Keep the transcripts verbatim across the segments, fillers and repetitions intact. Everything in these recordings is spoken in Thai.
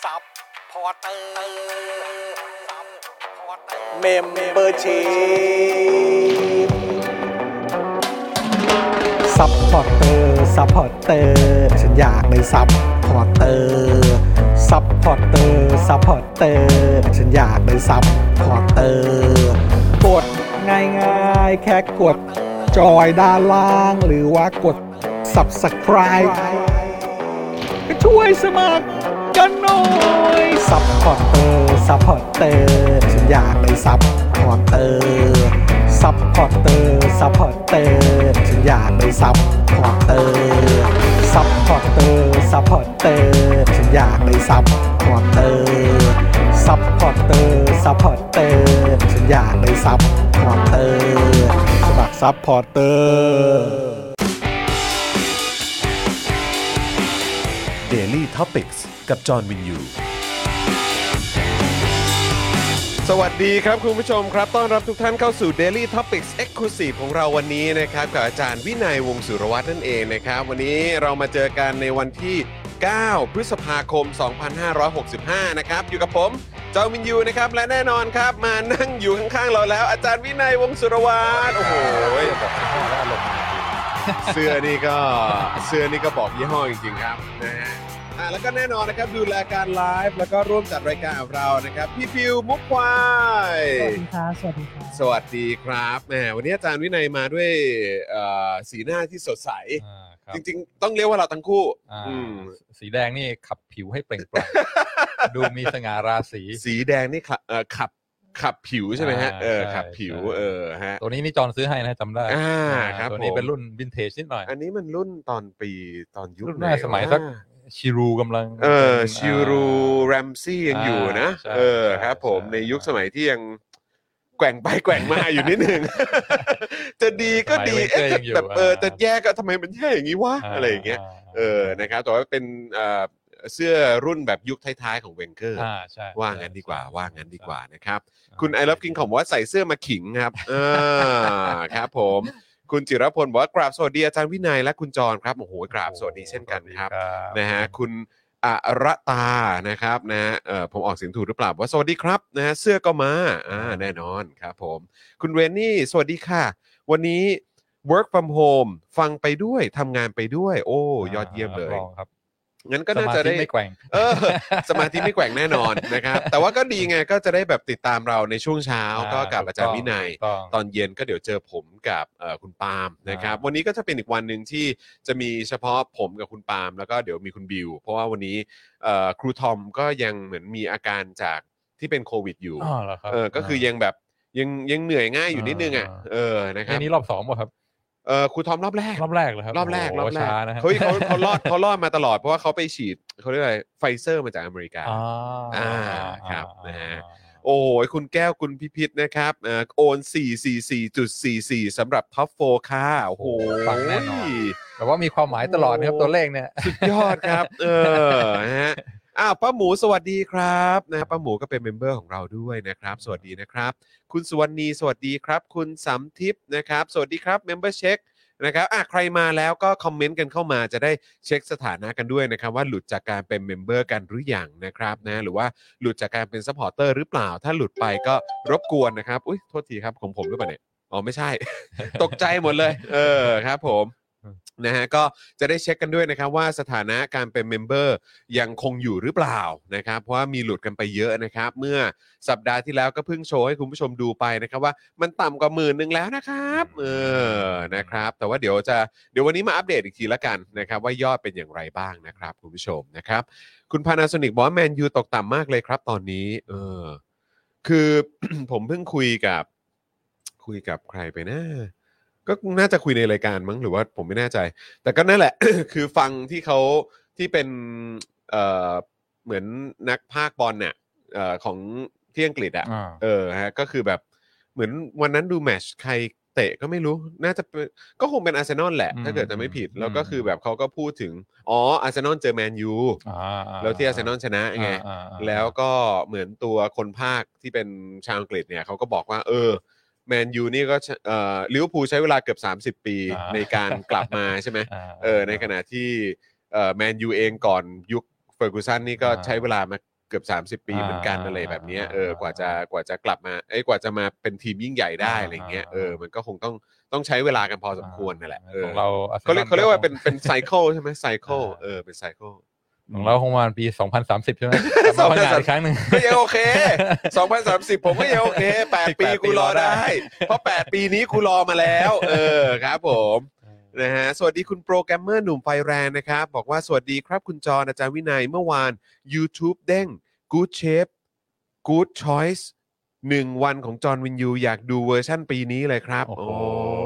ซับพอร์เตอร์ซับพอร์เตอร์เมมเบอร์ชีซัพพอร์เตอร์ซัพพอร์เตอร์ฉันอยากเป็นซัพพอร์เตอร์ซัพพอร์เตอร์ซัพพอร์เตอร์ฉันอยากเป็นซัพพอร์เตอร์กดง่ายๆแค่กดจอยด้านล่างหรือว่ากด ซับสไครบ์ ก็ช่วยสมัครกันหน่อยซัพพอร์เตอร์ซัพพอร์เตอร์ฉันอยากเป็นซัพพอร์เตอร์ซัพพอร์เตอร์ซัพพอร์เตอร์ฉันอยากเป็นซัพพอร์เตอร์ซัพพอร์เตอร์ซัพพอร์เตอร์ฉันอยากเป็นซัพพอร์เตอร์ซัพพอร์เตอร์ซัพพอร์เตอร์ฉันอยากเป็นซัพพอร์เตอร์สมัครซัพพอร์เตอร์ Daily Topics กับจอห์นวินยูสวัสดีครับคุณผู้ชมครับต้อนรับทุกท่านเข้าสู่ Daily Topics Exclusive ของเราวันนี้นะครับกับอาจารย์วินัยวงศ์สุรวัฒน์นั่นเองนะครับวันนี้เรามาเจอกันในวันที่เก้าพฤษภาคมสองพันห้าร้อยหกสิบห้านะครับอยู่กับผมจอห์นวินยูนะครับและแน่นอนครับมานั่งอยู่ข้างๆเราแล้วอาจารย์วินัยวงศ์สุรวัฒน์โอ้โหเสื้อนี่ก็เสื้อนี่ก็บอกยี่ห้อจริงๆครับนะฮะอ่าแล้วก็แน่นอนนะครับดูรายการไลฟ์แล้วก็ร่วมจัดรายการกับเรานะครับพี่พิวมุกควายสวัสดีครับสวัสดีครับสวัสดีครับแหมวันนี้อาจารย์วินัยมาด้วยเอ่อสีหน้าที่สดใสจริงๆต้องเรียกว่าเราทั้งคู่สีแดงนี่ขับผิวให้เปล่งปลั่ง ดูมีสง่าราศีสีแดงนี่ขับเอ่อขับขับผิวใช่ไหมฮะเออขับผิวเออฮะตัวนี้นี่จอนซื้อให้นะจำได้อ่าครับตัวนี้เป็นรุ่นวินเทจนิดหน่อยอันนี้มันรุ่นตอนปีตอนยุคไหนสมัยสักชิรูกำลังเออชิรูแรมซี่ยังอยู่นะเออครับผมในยุคสมัยที่ยังแกว่งไปแกว่งมาอยู่นิดนึงจะดีก็ดีเอ๊ะแบบเออจะแย่ก็ทำไมมันแย่อย่างนี้วะอะไรอย่างเงี้ยเออนะครับแต่ว่าเป็นเอ่อเสื้อรุ่นแบบยุคท้ายๆของเวนเกอร์ว่างั้นดีกว่าว่างั้นดีกว่านะครับคุณไอรับกินของบอกว่าใส่เสื้อมาขิงครับเออครับผมคุณจิรพลบอกว่ากราบสวัสดีอาจารย์วินัยและคุณจรครับโอ้โหกราบสวัสดีเช่นกันครับนะฮะคุณอรตานะครับนะเอ่อผมออกเสียงถูกหรือเปล่าว่าสวัสดีครับนะฮะเสื้อก็มาอ่าแน่นอนครับผมคุณเรนนี่สวัสดีค่ะวันนี้ work from home ฟังไปด้วยทำงานไปด้วยโอ้ยอดเยี่ยมเลยครับงั้นก็น่าจะได้ไม่แกว่งเออสมาธิไม่แกว่งแน่นอนนะครับแต่ว่าก็ดีไงก็จะได้แบบติดตามเราในช่วงเช้าก็กับอาจารย์วินัยตอนเย็นก็เดี๋ยวเจอผมกับเอ่อคุณปาล์มนะครับวันนี้ก็จะเป็นอีกวันนึงที่จะมีเฉพาะผมกับคุณปาล์มแล้วก็เดี๋ยวมีคุณบิวเพราะว่าวันนี้เอ่อครูทอมก็ยังเหมือนมีอาการจากที่เป็นโควิดอยู่เออก็คือยังแบบยังยังเหนื่อยง่ายอยู่นิดนึงอ่ะเออนะครับอันนี้รอบสองป่ะครับเออครูทอมรอบแรกรอบแรกเลยครับรอบแรกรอบแรกนะเฮ้ยเขาเขารอดเขารอดมาตลอดเพราะว่าเขาไปฉีดเขาเรียกอะไรไฟเซอร์มาจากอเมริกาอ่าครับนะฮะโอ้ยคุณแก้วคุณพิพิธนะครับเอ่อโอน สี่ สี่ สี่ จุด สี่ สี่ สำหรับท็อปโฟร์ค่ะโอ้โหฟังแน่นอนแต่ว่ามีความหมายตลอดนะครับตัวเลขเนี่ยสุดยอดครับเออนะฮะอ้าวป้าหมูสวัสดีครับนะป้าหมูก็เป็นเมมเบอร์ของเราด้วยนะครับสวัสดีนะครับคุณสุวรรณีสวัสดีครับคุณสำทิพย์นะครับสวัสดีครับเมมเบอร์เช็คนะครับอ่ะใครมาแล้วก็คอมเมนต์กันเข้ามาจะได้เช็คสถานะกันด้วยนะครับว่าหลุดจากการเป็นเมมเบอร์กันหรือยังนะครับนะหรือว่าหลุดจากการเป็นซัพพอร์เตอร์หรือเปล่าถ้าหลุดไปก็รบกวนนะครับอุ๊ยโทษทีครับของผมหรือเปล่าเนี่ยอ๋อไม่ใช่ ตกใจหมดเลยเออครับผมนะฮะก็จะได้เช็คกันด้วยนะครับว่าสถานะการเป็นเมมเบอร์ยังคงอยู่หรือเปล่านะครับเพราะว่ามีหลุดกันไปเยอะนะครับเมื่อสัปดาห์ที่แล้วก็เพิ่งโชว์ให้คุณผู้ชมดูไปนะครับว่ามันต่ำกว่าหมื่นนึงแล้วนะครับเออนะครับแต่ว่าเดี๋ยวจะเดี๋ยววันนี้มาอัปเดตอีกทีละกันนะครับว่ายอดเป็นอย่างไรบ้างนะครับคุณผู้ชมนะครับคุณ Panasonic บอกว่าแมนยูตกต่ำมากเลยครับตอนนี้เออคือ ผมเพิ่งคุยกับคุยกับใครไปนะก็น่าจะคุยในรายการมั้งหรือว่าผมไม่แน่ใจแต่ก็นั่นแหละ คือฟังที่เขาที่เป็นเอ่อเหมือนนักพากย์บอลเนี่ยเอ่อของที่อังกฤษอ่ะเออฮะก็คือแบบเหมือนวันนั้นดูแมตช์ใครเตะก็ไม่รู้น่าจะก็คงเป็นอาร์เซนอลแหละถ้าเกิดจะไม่ผิดแล้วก็คือแบบเขาก็พูดถึงอ๋ออาร์เซนอลเจอแมนยูแล้วที่อาร์เซนอลชนะไงแล้วก็เหมือนตัวคนพากย์ที่เป็นชาวอังกฤษเนี่ยเขาก็บอกว่าเออแมนยูนี่ก็เอ่อลิเวอร์พูลใช้เวลาเกือบสามสิบปีในการกลับมาใช่ไหมเออในขณะที่เอ่อแมนยูเองก่อนยุคเฟอร์กูสันนี่ก็ใช้เวลามาเกือบสามสิบปีเหมือนกันอ่าอะไรแบบเนี้ยเอออ่ากว่าจะกว่าจะกลับมาเอ้ยกว่าจะมาเป็นทีมยิ่งใหญ่ได้อ่าอะไรเงี้ยอ่าเออมันก็คงต้องต้องใช้เวลากันพอสมควรนั่นแหละเอขอองเราเขาเรียก Arsenal เขาเรียกว่าคงเป็นเป็นไซเคิลใช่ไหมไซเคิลอ่าเออเป็นไซเคิลของเราคงประมาณปีสองพันสามสิบใช่ไหมกลับมาพังงานอีกครั้งหนึ่งก็ยังโอเคสองพันสามสิบผมก็ยังโอเคแปดอีกปีแปดกูรอปีรอได้ได้ เพราะแปดปีนี้กูรอมาแล้ว เออครับผมนะฮะสวัสดีคุณโปรแกรมเมอร์หนุ่มไฟแรงนะครับบอกว่าสวัสดีครับคุณจรอาจารย์วินัยเมื่อวาน YouTube เด้ง Good Shape Good Choice หนึ่งวันของจอห์นวินยูอยากดูเวอร์ชั่นปีนี้เลยครับโอ้โอ้โห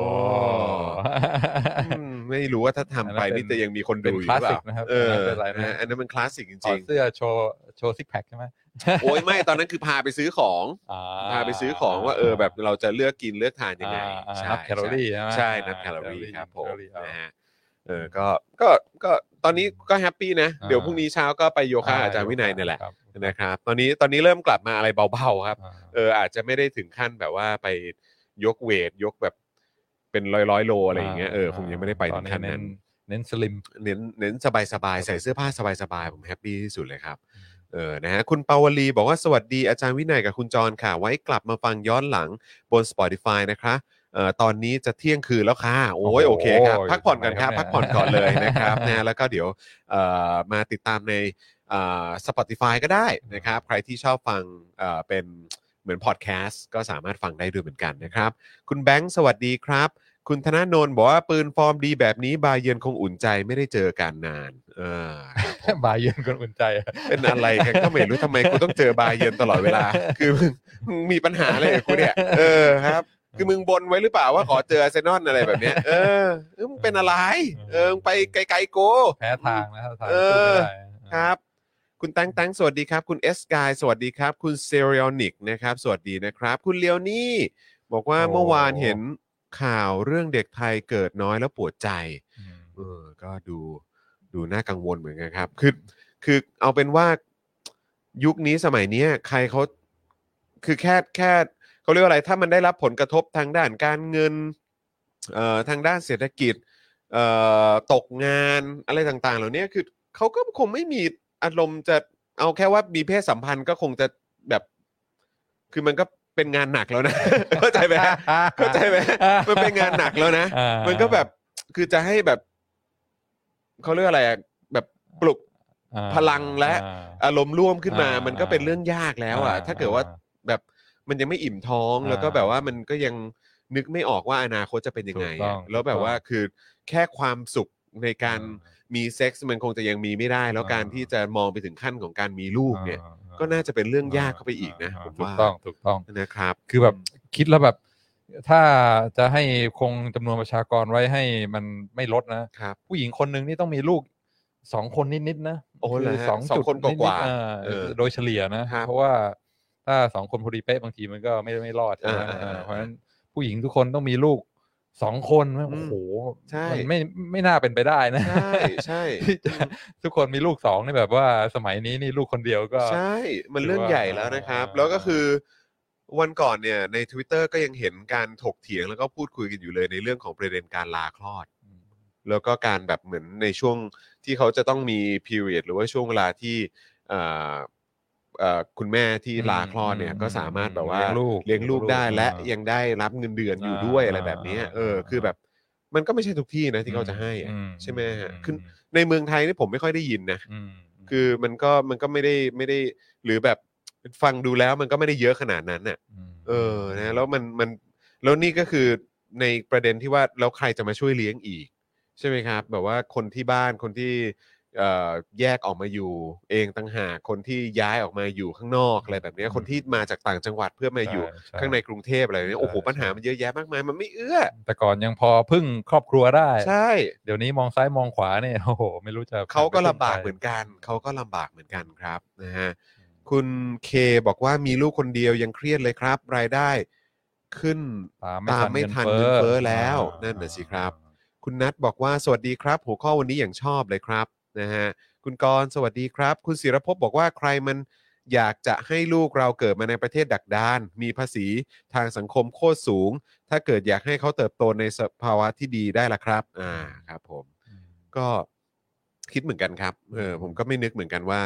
อืมไม่รู้ว่าถ้าทำไปอันนั้นเป็นนี่จะยังมีคนเป็ดูนอยู่หรือเปล่าคลาสสิกนะครับเออไม่เป็นไรนะนะฮะอันนั้นเป็นคลาสสิกจถอริดงเสื้อโชว์โชว์ซิกแพคใช่ไหมๆ โอ้ยไม่ตอนนั้นคือพาไปซื้อของอ่พาไปซื้อของว่าเออแบบเราจะเลือกกินเลือกทานยังไงอ่าอ่าใช่นับแคลอรี่ใช่ไหมใช่นับอ่าแคลอรี่แคลอรี่ครับผมแคลอรี่เอานนะฮะเออก็ก็ก็ตอนนี้ก็แฮปปี้นะอ่าเดี๋ยวพรุ่งนี้เช้าก็ไปโยคะอาจารย์วินัยเนี่ยแหละครับนะครับตอนนี้ตอนนี้เริ่มกลับมาอะไรเบาๆครับอ่าเอออาจจะไม่ได้ถึงขั้นแบบว่าไปยกเวทยกแบบเป็นร้อยร้อยๆโลอะไรอย่างเงี้ยเออคงยังไม่ได้ไปถึงขั้นนั้นเน้นสลิมเน้นเน้นสบายสบายๆใส่เสื้อผ้าสบายสบายๆผมแฮปปี้ที่สุดเลยครับเออนะฮะคุณปาวลีบอกว่าสวัสดีอาจารย์วินัยกับคุณจรค่ะ ไว้กลับมาฟังย้อนหลังบน Spotify นะคะเอ่อตอนนี้จะเที่ยงคืนแล้วค่ะโอ้ยโอ้โอโหเคครับพักผ่อนกันครับทำไมครับเนี่ยพักผ่อนก่อนเลยนะครับนะแล้วก็เดี๋ยวเอ่อมาติดตามในเอ่อ Spotify ก็ได้นะครับใครที่ชอบฟังเอ่อเป็นเหมือนพอดแคสต์ก็สามารถฟังได้ด้วยเหมือนกันนะครับคุณแบงค์สวัสดีครับคุณธนาโนนบอกว่าปืนฟอร์มดีแบบนี้บาเยิร์นคงอุ่นใจไม่ได้เจอกันนานเออครับผมบาเยิร์นคนอุ่นใจอะเป็นอะไรกันก็ไม่รู้ทำไมกูต้องเจอบาเยิร์นตลอดเวลา คือมึงมึงมีปัญหาอะไรกับกูเนี่ย เออครับ คือมึงบนไว้หรือเปล่าว่าขอเจออาร์เซนอลอะไรแบบเนี้ย เออเออมึงเป็นอะไร เออมึงไปไกลๆกูแพ้ทางนะครับทางเออสู้ไม่ได้ครับ คุณแตงแตงสวัสดีครับ คุณเอสกายสวัสดีครับ คุณเซเรียนิกนะครับ สวัสดีนะครับ คุณเลียวนี่บอกว่าเมื่อวานเห็นข่าวเรื่องเด็กไทยเกิดน้อยแล้วปวดใจอืมเออ ก็ดูดูน่ากังวลเหมือนกันครับ คือคือเอาเป็นว่ายุคนี้สมัยเนี้ยใครเขาคือแค่แค่เขาเรียกว่าอะไร ถ้ามันได้รับผลกระทบทางด้านการเงินเอ่อทางด้านเศรษฐกิจเอ่อตกงานอะไรต่างๆ เหล่านี้คือเขาก็คงไม่มีอารมณ์จะเอาแค่ว่ามีเพศสัมพันธ์ก็คงจะแบบ คือมันก็เป็นงานหนักแล้วนะ เข้าใจไหมฮะเข้าใจไหมมันเป็นงานหนักแล้วนะอ่ามันก็แบบคือจะให้แบบเขาเรียกอะไรอะแบบปลุกอ่าพลังและอ่าอารมณ์ร่วมขึ้นมาอ่ามัมันก็เป็นเรื่องยากแล้วอ่ะอ่าถ้าเกิดว่าแบบมันยังไม่อิ่มท้องอ่าแล้วก็แบบว่ามันก็ยังนึกไม่ออกว่าอนาคตจะเป็นยังไงถูกต้อะองแล้วแบบถูกต้องว่าคือแค่ความสุขในการอ่ามีเซ็กซ์มันคงจะยังมีไม่ได้ แล้วอ่าการที่จะมองไปถึงขั้นของการมีลูกเนี่ยอ่าก็น่าจะเป็นเรื่องยากเข้าไปอีกนะาผมถูกว่าต้องถูกต้องนะครับคือแบบคิดแล้วแบบ ถ้าจะให้คงจำนวนประชากรไว้ให้มันไม่ลดนะครับผู้หญิงคนหนึ่งนี่ต้องมีลูกสองคนนิดๆนะโอ้เหรอฮะสองสองจุดคนกว่าๆดๆเออเออโดยเฉลี่ยนะครับเพราะว่าถ้าสองคนพอดีเป๊ะบางทีมันก็ไม่ไม่รอดใช่ไหมอ่าเอออ่าเพราะฉะนั้นผู้หญิงทุกคนต้องมีลูกสองคนโอ้โหใช่มันไม่ไม่น่าเป็นไปได้นะใช่ใช่ที่จะทุกคนมีลูกสองนี่แบบว่าสมัยนี้นี่ลูกคนเดียวก็ใช่ มันเรื่องใหญ่แล้วนะครับอ่าแล้วก็คือวันก่อนเนี่ยใน Twitter ก็ยังเห็นการถกเถียงแล้วก็พูดคุยกันอยู่เลยในเรื่องของประเด็นการลาคลอด แล้วก็การแบบเหมือนในช่วงที่เขาจะต้องมี period หรือว่าช่วงเวลาที่เอ่อเอ่อคุณแม่ที่ลาคลอดเนี่ยอืมก็สามารถแบบว่าเลี้ยงลูกเลี้ยงลูกได้เลี้ยงลูกและอ่ายัยังได้รับเงินเดือนอยู่ด้วยอ่าอะไรแบบเนี้ยเอออ่าคือแบบมันก็ไม่ใช่ทุกที่นะที่เขาจะให้อะอืมใช่ไหมฮะอืมคือในเมืองไทยนี่ผมไม่ค่อยได้ยินนะอืมคือมันก็มันก็ไม่ได้ไม่ได้หรือแบบฟังดูแล้วมันก็ไม่ได้เยอะขนาดนั้นน่ะมเออนะแล้วมันมันแล้วนี่ก็คือในประเด็นที่ว่าแล้วใครจะมาช่วยเลี้ยงอีก ใช่ไหมครับ แบบว่าคนที่บ้านคนที่เอ่อแยกออกมาอยู่ เองต่างหากคนที่ย้ายออกมาอยู่ข้างนอกอะไรแบบเนี้ยคนที่มาจากต่างจังหวัดเพื่อมาอยู่ใช่ข้างในกรุงเทพอะไรแบบเนี้ยโอ้โหใช่ปัญหามันเยอะแยะมากมายมันไม่เอื้อแต่ก่อนยังพอพึ่งครอบครัวได้ใช่เดี๋ยวนี้มองซ้ายมองขวาเนี่ยโอ้โห ไม่รู้จะเขาก็ไปพึ่งลำบากใครเหมือนกันเขาก็ลำบากเหมือนกันครับนะฮะคุณเคบอกว่ามีลูกคนเดียวยังเครียดเลยครับ รายได้ขึ้นตามตามไม่ไม่ทัทันนเงิเงินนเฟ้เฟ้ออแล้วอ่านั่นน่ะสิครับ คุณนัทบอกว่าสวัสดีครับ หัวข้อวันนี้อย่างชอบเลยครับนะฮะคุณกรณ์สวัสดีครับ คุณศิรภพบอกว่าใครมันอยากจะให้ลูกเราเกิดมาในประเทศดักดานมีภาษีทางสังคมโคตรสูง ถ้าเกิดอยากให้เขาเติบโตในสภาวะที่ดีได้ละครับอ่าครับผม ก็คิดเหมือนกันครับเออผมก็ไม่นึกเหมือนกันว่า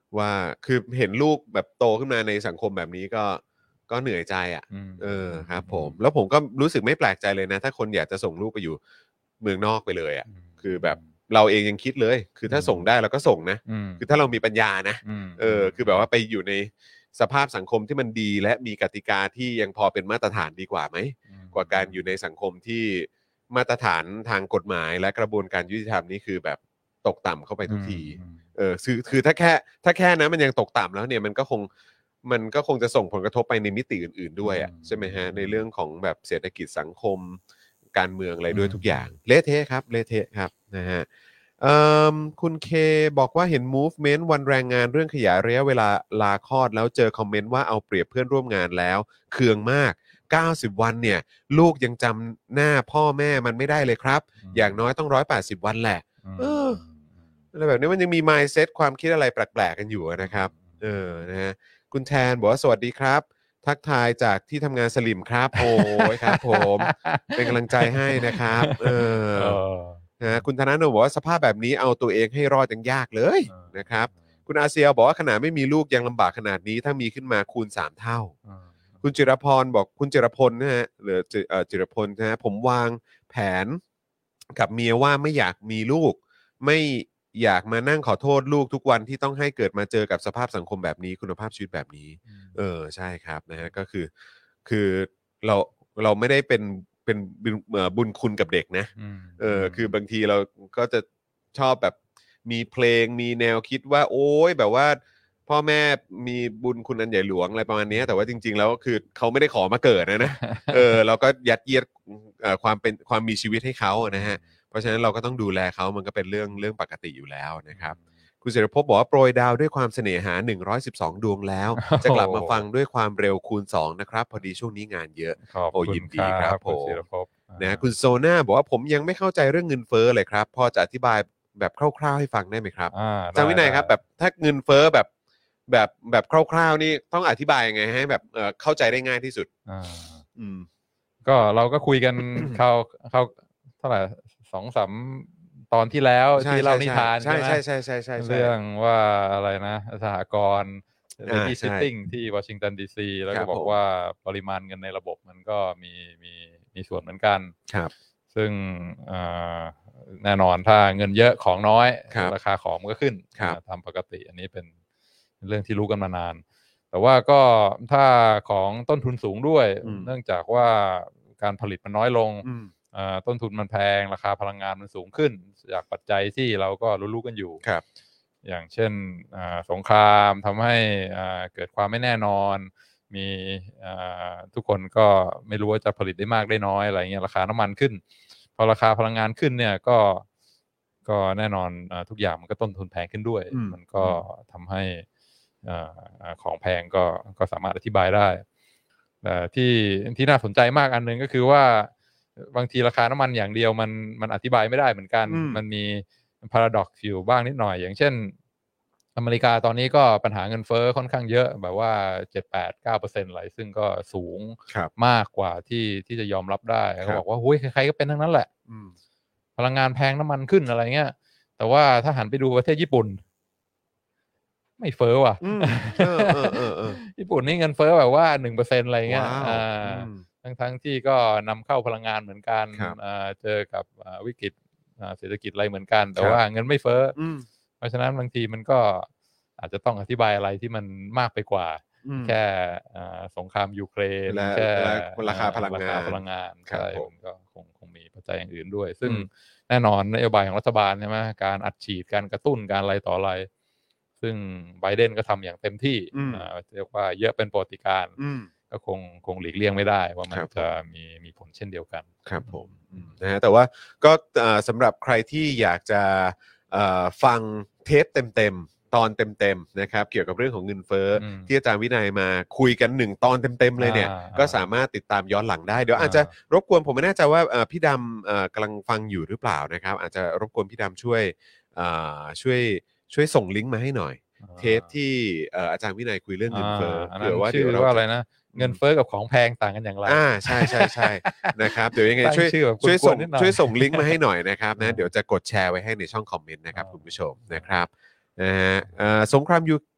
ว่าคือเห็นลูกแบบโตขึ้นมาในสังคมแบบนี้ก็ก็เหนื่อยใจอ่ะอืมเออครับผมแล้วผมก็รู้สึกไม่แปลกใจเลยนะ ถ้าคนอยากจะส่งลูกไปอยู่เมืองนอกไปเลยอ่ะอืมคือแบบเราเองยังคิดเลย คือถ้าอืมส่งได้เราก็ส่งนะอืมคือถ้าเรามีปัญญานะมเออคือแบบว่าไปอยู่ในสภาพสังคมที่มันดีและมีกติกาที่ยังพอเป็นมาตรฐานดีกว่าไหมมกว่าการอยู่ในสังคมที่มาตรฐานทางกฎหมายและกระบวนการยุติธรรมนี่คือแบบตกต่ำเข้าไปทุกทีอืมเออคือคือถ้าแค่ถ้าแค่นั้นมันยังตกต่ำแล้วเนี่ยมันก็คงมันก็คงจะส่งผลกระทบไปในมิติอื่นๆด้วยอ่ะอืมใช่ไหมฮะในเรื่องของแบบเศรษฐกิจสังคมการเมืองอะไรด้วยอืมทุกอย่างเละเทะครับเละเทะครับนะฮะเอิ่มคุณเคบอกว่าเห็น movement วันแรงงานเรื่องขยายระยะเวลาลาคลอดแล้วเจอคอมเมนต์ว่าเอาเปรียบเพื่อนร่วมงานแล้วเคืองมากเก้าสิบวันเนี่ยลูกยังจำหน้าพ่อแม่มันไม่ได้เลยครับอืมอย่างน้อยต้องหนึ่งร้อยแปดสิบวันแหละมเออ อะไรแบบนี้มันยังมี mindset ความคิดอะไรแปลกๆกันอยู่นะครับ เออ นะฮะ คุณแทนบอกว่าสวัสดีครับ ทักทายจากที่ทำงานสลิมครับ โอ้ยครับผม เป็นกำลังใจให้นะครับ เออเออนะฮะคุณธนาโนบอกว่าสภาพแบบนี้เอาตัวเองให้รอดยังยากเลยเออนะครับ คุณอาเซียบอกว่าขนาดไม่มีลูกยังลำบากขนาดนี้ถ้ามีขึ้นมาคูณสามเท่าเออคุณจิรพรบอกคุณจิรพลนะฮะหรือจิเอ่อจิรพลนะฮะผมวางแผนกับเมียว่าไม่อยากมีลูก ไม่อยากมานั่งขอโทษลูกทุกวันที่ต้องให้เกิดมาเจอกับสภาพสังคมแบบนี้คุณภาพชีวิตแบบนี้ เออใช่ครับนะฮะก็คือคือเราเราไม่ได้เป็นเป็นบุญเอ่อบุญคุณกับเด็กนะมเออคือบางทีเราก็จะชอบแบบมีเพลงมีแนวคิดว่า โอ้ยแบบว่า พ่อแม่มีบุญคุณอันใหญ่หลวงอะไรประมาณนี้แต่ว่าจริง ๆ แล้วคือเขาไม่ได้ขอมาเกิดนะนะ เออเราก็ยัดเยียดเอ่อความเป็นความมีชีวิตให้เขานะฮะเพราะฉะนั้นเราก็ต้องดูแลเขามันก็เป็นเรื่องเรื่องปกติอยู่แล้วนะครับ คุณเสรีภพบอกว่าโปรยดาวด้วยความเสน่หาหนึ่งร้อยสิบสองดวงแล้ว จะกลับมาฟังด้วยความเร็วคูณสองนะครับพอดีช่วงนี้งานเยอะขอบโอ้คุณยินดีครับคุณผมศิรภพนะคุณโซน่าบอกว่าผมยังไม่เข้าใจเรื่องเงินเฟ้อเลยครับพอจะอธิบายแบบคร่าวๆให้ฟังได้ไหมครับอ่าอาจารย์วินัยครับแบบถ้าเงินเฟ้อแบบแบบแบบคร่าวๆนี่ต้องอธิบายยังไงให้แบบเอ่อเข้าใจได้ง่ายที่สุดอ่าอืมก็เราก็คุยกัน คราวคราวเท่าไหร่สองสามตอนที่แล้วใช่ที่เล่านิทานใช่ใช่ไหมใช่ใช่ใช่ใช่ใช่เรื่องว่าอะไรนะสหกรณ์อ่า Lady ใช่ Sitting ที่วอชิงตันดีซีแล้วครัก็บบอกผมว่าปริมาณเงินในระบบมันก็มีมีมีส่วนเหมือนกันครับซึ่งเอ่อแน่นอนถ้าเงินเยอะของน้อยครับราคาของมันก็ขึ้นครับตามปกติอันนี้เป็นเป็นเรื่องที่รู้กันมานาน แต่ว่าก็ถ้าของต้นทุนสูงด้วยอืมเนื่องจากว่าการผลิตมันน้อยลงอืมเอ่อต้นทุนมันแพงราคาพลังงานมันสูงขึ้น จากปัจจัยที่เราก็รู้ๆกันอยู่ครับอย่างเช่นอ่าสงครามทำให้อ่าเกิดความไม่แน่นอน มีอ่าทุกคนก็ไม่รู้ว่าจะผลิตได้มากได้น้อยอะไรเงี้ยราคาน้ำมันขึ้น พอราคาพลังงานขึ้นเนี่ยก็ก็แน่นอนอาทุกอย่างมันก็ต้นทุนแพงขึ้นด้วยอืมมันก็ทำให้อ่าอ่าของแพงก็ก็สามารถอธิบายได้แต่ที่ที่น่าสนใจมากอันหนึงก็คือว่าบางทีราคาน้ำมันอย่างเดียวมันมันอธิบายไม่ได้เหมือนกันอืมมันมี paradox อยู่บ้างนิดหน่อย อย่างเช่น อเมริกาตอนนี้ก็ปัญหาเงินเฟ้อค่อนข้างเยอะแบบว่า เจ็ด แปด เก้าเปอร์เซ็นต์ อะไรซึ่งก็สูงครับมากกว่าที่ที่จะยอมรับได้ครัเขาบบอกว่าโอ้ยใครๆก็เป็นทั้งนั้นแหละอืมพลังงานแพงน้ำมันขึ้นอะไรเงี้ย แต่ว่าถ้าหันไปดูประเทศญี่ปุ่น ไม่เฟ้อว่ะอืมเออเออเออเออญี่ปุ่นนี่เงินเฟ้อแบบว่า หนึ่งเปอร์เซ็นต์ อะไรเงี้ยว้าวอ่าอืมทั้งทั้งที่ก็นำเข้าพลังงานเหมือนกันครับอ่าเจอกับอ่าวิกฤตอ่าเศรษฐกิจอะไรเหมือนกัน แต่ครับว่าเงินไม่เฟ้อออืมเพราะฉะนั้นบางทีมันก็อาจจะต้องอธิบายอะไรที่มันมากไปกว่าอืมแค่อ่าสงครามยูเครนและแค่และราคาพลังงานราคาพลังงานครับใช่ผมมันก็คงคงมีปัจจัยอย่างอื่นด้วย ซึ่งอืมแน่นอนนโยบายของรัฐบาลใช่ไหมการอัดฉีดการกระตุ้นการอะไรต่ออะไร ซึ่งไบเดนก็ทำอย่างเต็มที่อืมอ่าเรียกว่าเยอะเป็นประวัติการณ์อืมก็คงคงหลีกเลี่ยงไม่ได้ว่ามันครับผมจะมีมีผลเช่นเดียวกันครับผมอืมนะฮะแต่ว่าก็เอ่อสำหรับใครที่อยากจะเอ่อฟังเทปเต็มๆตอนเต็มๆนะครับเกี่ยวกับเรื่องของเงินเฟ้อออืมที่อาจารย์วินัยมาคุยกันหนึ่งตอนเต็มๆเลยเนี่ยอ่าก็สามารถติดตามย้อนหลังได้เดี๋ยวอ่าอาจจะรบกวนผมไม่แน่ใจว่าเอ่อพี่ดำเอ่อกำลังฟังอยู่หรือเปล่านะครับอาจจะรบกวนพี่ดำช่วยเอ่อช่วยช่วยส่งลิงก์มาให้หน่อย เทปที่เอ่ออาจารย์วินัยคุยเรื่องเงินเฟ้ออันเผื่นั้อน ว่าชื่เดี๋ยวอเราว่าจะอะไรนะเงินเฟ้อกับของแพงต่างกันอย่างไรอ่าใช่ใช่ใช่ นะครับเดี๋ยวยังไงตั้งช่วยชื่อแบบช่วยส่งกวนๆนิดหน่อยช่วยส่งลิงก์มาให้หน่อยนะครับนะอ่าเดี๋ยวจะกดแชร์ไว้ให้ในช่องคอมเมนต์นะครับอ่าคุณผู้ชมนะครับนะฮะเอ่อสงครามยู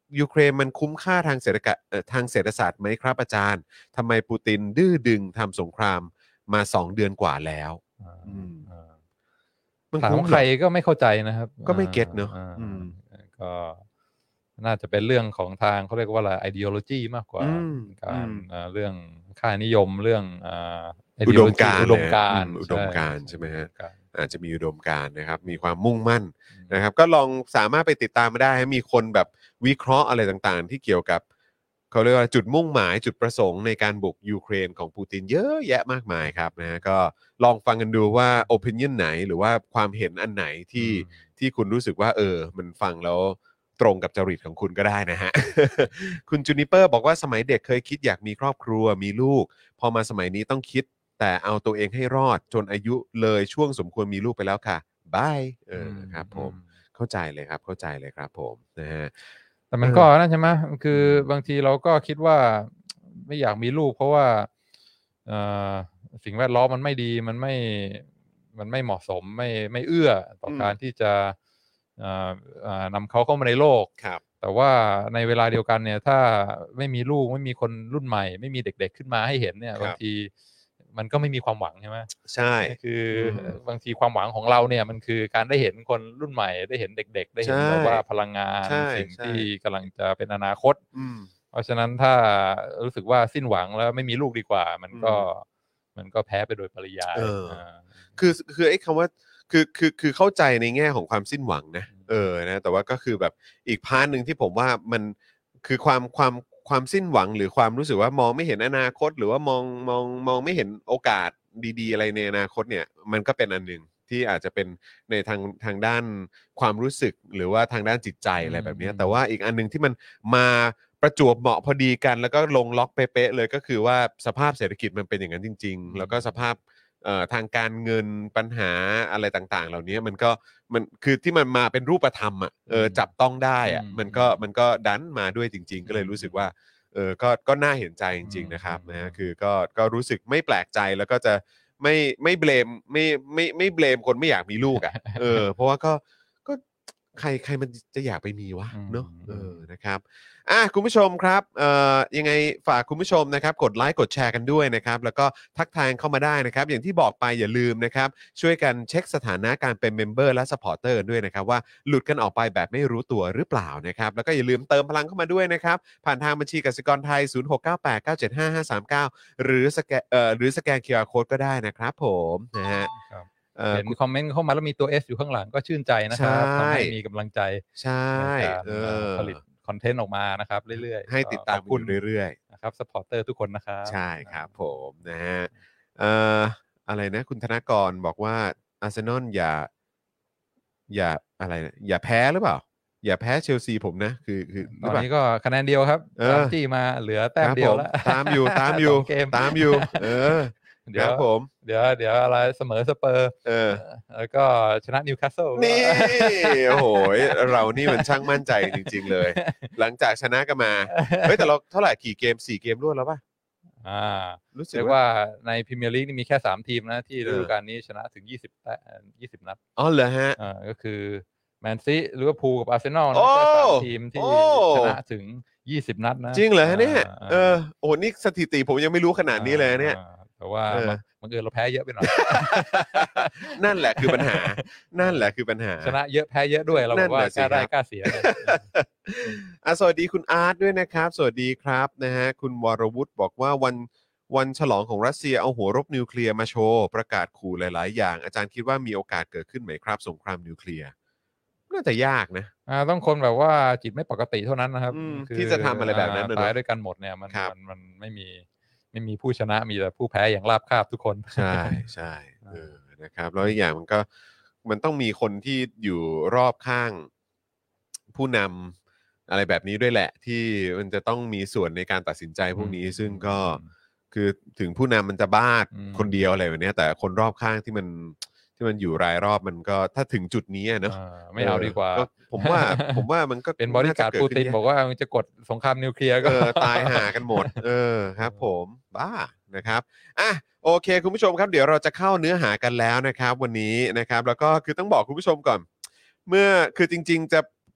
ยูเครนมันคุ้มค่าทางเศรษฐกิจเอ่อทางเศรษฐศาสตร์ไหมครับอาจารย์ทำไมปูตินดื้อดึงทำสงครามมาสองเดือนกว่าแล้วอ่าอืมอ่ามันถามคุ้มใครเหรอก็ไม่เข้าใจนะครับก็ไม่เก็ตอ่าเนอะอ่าอืมก็น่าจะเป็นเรื่องของทางเขาเรียกว่าอะไร ideology มากกว่าอืมการอืมอ่าเรื่องค่านิยมเรื่องอ่าอุดม ideology การณ์อุดมการณ์เลยนะอืมอุดมการณ์ใช่ไหมฮะอุดการณ์อาจจะมีอุดมการณ์นะครับ มีความมุ่งมั่นอืมนะครับ ก็ลองสามารถไปติดตามมาได้ฮะมีคนแบบวิเคราะห์อะไรต่างๆ ที่เกี่ยวกับเขาเรียกว่าจุดมุ่งหมายจุดประสงค์ในการบุกยูเครนของปูตินเยอะแยะมากมายครับนะฮะก็ลองฟังกันดูว่า opinion ไหนหรือว่าความเห็นอันไหนที่อืมที่คุณรู้สึกว่าเออมันฟังแล้วตรงกับจริตของคุณก็ได้นะฮ ะ คุณจูนิเปอร์บอกว่าสมัยเด็กเคยคิดอยากมีครอบครัวมีลูก พอมาสมัยนี้ต้องคิดแต่เอาตัวเองให้รอดจนอายุเลยช่วงสมควรมีลูกไปแล้วค่ะบายเออครับผมเข้าใจเลยครับเข้าใจเลยครับผมนะฮะแต่มันเออก็นั่นใช่ไหมคืออมบางทีเราก็คิดว่าไม่อยากมีลูก เพราะว่าเอ่อสิ่งแวดล้อมมันไม่ดีมันไม่มันไม่เหมาะสมไม่ไม่เอื้อต่ออมการที่จะเอ่อเอ่อนำเขาเข้ามาในโลกครับแต่ว่าในเวลาเดียวกันเนี่ย ถ้าไม่มีลูกไม่มีคนรุ่นใหม่ ไม่มีเด็กๆขึ้นมาให้เห็นเนี่ยครับบางทีมันก็ไม่มีความหวังใช่ไหมใช่คืออมบางทีความหวังของเราเนี่ยมันคือการได้เห็นคนรุ่นใหม่ ได้เห็นเด็ก ๆ ได้เห็นใช่แบบว่าพลังงานใช่สิ่งใช่ที่กำลังจะเป็นอนาคตอืมเพราะฉะนั้นถ้ารู้สึกว่าสิ้นหวังแล้วไม่มีลูกดีกว่า มันก็อืมมันก็แพ้ไปโดยปริยายเอออ่าคือคือไอ้คำว่าคือคือคือเข้าใจในแง่ของความสิ้นหวังนะเออนะแต่ว่าก็คือแบบอีกพาร์ทหนึ่งที่ผมว่ามันคือความความความสิ้นหวังหรือความรู้สึกว่ามองไม่เห็นอนาคต หรือว่ามองมองมองไม่เห็นโอกาสดีๆ อะไรในอนาคตเนี่ยมันก็เป็นอันหนึ่งที่อาจจะเป็นในทางทางด้านความรู้สึกหรือว่าทางด้านจิตใจอะไรแบบเนี้ยอืมแต่ว่าอีกอันหนึงที่มันมาประจวบเหมาะพอดีกัน แล้วก็ลงล็อกเป๊ะๆเลยก็คือว่าสภาพเศรษฐกิจมันเป็นอย่างนั้นจริง ๆ แล้วก็สภาพ เอ่อทางการเงินปัญหาอะไรต่างๆ เหล่านี้มันก็มันคือที่มันมาเป็นรูปธรรมอ่ะเอออืมจับต้องได้อ่ะอืมมันก็มันก็ดันมาด้วยจริง ๆ ก็เลยรู้สึกว่าเออก็ก็น่าเห็นใจจริง ๆ นะครับอืมนะฮะคือก็ก็รู้สึกไม่แปลกใจแล้วก็จะไม่ไม่เบลมไม่ไม่ไม่เบลมคนไม่อยากมีลูกอ่ะ เออเพราะว่าก็ก็ใครใครมันจะอยากไปมีวะอืมเนอะเออือมนะครับอ่ะคุณผู้ชมครับเอ่อยังไงฝากคุณผู้ชมนะครับกดไลค์กดแชร์กันด้วยนะครับแล้วก็ทักทายเข้ามาได้นะครับอย่างที่บอกไปอย่าลืมนะครับช่วยกันเช็คสถานะการเป็นเมมเบอร์และสปอร์เตอร์ด้วยนะครับว่าหลุดกันออกไปแบบไม่รู้ตัวหรือเปล่านะครับแล้วก็อย่าลืมเติมพลังเข้ามาด้วยนะครับผ่านทางบัญชีกสิกรไทยศูนย์ หก เก้า แปด เก้า เจ็ด ห้า ห้า สาม เก้าหรือสแกนเอ่อหรือสแกน คิว อาร์ Code ก็ได้นะครับผมนะฮะครับเอ่อเห็นคอมเมนต์เข้ามาแล้วมีตัว S อยู่ข้างหลังก็ชื่นใจนะครับใช่ทำให้มีกำลังใจใช่ในการเอเอ่ออผลิตคอนเทนต์ออกมานะครับเรื่อยๆให้ติดตามขอบคุณอยู่เรื่อยๆนะครับสปอร์เตอร์ทุกคนนะครับใช่ครับผมนะฮะเอ่ออะไรนะคุณธนกรบอกว่าอาร์เซนอลอย่า อย่าอะไรนะอย่าแพ้หรือเปล่า อย่าแพ้เชลซีผมนะ คือคือหตรือ อน เปล่านี้ก็คะแนนเดียวครับเออตามจี้มาเหลือแต้คมรับเดียวผมแล้วตามอยู่ตามอยู่สงเกมตามอยู่ เออเดี๋คยวรับผมเดี๋ยวเดี๋ยวอะไรเสมอสเปอร์เออแล้วก็ชนะนิวคาสเซิลนี่ โอ้โหเรานี่มันช่างมั่นใจจริง ๆ เลย หลังจากชนะกันมาเฮ้ยแต่เราเท่าไหร่กี่เกมสี่เกมรวดแล้วป่ะอ่ารู้สึกเรียกว่าว่าในพรีเมียร์ลีกนี่มีแค่สามทีมนะที่เออฤดูกาลนี้ชนะถึงยี่สิบแต้มยี่สิบนัดอ๋อเหรอฮะอ่าก็คือแมนซีลิเวอร์พูลกับอาร์เซนอลโอ้นะแค่สามทีมที่โอ้ชนะถึงยี่สิบนัดนะจริงเหรอฮะเนี่ยาเออโอ้โหนี่สถิติผมยังไม่รู้ขนาดนี้เลยเนี่ยอ่าแต่ว่าเออบังเอิญเราแพ้เยอะไปหน่อยนั่นแหละคือปัญหา นั่นแหละคือปัญหาชนะเยอะแพ้เยอะด้วยเรานั่บอน กว่าน่ะสิกล้าได้ครับกล้าเสียเลยอ่ะสวัสดีคุณอาร์ตด้วยนะครับ สวัสดีครับนะฮะคุณวรวุฒิบอกว่าวันวันฉลองของรัสเซียเอาหัวรบนิวเคลียร์มาโชว์ประกาศขู่หลาย ๆ อย่าง อาจารย์คิดว่ามีโอกาสเกิดขึ้นไหมครับสงครามนิวเคลียร์น่าจะยากนะอ่าต้องคนแบบว่าจิตไม่ปกติเท่านั้นนะครับอืมคือที่จะทำอะไรแบบนั้นน่ะเนอะตายด้วยกันหมดเนี่ยมันครับมันมันไม่มีไม่มีผู้ชนะมีแต่ผู้แพ้อย่างราบคาบทุกคนใช่ใช่เออนะครับแล้วอีกอย่างมันก็มันต้องมีคนที่อยู่รอบข้างผู้นำอะไรแบบนี้ด้วยแหละ ที่มันจะต้องมีส่วนในการตัดสินใจพวกนี้อืมซึ่งก็อืมคือถึงผู้นำมันจะบ้าอืมคนเดียวอะไรแบบเนี้ยแต่คนรอบข้างที่มันที่มันอยู่รายรอบมันก็ถ้าถึงจุดนี้อะเนอะอ่าไม่เอาดีกว่าผมว่าผมว่ามันก็เป็นบริการดจะปูเดตินขึ้ยบอกว่ามันจะกดสงครามนิวเคลียร์ก็เออตายห่ากันหมด เออครับผมบ้านะครับอ่ะโอเค คุณผู้ชมครับเดี๋ยวเราจะเข้าเนื้อหากันแล้วนะครับ วันนี้นะครับ แล้วก็คือต้องบอกคุณผู้ชมก่อน เมื่อคือจริง ๆ จะ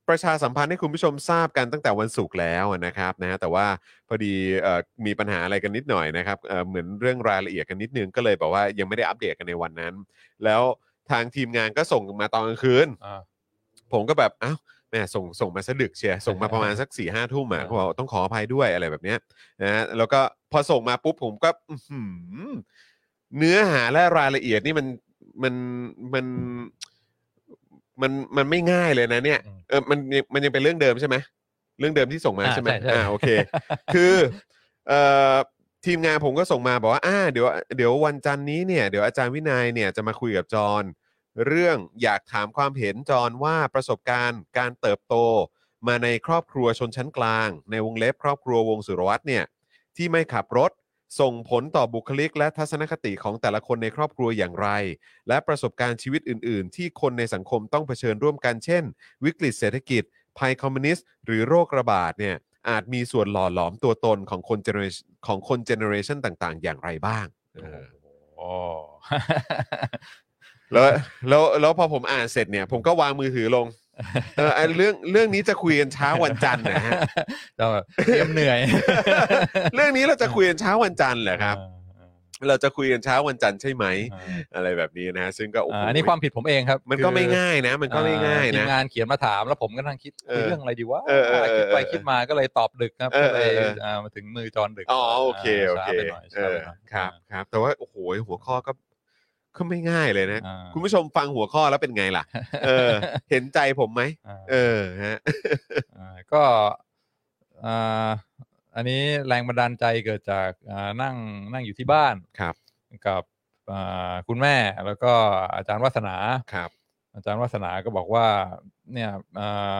ประชาสัมพันธ์ให้คุณผู้ชมทราบกันตั้งแต่วันศุกร์แล้วนะครับนะฮะแต่ว่าพอดีเอ่อมีปัญหาอะไรกันนิดหน่อยนะครับเอ่อเหมือนเรื่องรายละเอียดกันนิดนึงก็เลยแบบว่ายังไม่ได้อัปเดตกันในวันนั้นแล้วทางทีมงานก็ส่งมาตอนกลางคืนอ่าผมก็แบบอ้าวแม่ส่งส่งมาซะดึกเชียร์ส่งมาประมาณสักสี่ห้าทุ่มอ่ะอ่าเขาบอกต้องขออภัยด้วยอะไรแบบเนี้ยนะฮะแล้วก็พอส่งมาปุ๊บผมก็อื้อหือเนื้อหาและรายละเอียดนี่มันมันมันมันมันไม่ง่ายเลยนะเนี่ยอืมเออมันมันยังเป็นเรื่องเดิมใช่ไหมเรื่องเดิมที่ส่งมาอ่าใช่ไหมใช่ใช่อ่าโอเค คือเอ่อทีมงานผมก็ส่งมาบอกว่าอ่าเดี๋ยวเดี๋ยววันจันทร์นี้เนี่ยเดี๋ยวอาจารย์วินัยเนี่ยจะมาคุยกับจอห์นเรื่องอยากถามความเห็นจอห์นว่าประสบการณ์การเติบโตมาในครอบครัวชนชั้นกลางในวงเล็บครอบครัววงสุรวัตรเนี่ยที่ไม่ขับรถส่งผลต่อบุคลิกและทัศนคติของแต่ละคนในครอบครัวอย่างไรและประสบการณ์ชีวิตอื่นๆ ที่คนในสังคมต้องเผชิญร่วมกันเช่นวิกฤตเศรษฐกิจภัยคอมมิวนิสต์หรือโรคระบาดเนี่ยอาจมีส่วนหล่อหลอมตัวตนของคนเจเนอเรชันของคนเจเนอเรชันต่างๆ อย่างไรบ้างเออโอ้แล้วแล้วแล้วพอผมอ่านเสร็จเนี่ยผมก็วางมือถือลงเออไอ้เรื่องเรื่องนี้จะคุยกันเช้าวันจันทร์นะฮะจะแบบเตรียมเหนื่อยเรื่องนี้เราจะคุยกันเช้าวันจันทร์เหรอครับอ่าเราจะคุยกันเช้าวันจันทร์ใช่ไหมอ่าอะไรแบบนี้นะฮะซึ่งก็โอ้โหอ่าอันนี้ความผิดผมเองครับมันก็ไม่ง่ายนะ มันก็ไม่ง่ายทีนะมงานเขียนมาถามแล้วผมก็นั่งคิดเออคุยเรื่องอะไรดีวะเออเออเออคิดไปคิดมาก็เลยตอบดึกครับเอก็อเลยเออเอออ่ามาถึงมือจอนดึกอ๋อโอเคโอเคช้าไปหน่อยเอช้าอไปหน่อยครับครับแต่ว่าโอ้โหหัวข้อก็ก็ไม่ง่ายเลยนะอ่าคุณผู้ชมฟังหัวข้อแล้วเป็นไงล่ะ เออ เห็นใจผมไหมอ่าเออฮะอ่าก็อ่าอันนี้แรงบันดาลใจเกิดจากอ่านั่งนั่งอยู่ที่บ้านครับกับอ่าคุณแม่แล้วก็อาจารย์วัฒนาครับอาจารย์วัฒนาก็บอกว่าเนี่ยอ่า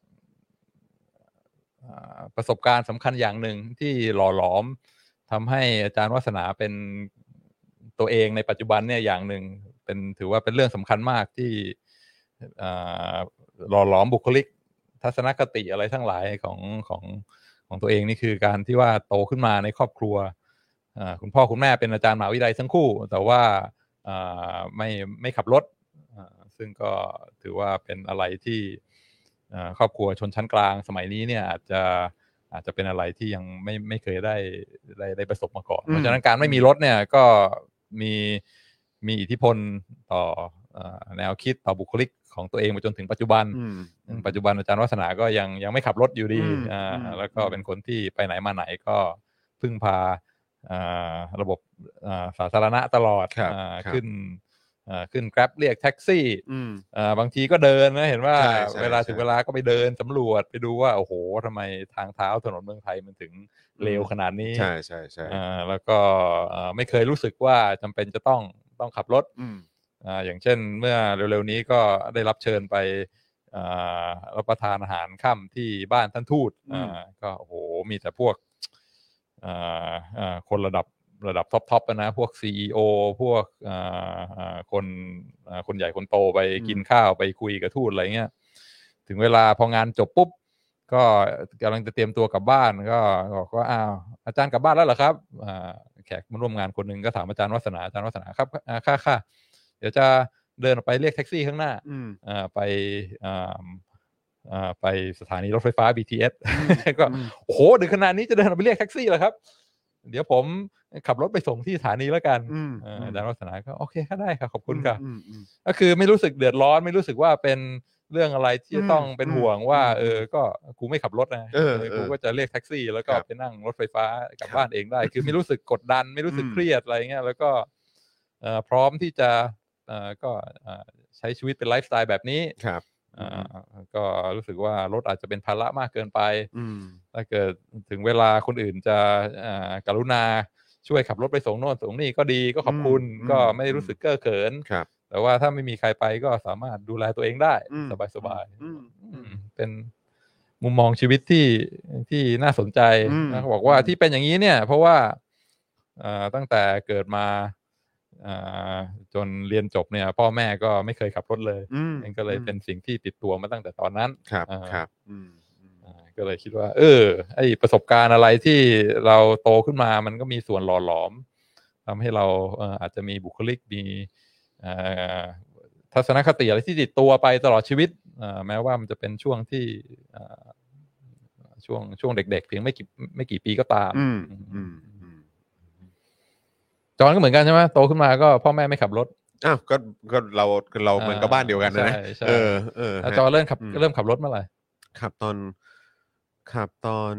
อ่าประสบการณ์สำคัญอย่างหนึ่งที่หล่อหลอมทำให้อาจารย์วัฒนาเป็นตัวเองในปัจจุบันเนี่ยอย่างหนึ่งเป็นถือว่าเป็นเรื่องสำคัญมากที่อ่าหล่อหลอมบุคลิกทัศนคติอะไรทั้งหลายของของของตัวเองนี่คือการที่ว่าโตขึ้นมาในครอบครัวอ่าคุณพ่อคุณแม่เป็นอาจารย์มหาวิทยาลัยทั้งคู่แต่ว่าอ่าไม่ไม่ขับรถอ่าซึ่งก็ถือว่าเป็นอะไรที่อ่าครอบครัวชนชั้นกลางสมัยนี้เนี่ยอาจจะอาจจะเป็นอะไรที่ยังไม่ไม่เคยได้ได้ได้ประสบมาก่อนอืมเพราะฉะนั้นการไม่มีรถเนี่ยก็มีมีอิทธิพลต่อเอ่อแนวคิดต่อบุคลิกของตัวเองมาจนถึงปัจจุบันอืมซึ่งปัจจุบันอาจารย์วัฒนาก็ยังยังไม่ขับรถอยู่ดีอืมอ่าอืมแล้วก็เป็นคนที่ไปไหนมาไหนก็พึ่งพาอ่าระบบอ่าสาธารณะตลอดครับอ่าครับขึ้นอ่าขึ้น Grab เรียกแท็กซี่อืมอ่าบางทีก็เดินนะเห็นว่าใช่ใช่เวลาใช่ถึงเวลาก็ไปเดินสำรวจไปดูว่าโอ้โหทำไมทางเท้าถนนเมืองไทยมันถึงเลวขนาดนี้ใช่ใช่ใช่อ่าแล้วก็อ่าไม่เคยรู้สึกว่าจำเป็นจะต้องต้องขับรถอืมอ่าอย่างเช่นเมื่อเร็วๆนี้ก็ได้รับเชิญไปอ่ารับประทานอาหารค่ำที่บ้านท่านทูตอืมอ่าก็โอ้โหมีแต่พวกอ่าอ่าคนระดับระดับท็อปๆนะพวก ซี อี โอ พวกอ่าอ่าคนอ่าคนใหญ่คนโตไปกินข้าวไปคุยกับทูตอะไรเงี้ยถึงเวลาพองานจบปุ๊บก็กำลังจะเตรียมตัวกลับบ้านก็บอกว่าอ้าวอาจารย์กลับบ้านแล้วเหรอครับอ่าแขกมาร่วมงานคนหนึ่งก็ถามอาจารย์วัฒนาอาจารย์วัฒนาครับอ่าค่ะค่ะเดี๋ยวจะเดินออกไปเรียกแท็กซี่ข้างหน้าอืมอ่าไปอ่าอ่าไปสถานีรถไฟฟ้า บี ที เอส ก็อืมโอ้โหถึงขนาดนี้จะเดินออกไปเรียกแท็กซี่เหรอครับ เดี๋ยวผมขับรถไปส่งที่สถานีแล้วกันอืมเอ่ออาจารย์วัฒนาก็โอเคค่ะได้ค่ะขอบคุณค่ะอืมอืมก็คือไม่รู้สึกเดือดร้อนไม่รู้สึกว่าเป็นเรื่องอะไรที่จะต้องเป็นห่วงว่าอืมเออก็กูไม่ขับรถนะเออเออกูเออก็จะเรียกแท็กซี่ แล้วก็ครับไปนั่งรถไฟฟ้ากลับครับบ้านเองได้ คือไม่รู้สึกกดดัน ไม่รู้สึกอืมเครียดอะไรเงี้ยแล้วก็เอ่อพร้อมที่จะเอ่อก็เอ่อใช้ชีวิตเป็นไลฟ์สไตล์แบบนี้ครับอ่าก็รู้สึกว่ารถอาจจะเป็นภาระมากเกินไปอืมถ้าเกิดถึงเวลาคนอื่นจะอ่ากรุณาช่วยขับรถไปส่งโน่นส่งนี่ก็ดีก็ขอบคุณอืมก็ไม่ได้รู้สึกเก้อเขินครับแต่ว่าถ้าไม่มีใครไปก็สามารถดูแลตัวเองได้อืมสบายๆอืมอืมเป็นมุมมองชีวิตที่ที่น่าสนใจอืมนะเขาบอกว่าอืมที่เป็นอย่างนี้เนี่ย เพราะว่าอ่าตั้งแต่เกิดมาอ่าจนเรียนจบเนี่ย พ่อแม่ก็ไม่เคยขับรถเลยอืมนั่นก็เลยเป็นสิ่งที่ติดตัวมาตั้งแต่ตอนนั้นครับอ่าครับอืมอืมอ่าก็เลยคิดว่า เออ ไอประสบการณ์อะไรที่เราโตขึ้นมามันก็มีส่วนหล่อหลอมทำให้เราเอ่ออาจจะมีบุคลิกมีเอ่อทัศนคติอะไรที่ติดตัวไปตลอดชีวิตอ่าแม้ว่ามันจะเป็นช่วงที่อ่าช่วงช่วงเด็กๆเพียงไม่กี่ไม่กี่ปีก็ตามอืมอืมอืมจอห์นก็เหมือนกันใช่ไหมโตขึ้นมาก็พ่อแม่ไม่ขับรถอ้าวก็ก็เราเราอ่ามันก็บ้านเดียวกันนะใช่นะใช่เออเออแล้วฮะจอห์นเริ่มขับอืมเริ่มขับรถเมื่อไหร่ขับตอนขับตอน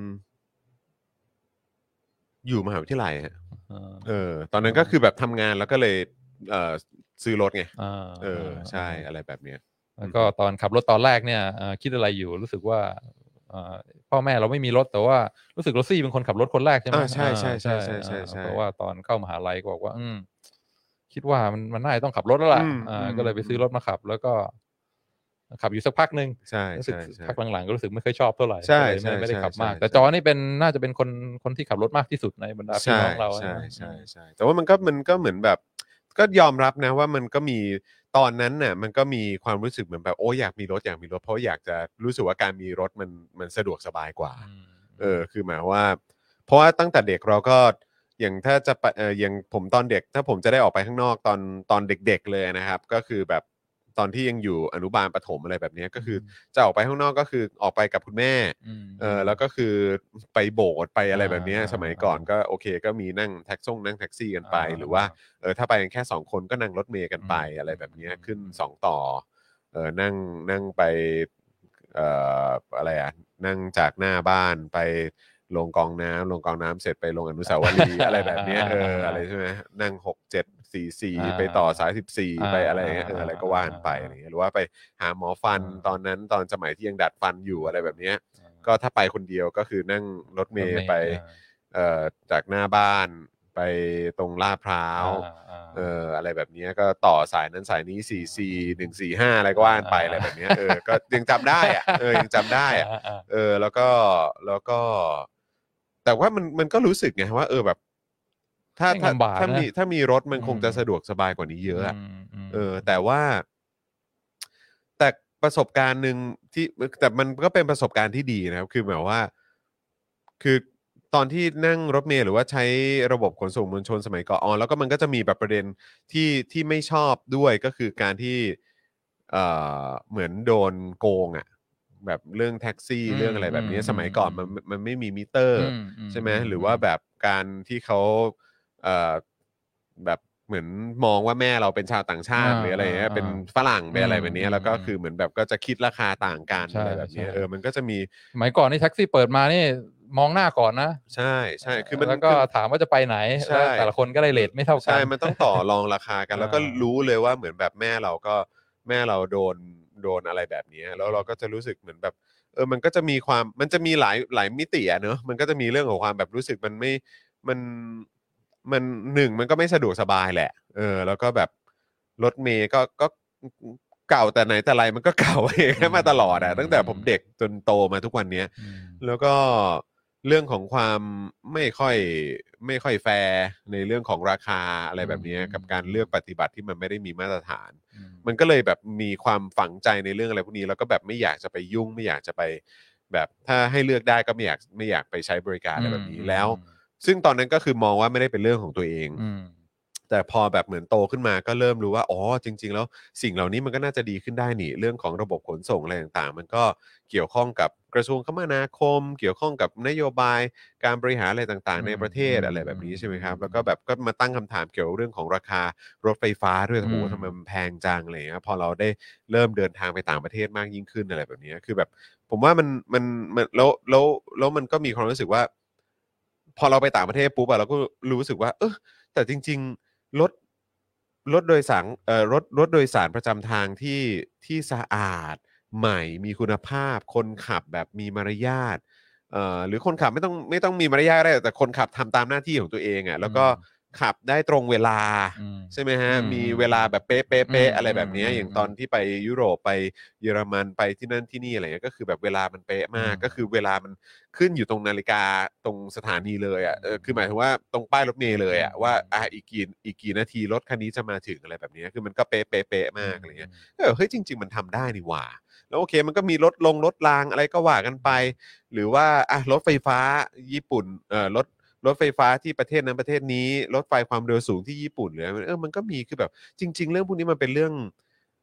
อยู่มหาวิทยาลัยฮะอ่าเออ ตอนนั้นก็คือแบบทำงานแล้วก็เลยเออซื้อรถไงอ่าเออใช่อะไรแบบเนี้ยแล้วก็ตอนขับรถตอนแรกเนี่ยเอ่อคิดอะไรอยู่รู้สึกว่าเอ่อพ่อแม่เราไม่มีรถแต่ว่ารู้สึกโรซี่เป็นคนขับรถคนแรกใช่ไหมอ่าใช่ใช่อ่าใช่ใช่ใช่ใช่เพราะว่าตอนเข้ามหาลัยก็บอกว่าอืมคิดว่ามันมันน่าจะต้องขับรถแล้วล่ะอืมอ่าอืมก็เลยไปซื้อรถมาขับ แล้วก็ขับอยู่สักพักหนึ่งใช่รู้สึกใช่ใช่พักหลังๆก็รู้สึกไม่ค่อยชอบเท่าไหร่ใช่ก็เลยไม่ใช่ไม่ได้ขับมากใช่แต่ใช่จอนี่เป็นน่าจะเป็นคนคนที่ขับรถมากที่สุดในบรรดาพี่ใช่น้องเราใช่ไหมใช่ใช่แต่ว่ามันก็มันก็เหมือนแบบ ก็ยอมรับนะว่ามันก็มีตอนนั้นน่ะมันก็มีความรู้สึกเหมือนแบบโอ้อยากมีรถอยากมีรถเพราะอยากจะรู้สึกว่าการมีรถมันมันสะดวกสบายกว่าอืมเออคือหมายว่า เพราะว่าตั้งแต่เด็กเราก็อย่างถ้าจะไปเอออย่างผมตอนเด็กถ้าผมจะได้ออกไปข้างนอกตอนตอนเด็กๆเลยนะครับ ก็คือแบบตอนที่ยังอยู่อนุบาลประถมอะไรแบบเนี้ยก็คือจะออกไปข้างนอกก็คือออกไปกับคุณแม่อืมเออแล้วก็คือไปโบสถ์ไปอะไรแบบเนี้ยอ่าสมัยก่อนก็โอเคก็มีนั่งแท็กซ่งนั่งแท็กซี่กันไปอ่าหรือว่าเออถ้าไปกันแค่สองคนก็นั่งรถเมล์กันไปอืมอะไรแบบเนี้ยอืมขึ้นสองต่อเออนั่งนั่งไปเอ่ออะไรอ่ะนั่งจากหน้าบ้านไปลงกองน้ำลงกองน้ำเสร็จไปลงอนุสาวรีย์ อะไรแบบเนี้ยเอออะไรใช่ไหมนั่งหกเจ็ดสี่สี่อ่าไปต่อสายสิบสี่อ่าไปอะไรอย่างเงี้ยเอออะไรก็ว่านไปอ่าอะไรเงี้ยหรือว่าไปหาหมอฟันอ่าตอนนั้นตอนสมัยที่ยังดัดฟันอยู่อะไรแบบเนี้ย ก็ถ้าไปคนเดียวก็คือนั่งรถเมล์ไปเอ่อจากหน้าบ้านไปตรงลาดพร้าวอ่าอ่าเอออะไรแบบเนี้ยก็ต่อสายนั้นสายนี้สี่สี่หนึ่งสี่ห้าอะไรก็ว่านไปอะไรแบบเนี้ยเออก็ยังจำได้อะเออยังจำได้อะอ่าอ่าเออแล้วก็แล้วก็ แต่ว่ามันมันก็รู้สึกไงว่าเออแบบ ถ้าแม่งถ้าลำบากถ้านะมีถ้ามีรถมันอืมคงจะสะดวกสบายกว่านี้เยอะอะมมเออแต่ว่า แต่ประสบการณ์หนึ่งที่แต่มันก็เป็นประสบการณ์ที่ดีนะครับ คือหมายว่า คือตอนที่นั่งรถเมล์หรือว่าใช้ระบบขนส่งมวลชนสมัยก่อนอ๋อแล้วก็มันก็จะมีแบบประเด็นที่ที่ไม่ชอบด้วยก็คือการที่เอ่อเหมือนโดนโกงอ่ะแบบเรื่องแท็กซี่อืมเรื่องอะไรแบบนี้อืมสมัยก่อนอืมันมมันไม่มีมิเตอร์อืมอืมใช่ไหมอืมหรือว่าแบบการที่เขาเอ่อแบบเหมือนมองว่าแม่เราเป็นชาวต่างชาติอ่าหรืออะไรอย่างเงี้ยอ่าเป็นฝรั่งเป็นอะไรอืมแบบนี้อืมแล้วก็อืมคือเหมือนแบบก็จะคิดราคาต่างกันใช่อะไรแบบนี้ใช่เออมันก็จะมีสมัยก่อนนี่แท็กซี่เปิดมานี่มองหน้าก่อนนะใช่ใช่คือมันแล้วก็คือถามว่าจะไปไหนใช่แล้วแต่ละคนก็ได้เรทไม่เท่ากันใช่ มันต้องต่อรองราคากัน แล้วก็อ่ารู้เลยว่าเหมือนแบบแม่เราก็แม่เราโดนโดนอะไรแบบนี้ แล้วเราก็จะรู้สึกเหมือนแบบเออมันก็จะมีความมันจะมีหลายหลายมิติอะเนอะมันก็จะมีเรื่องของความแบบรู้สึกมันไม่มันมันหนึ่งมันก็ไม่สะดวกสบายแหละเออแล้วก็แบบรถเมย์ก็ก็เก่าแต่ไหนแต่ไรมันก็เก่าเองมาตลอดอะตั้งแต่ผมเด็กจนโตมาทุกวันเนี้ยอืมแล้วก็เรื่องของความไม่ค่อยไม่ค่อยแฟร์ในเรื่องของราคาอะไรแบบนี้อืมกับการเลือกปฏิบัติที่มันไม่ได้มีมาตรฐานอืมมันก็เลยแบบมีความฝังใจในเรื่องอะไรพวกนี้แล้วก็แบบไม่อยากจะไปยุ่งไม่อยากจะไปแบบถ้าให้เลือกได้ก็ไม่อยากไม่อยากไปใช้บริการอะไรแบบนี้แล้ว ซึ่งตอนนั้นก็คือมองว่าไม่ได้เป็นเรื่องของตัวเองอืมแต่พอแบบเหมือนโตขึ้นมาก็เริ่มรู้ว่าอ๋อจริงๆแล้วสิ่งเหล่านี้มันก็น่าจะดีขึ้นได้นี่เรื่องของระบบขนส่งอะไรต่างๆมันก็เกี่ยวข้องกับกระทรวงคมนาคม เกี่ยวข้องกับนโยบายการบริหารอะไรต่างๆ ในประเทศอืมอะไรแบบนี้ใช่ไหมครับอืมแล้วก็แบบก็มาตั้งคำถามเกี่ยวกับเรื่องของราคารถไฟฟ้าด้วยอืมโอ้โหทำไมมันแพงจังอะไรอย่างเงี้ยพอเราได้เริ่มเดินทางไปต่างประเทศมากยิ่งขึ้นอะไรแบบนี้คือแบบผมว่ามันมันมันแล้วแล้วแล้วมันก็มีความรู้สึกว่า พอเราไปต่างประเทศปุ๊บอะเราก็รู้สึกว่า เออแต่จริงๆรถรถโดยสารเอ่อรถรถโดยสารประจำทางที่ที่สะอาดใหม่มีคุณภาพ คนขับแบบมีมารยาทเอ่อหรือคนขับไม่ต้องไม่ต้องมีมารยาทก็ได้แต่คนขับทำตามหน้าที่ของตัวเองอะแล้วก็ขับได้ตรงเวลาอืมใช่ไหมฮะอืมมีเวลาแบบเป๊ะเป๊ะเป๊ะอืมอะไรแบบเนี้ยอืมอย่างตอนที่ไปยุโรปไปเยอรมันไปที่นั่นที่นี่อะไรเงี้ยก็คือแบบเวลามันเป๊ะมากอืมก็คือเวลามันขึ้นอยู่ตรงนาฬิกาตรงสถานีเลยอ่ะเออคือหมายถึงว่าตรงป้ายรถเมล์เลยอ่ะอืมว่าอ่ะอีกกี่อีกกี่นาทีรถคันนี้จะมาถึงอะไรแบบเนี้ยคือมันก็เป๊ะเป๊ะเป๊ะมากอะไรเงี้ยเออเฮ้ยจริง ๆ มันทำได้นี่หว่า แล้วโอเคมันก็มีรถลงรถรางอะไรก็ว่ากันไป หรือว่าอ่ะรถไฟฟ้าญี่ปุ่นเอ่อรถรถไฟฟ้าที่ประเทศนั้นประเทศนี้รถไฟความเร็วสูงที่ญี่ปุ่นหรืออะไรเออมันก็มีคือแบบจริง ๆ เรื่องพวกนี้มันเป็นเรื่อง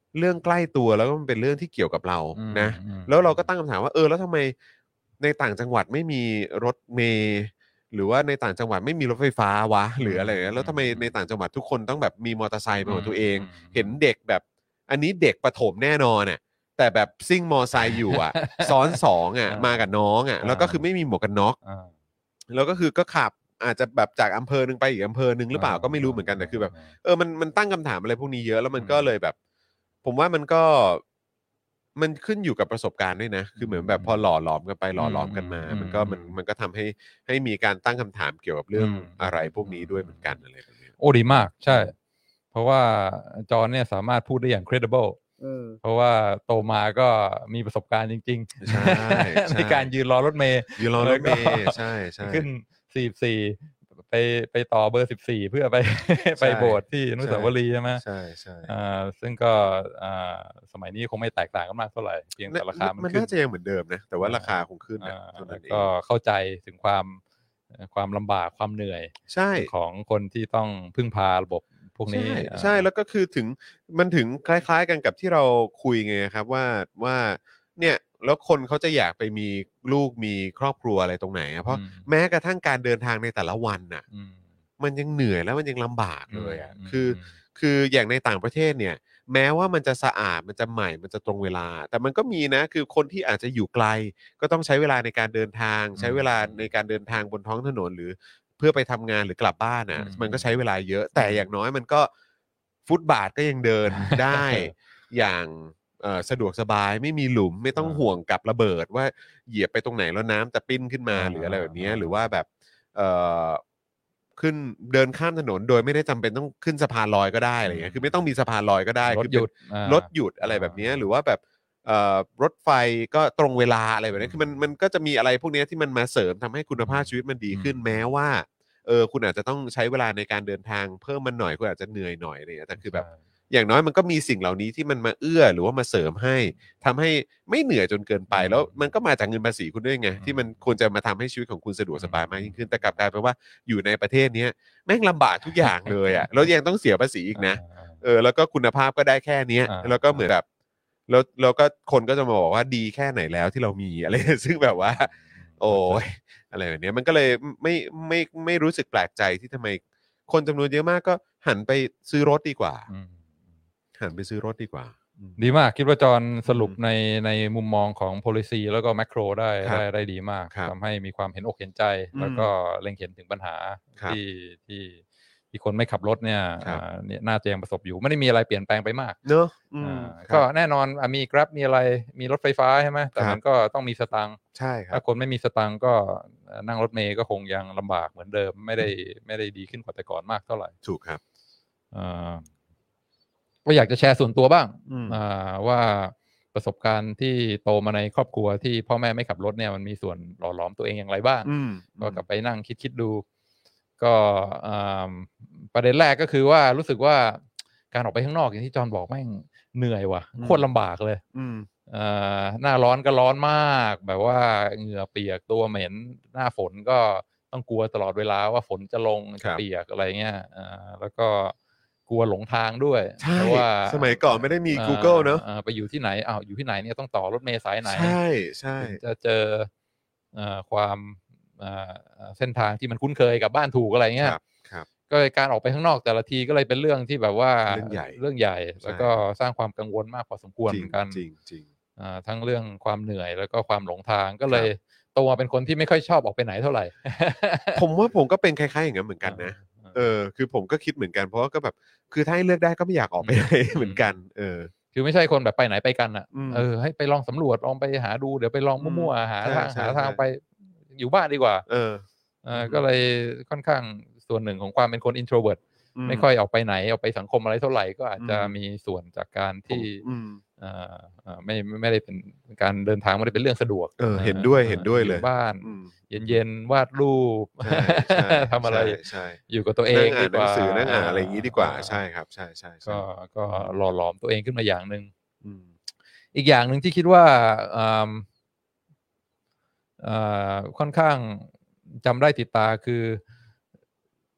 เรื่องใกล้ตัวแล้วก็มันเป็นเรื่องที่เกี่ยวกับเราอืมนะอืมแล้วเราก็ตั้งคำถามว่าเออแล้วทำไมในต่างจังหวัดไม่มีรถเมล์หรือว่าในต่างจังหวัดไม่มีรถไฟฟ้าวะหรืออะไรอย่างเงี้ยแล้วทำไมในต่างจังหวัดทุกคนต้องแบบมีมอเตอร์ไซค์เป็นของตัวเองอืมเห็นเด็กแบบอันนี้เด็กประถมแน่นอนน่ะแต่แบบซิ่งมอไซค์อยู่ อ่ะ ซ้อนสองอ่ะอ่ามมากับน้องอ่ะอ่าแล้วก็คือไม่มีหมวกกันน็อกอ่าแล้วก็คือก็ขับอาจจะแบบจากอำเภอหนึ่งไปอีกอำเภอหนึ่งหรือเปล่าอ่าก็ไม่รู้เหมือนกันแต่คือแบบอ่าเออมันมันตั้งคำถามอะไรพวกนี้เยอะแล้วมันอืมก็เลยแบบ ผมว่ามันก็มันขึ้นอยู่กับประสบการณ์ด้วยนะ คือเหมือนแบบพอหล่อหลอมกันไปหล่อหลอมกันมาอืมมันก็มันอืมมันก็ทำให้ให้มีการตั้งคำถามเกี่ยวกับเรื่องอืมอะไรพวกนี้ด้วยเหมือนกันอะไรแบบนี้โอ้ดีมากใช่ เพราะว่าจอห์นเนี่ยสามารถพูดได้อย่าง credible เพราะว่าโตมาก็มีประสบการณ์จริงๆใช่ใช่ในการยืนรอรถเมล์ยืนรอรถเมล์แล้วก็ใช่ใช่ขึ้นสี่สิบสี่ไปไปต่อเบอร์สิบสี่เพื่อไป ไปโบสถ์ที่อนุสาวรีย์ใช่ไหมใช่ใช่อ่าซึ่งก็อ่าสมัยนี้คงไม่แตกต่างกันมากเท่าไหร่เพียงแต่ราคามันมันขึ้นน่าจะยังเหมือนเดิมนะ แต่ว่าราคาคงขึ้นนะอ่าเท่าแล้นั้วนเองก็เข้าใจถึงความเอ่อความลำบากความเหนื่อยใช่ของคนที่ต้องพึ่งพาระบบพวกนี้ใช่อ่าใช่แล้วก็คือถึงมันถึงคล้ายๆกันกับที่เราคุยไงครับว่าว่าเนี่ยแล้วคนเขาจะอยากไปมีลูกมีครอบครัวอะไรตรงไหนอะเพราะอืมแม้กระทั่งการเดินทางในแต่ละวันน่ะอืมมันยังเหนื่อยแล้วมันยังลำบากเลยอ่ะอืมคืออืมคืออย่างในต่างประเทศเนี่ย แม้ว่ามันจะสะอาดมันจะใหม่มันจะตรงเวลา แต่มันก็มีนะคือคนที่อาจจะอยู่ไกล ก็ต้องใช้เวลาในการเดินทาง ใช้เวลาในการเดินทางบนท้องถนนหรือเพื่อไปทำงานหรือกลับบ้านอ่ะอืมมันก็ใช้เวลาเยอะ แต่อย่างน้อยมันก็ฟุตบาทก็ยังเดิน ได้อย่างเอ่อสะดวกสบายไม่มีหลุมไม่ต้องอ่าห่วงกับระเบิดว่าเหยียบไปตรงไหนแล้วน้ำจะปิ้นขึ้นมาอ่าหรืออะไรแบบเนี้ยอ่าหรือว่าแบบเอ่อขึ้นเดินข้ามถนนโดยไม่ได้จำเป็นต้องขึ้นสะพานลอยก็ได้อะไรเงี้ยคือไม่ต้องมีสะพานลอยก็ได้รถคือหเป็นยุดอ่ารถหยุดอะไรแบบเนี้ยอ่าหรือว่าแบบเอ่อรถไฟก็ตรงเวลาอะไรแบบนี้คือมันมันก็จะมีอะไรพวกเนี้ยที่มันมาเสริมทำให้คุณภาพชีวิตมันดีขึ้นอืมแม้ว่าเออคุณอาจจะต้องใช้เวลาในการเดินทางเพิ่มมันหน่อยคุณอาจจะเหนื่อยหน่อยอะไรอย่างเงี้ยแต่คือแบบใช่อย่างน้อยมันก็มีสิ่งเหล่านี้ที่มันมาเอื้อหรือว่ามาเสริมให้ทำให้ไม่เหนื่อยจนเกินไปอืมแล้วมันก็มาจากเงินภาษีคุณด้วยไงอืมที่มันควรจะมาทำให้ชีวิตของคุณสะดวกสบายมากยิ่งขึ้นอืมแต่กลับกลายเป็นว่าอยู่ในประเทศเนี้ยแม่งลำบากทุกอย่างเลยอ่ะ แล้วยังต้องเสียภาษีอีกนะอ่าเออแล้วก็คุณภาพก็ได้แค่เนี้ยอ่าแล้วก็เหมือนแบบแล้วแล้วก็คนก็จะมาบอกว่าดีแค่ไหนแล้วที่เรามีอะไร ซึ่งแบบว่า โอ้ยอะไรแบบเนี้ยมันก็เลยไม่ไม่ไม่รู้สึกแปลกใจที่ทำไมคนจำนวนเยอะมากก็หันไปซื้อรถดีกว่าอืมหันไปซื้อรถดีกว่าอืมดีมากคิดว่าจอห์นสรุปอืมในในมุมมองของ policy แล้วก็ macro ได้ครับได้ได้ดีมากครับทำให้มีความเห็นอกเห็นใจอืมแล้วก็เล็งเห็นถึงปัญหาครับที่ที่ที่คนไม่ขับรถเนี่ยครับอ่าเนี่ยน่าจะยังประสบอยู่ไม่ได้มีอะไรเปลี่ยนแปลงไปมากเนอะอืมอ่าครับก็แน่นอนอ่ะมี Grab มีอะไรมีรถไฟฟ้าใช่ไหมแต่ครับมันก็ต้องมีสตังค์ใช่ครัถ้าบคนไม่มีสตังค์ก็เอ่อนั่งรถเมล์ก็คงยังลำบากเหมือนเดิม ไม่ได้ไม่ได้ดีขึ้นกว่าแต่ก่อนมากเท่าไหร่ถูกครับอ่าก็อยากจะแชร์ส่วนตัวบ้างอืมอ่าว่าประสบการณ์ที่โตมาในครอบครัวที่พ่อแม่ไม่ขับรถเนี่ยมันมีส่วนหล่อหลอมตัวเองอย่างไรบ้างอืมก็กลับไปนั่งคิดคิดดู ก็อ่าประเด็นแรกก็คือว่ารู้สึกว่าการออกไปข้างนอกอย่างที่จอห์นบอกแม่งเหนื่อยว่ะอืมโคตรลำบากเลยอืมอ่าหน้าร้อนก็ร้อนมาก แบบว่าเหงื่อเปียกตัวเหม็นหน้าฝนก็ต้องกลัวตลอดเวลาว่าฝนจะลงคจะรับเปียกอะไรเงี้ยอ่าแล้วก็กลัวหลงทางด้วยใช่เพราะว่าสมัยก่อนไม่ได้มีอ่า Google เนอะอ่าไปอยู่ที่ไหนอ้าวอยู่ที่ไหนเนี่ยต้องต่อรถเมล์สายไหนใช่ใช่ถึงจะเจอเอ่อความอ่าอ่าเส้นทางที่มันคุ้นเคยกับบ้านถูกอะไรเงี้ยครับครับก็เลยการออกไปข้างนอกแต่ละทีก็เลยเป็นเรื่องที่แบบว่าเรื่องใหญ่เรื่องใหญ่ แล้วก็สร้างความกังวลมากพอสมควรจริเหงมือนกันจริงจริงอ่าทั้งเรื่องความเหนื่อยแล้วก็ความหลงทางก็เลยโตมาเป็นคนที่ไม่ค่อยชอบออกไปไหนเท่าไหร่ผมว่าผมก็เป็นคล้ายๆอย่างนั้นเหมือนกันนะอ่าเออ คือผมก็คิดเหมือนกัน เพราะว่าก็แบบ คือถ้าให้เลือกได้ก็ไม่อยากออกไปไหนอืมเหมือนกัน เออคือไม่ใช่คนแบบไปไหนไปกันอ่ะอืมเออให้ไปลองสำรวจลองไปหาดูเดี๋ยวไปลองมั่วๆหาใช่ทางใช่หาทางใช่ไปอยู่บ้านดีกว่าเออเออก็เลยค่อนข้างส่วนหนึ่งของความเป็นคน introvert อืมไม่ค่อยออกไปไหนออกไปสังคมอะไรเท่าไหร่ก็อาจจะอืมมีส่วนจากการที่อืมเอ่อเอ่อไม่ไม่ไม่ได้เป็นการเดินทางไม่ได้เป็นเรื่องสะดวกเออเห็นด้วยอ่อเห็นด้วยเลยอบ้านอืมเย็นๆวาดรูปใช่ใช่ทำอะไรใช่ใช่อยู่กับตัวเอนั่งงอ่าดีนหกนังว่าสือนั่งอ่านอะไรอย่างนี้ดีกว่า ใช่ครับ ใช่ใช่ใช่ก็ก็หล่อหลอมตัวเองขึ้นมาอย่างหนึ่งอืมอีกอย่างหนึ่งที่คิดว่าอ่าอ่าค่อนข้างจำได้ติดตาคือ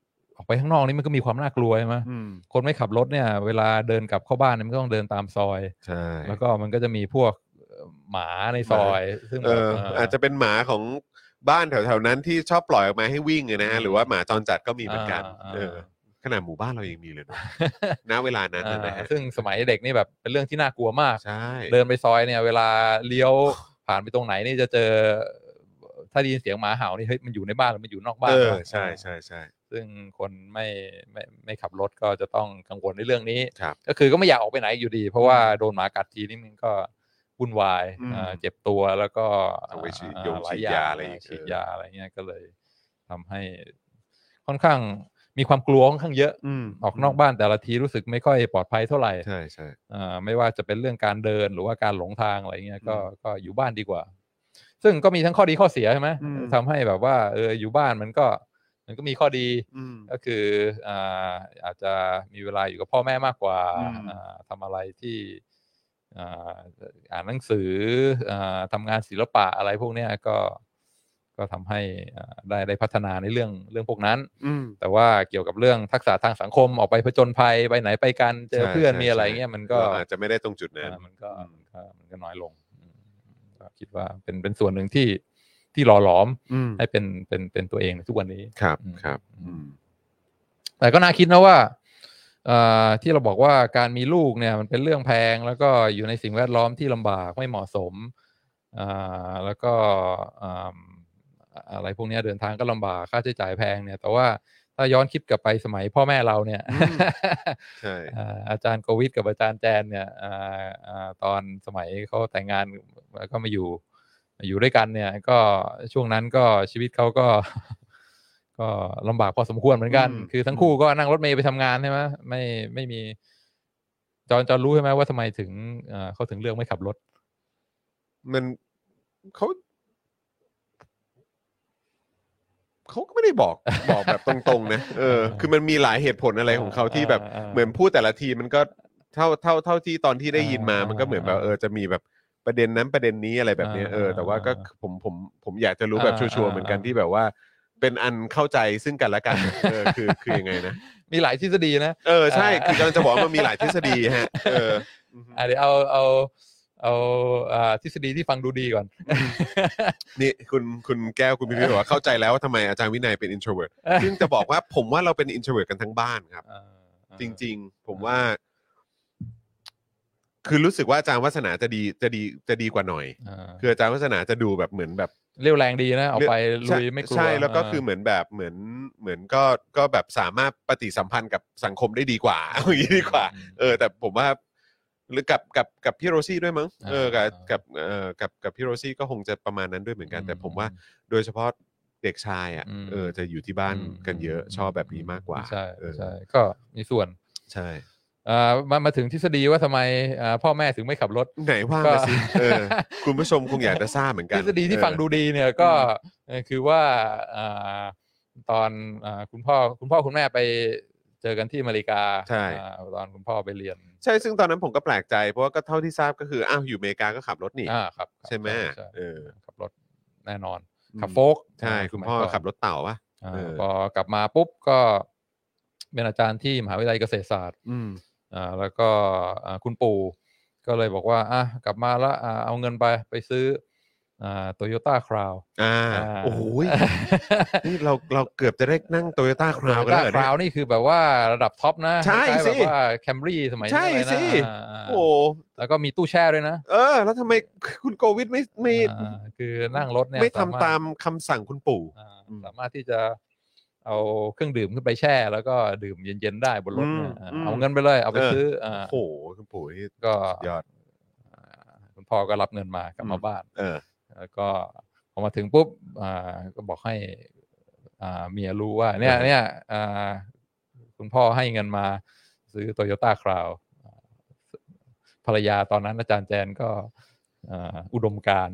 ไปข้างนอกนี่มันก็มีความน่ากลัวใช่ไหมอืมคนไม่ขับรถเนี่ยเวลาเดินกลับเข้าบ้านเนี่ยมันก็ต้องเดินตามซอยใช่แล้วก็มันก็จะมีพวกหมาในซอย ซึ่งเอแบบอเอ่ออาจจะเป็นหมาของบ้านแถวๆนั้นที่ชอบปล่อยออกมาให้วิ่งอะนะฮะหรือว่าหมาจรจัดก็มีเหมือนกันอ่าเออขนาดหมู่บ้านเรายังมีเลยเนอะ ณเวลานั้นนะนะฮะซึ่งสมัยเด็กนี่แบบเป็นเรื่องที่น่ากลัวมากใช่เดินไปซอยเนี่ยเวลาเลี้ยวผ่านไปตรงไหนนี่จะเจอถ้าได้ยินเสียงหมาเห่านี่เฮ้ยมันอยู่ในบ้านหรือมันอยู่นอกบ้านเออวะใช่ใช่ใช่ซึ่งคนไม่ไม่ไม่ขับรถก็จะต้องกังวลในเรื่องนี้ครับก็คือก็ไม่อยากออกไปไหนอยู่ดี เพราะว่าโดนหมากัดทีนี่มันก็วุ่นวายอืมเอ่อเจ็บตัวแล้วก็ต้องไปฉีดเอ่อยงหลฉีดยาอะไรอีกฉีดเออยาอะไรเงี้ยก็เลยทำให้ค่อนข้างมีความกลัวค่อนข้างเยอะอืมออกนอกบ้านแต่ละทีรู้สึกไม่ค่อยปลอดภัยเท่าไหร่ใช่ใช่อ่าไม่ว่าจะเป็นเรื่องการเดินหรือว่าการหลงทางอะไรเงี้ยก็อืมก็อยู่บ้านดีกว่า ซึ่งก็มีทั้งข้อดีข้อเสียใช่ไหมอืมทำให้แบบว่าเอออยู่บ้านมันก็มันก็มีข้อดีอืมก็คืออ่าอาจจะมีเวลาอยู่กับพ่อแม่มากกว่าอืมอ่าทำอะไรที่อ่าอ่านหนังสืออ่าทำงานศิลปะอะไรพวกเนี้ยก็ก็ทำให้อ่าได้ได้พัฒนาในเรื่องเรื่องพวกนั้นอืมแต่ว่าเกี่ยวกับเรื่องทักษะทางสังคมออกไปผจญภัยไปไหนไปกันเจอใช่เพื่อนใช่มีอะไรใช่เงี้ยมันก็เราอาจจะไม่ได้ตรงจุดนั้นอ่ามันก็อืมมันก็มันก็น้อยลงอืมก็คิดว่าเป็นเป็นส่วนหนึ่งที่ที่หล่อหลอมอืมให้เป็นเป็นเป็นตัวเองในทุกวันนี้ครับอืมครับอืมอืมแต่ก็น่าคิดนะว่าเอ่อที่เราบอกว่าการมีลูกเนี่ยมันเป็นเรื่องแพงแล้วก็อยู่ในสิ่งแวดล้อมที่ลำบากไม่เหมาะสมอ่าแล้วก็อ่าอะไรพวกเนี้ยเดินทางก็ลำบากค่าใช้จ่ายแพงเนี่ย แต่ว่าถ้าย้อนคิดกลับไปสมัยพ่อแม่เราเนี่ยอืม ใช่อ่าอาจารย์โกวิทกับอาจารย์แจนเนี่ยอ่าอ่าตอนสมัยเขาแต่งงานแล้วก็มาอยู่มาอยู่ด้วยกันเนี่ยก็ช่วงนั้นก็ชีวิตเขาก็ ก็ลำบากพอสมควรเหมือนกันอืมคือทั้งคู่ก็นั่งรถเมล์ไปทำงานใช่ไหมไม่ไม่มีจอนจอนรู้ใช่ไหมว่าทำไมถึงเอ่อเขาถึงเลือกไม่ขับรถมันเขาเขาก็ไม่ได้บอก บอกแบบตรงๆนะเออ คือมันมีหลายเหตุผลอะไรของเขาที่แบบอ่าเหมือนพูดแต่ละทีมันก็เท่าเท่าเท่าที่ตอนที่ได้ยินมาอ่ามัมันก็เหมือนแบบเออจะมีแบบประเด็นนั้นประเด็นนี้อะไรแบบเนี้ยอ่าเออแต่ว่าก็อ่าผมผมผมอยากจะรู้แบบอ่าชัวร์ๆเหมือนกันอ่าที่แบบว่า เป็นอันเข้าใจซึ่งกันและกันเออคือคือยังไงนะมีหลายทฤษฎีนะเออใช่อ่าคือกำลังจะบอกว่ามันมีหลายทฤษฎีฮะเอออือฮึอ่ะเดี๋ยวเอาเอาเอาอ่าทฤษฎีที่ฟังดูดีก่อนนี่คุณคุณแก้วคุณพิมพ์บอกว่าเข้าใจแล้วว่าทำไมอาจารย์วินัยเป็น introvert ซึ่งจะบอกว่าผมว่าเราเป็น introvert กันทั้งบ้านครับอ่าจริงๆ ผมว่า คือรู้สึกว่าอาจารย์วัฒนาจะดีจะดีจะดีกว่าหน่อยอ่าคืออาจารย์วัฒนาจะดูแบบเหมือนแบบเรียวแรงดีนะออกไปลุยไม่กลัวใช่แล้วก็คือเหมือนแบบเหมือนเหมือนก็ก็แบบสามารถปฏิสัมพันธ์กับสังคมได้ดีกว่า เอาอย่างนี้ดีกว่า เออ แต่ผมว่า หรือกับกับกับพี่โรซี่ด้วยมั้งเออกับกับเอ่อกับกับพี่โรซี่ก็คงจะประมาณนั้นด้วยเหมือนกัน แต่ผมว่าโดยเฉพาะเด็กชายอ่ะอืมเออจะอยู่ที่บ้านอืมกันเยอะอืมชอบแบบนี้มากกว่าใช่เออใช่ก็มีส่วนใช่อ่ามามาถึงทฤษฎีว่าทำไมอ่าพ่อแม่ถึงไม่ขับรถไหนว่าก็มาสิเออ คุณผู้ชมคงอยากจะทราบเหมือนกัทนฤษฎีที่เออฟังดูดีเนี่ยก็เอ่อคือว่าอ่าตอนอ่าคุณพ่อคุณพ่อคุณแม่ไปเจอกันที่อเมริกาใช่อ่าตอนคุณพ่อไปเรียนใช่ซึ่งตอนนั้นผมก็แปลกใจเพราะว่าก็เท่าที่ทราบก็คืออ้าวอยู่อเมริกาก็ขับรถนี่อ่าครับครับใช่ไหมใช่เออขับรถแน่นอนอืมขับโฟกใช่คุณพ่อขับรถเต่าปะอ่าเออพอกลับมาปุ๊บก็เป็นอาจารย์ที่มหาวิทยาลัยเกษตรศาสตร์อืมอ่าแล้วก็อ่าคุณปู่ก็เลยบอกว่าอ่ะกลับมาแล้วอ่าเอาเงินไปไปซื้ออ่าโตโยต้าคราวอ่าโอ้โหยนี่เราเราเกือบจะได้นั่งโตโยต้าคราวกันโตแล้วโยเหรอต้าคราวเนี่ยนี่คือแบบว่าระดับท็อปนะใช่คล้ายๆสิแบบว่าแคมรี่สมัยใช่นั้นเลยนะสิอ่าอ่าโอ้แล้วก็มีตู้แช่ด้วยนะเออ แล้วทำไมคุณโควิดไม่ไม่อ่าคือนั่งรถเนี่ยไม่สรถทำตามคำสั่งคุณปู่อ่าอืมสามารถที่จะเอาเครื่องดื่มขึ้นไปแช่ แล้วก็ดื่มเย็นๆได้บนรถเนี่ยอืมอ่าอืมเอาเงินไปเลยเอาไปเออซื้ออ่าโอ้โหคุณปู่นี่ก็สุดยอดอ่าคุณพ่อก็รับเงินมากลับมาอืมบ้านเออแล้วก็พอมาถึงปุ๊บอ่าก็บอกให้อ่าเมียรู้ว่าเนี่ยเออเนี่ยอ่าคุณพ่อให้เงินมาซื้อโตโยต้าคราวภรรยาตอนนั้นอาจารย์แจนก็อ่าอุดมการณ์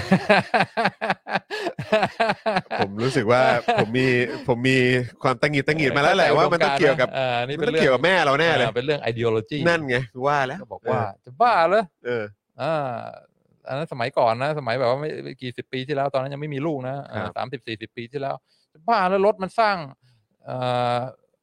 ผมรู้สึกว่าผมมีผมมีความตังหงิดตังหงิดมาแล้วแหละว่ามันต้องเกี่ยวกับอ่านี่มันเป็นต้องเรื่องเกี่ยวกับแม่เราแน่เลยอ่าเป็นเรื่อง ideology นั่นไงว่าแล้วก็บอกว่าจะบ้าเหรอเอออ่าอันนั้นสมัยก่อนนะสมัยแบบว่าไม่ไม่กี่สิบปีที่แล้วตอนนั้นยังไม่มีลูกนะครับสามสิบสี่สิบปีที่แล้วจะบ้าแล้วรถมันสร้างเอ่อ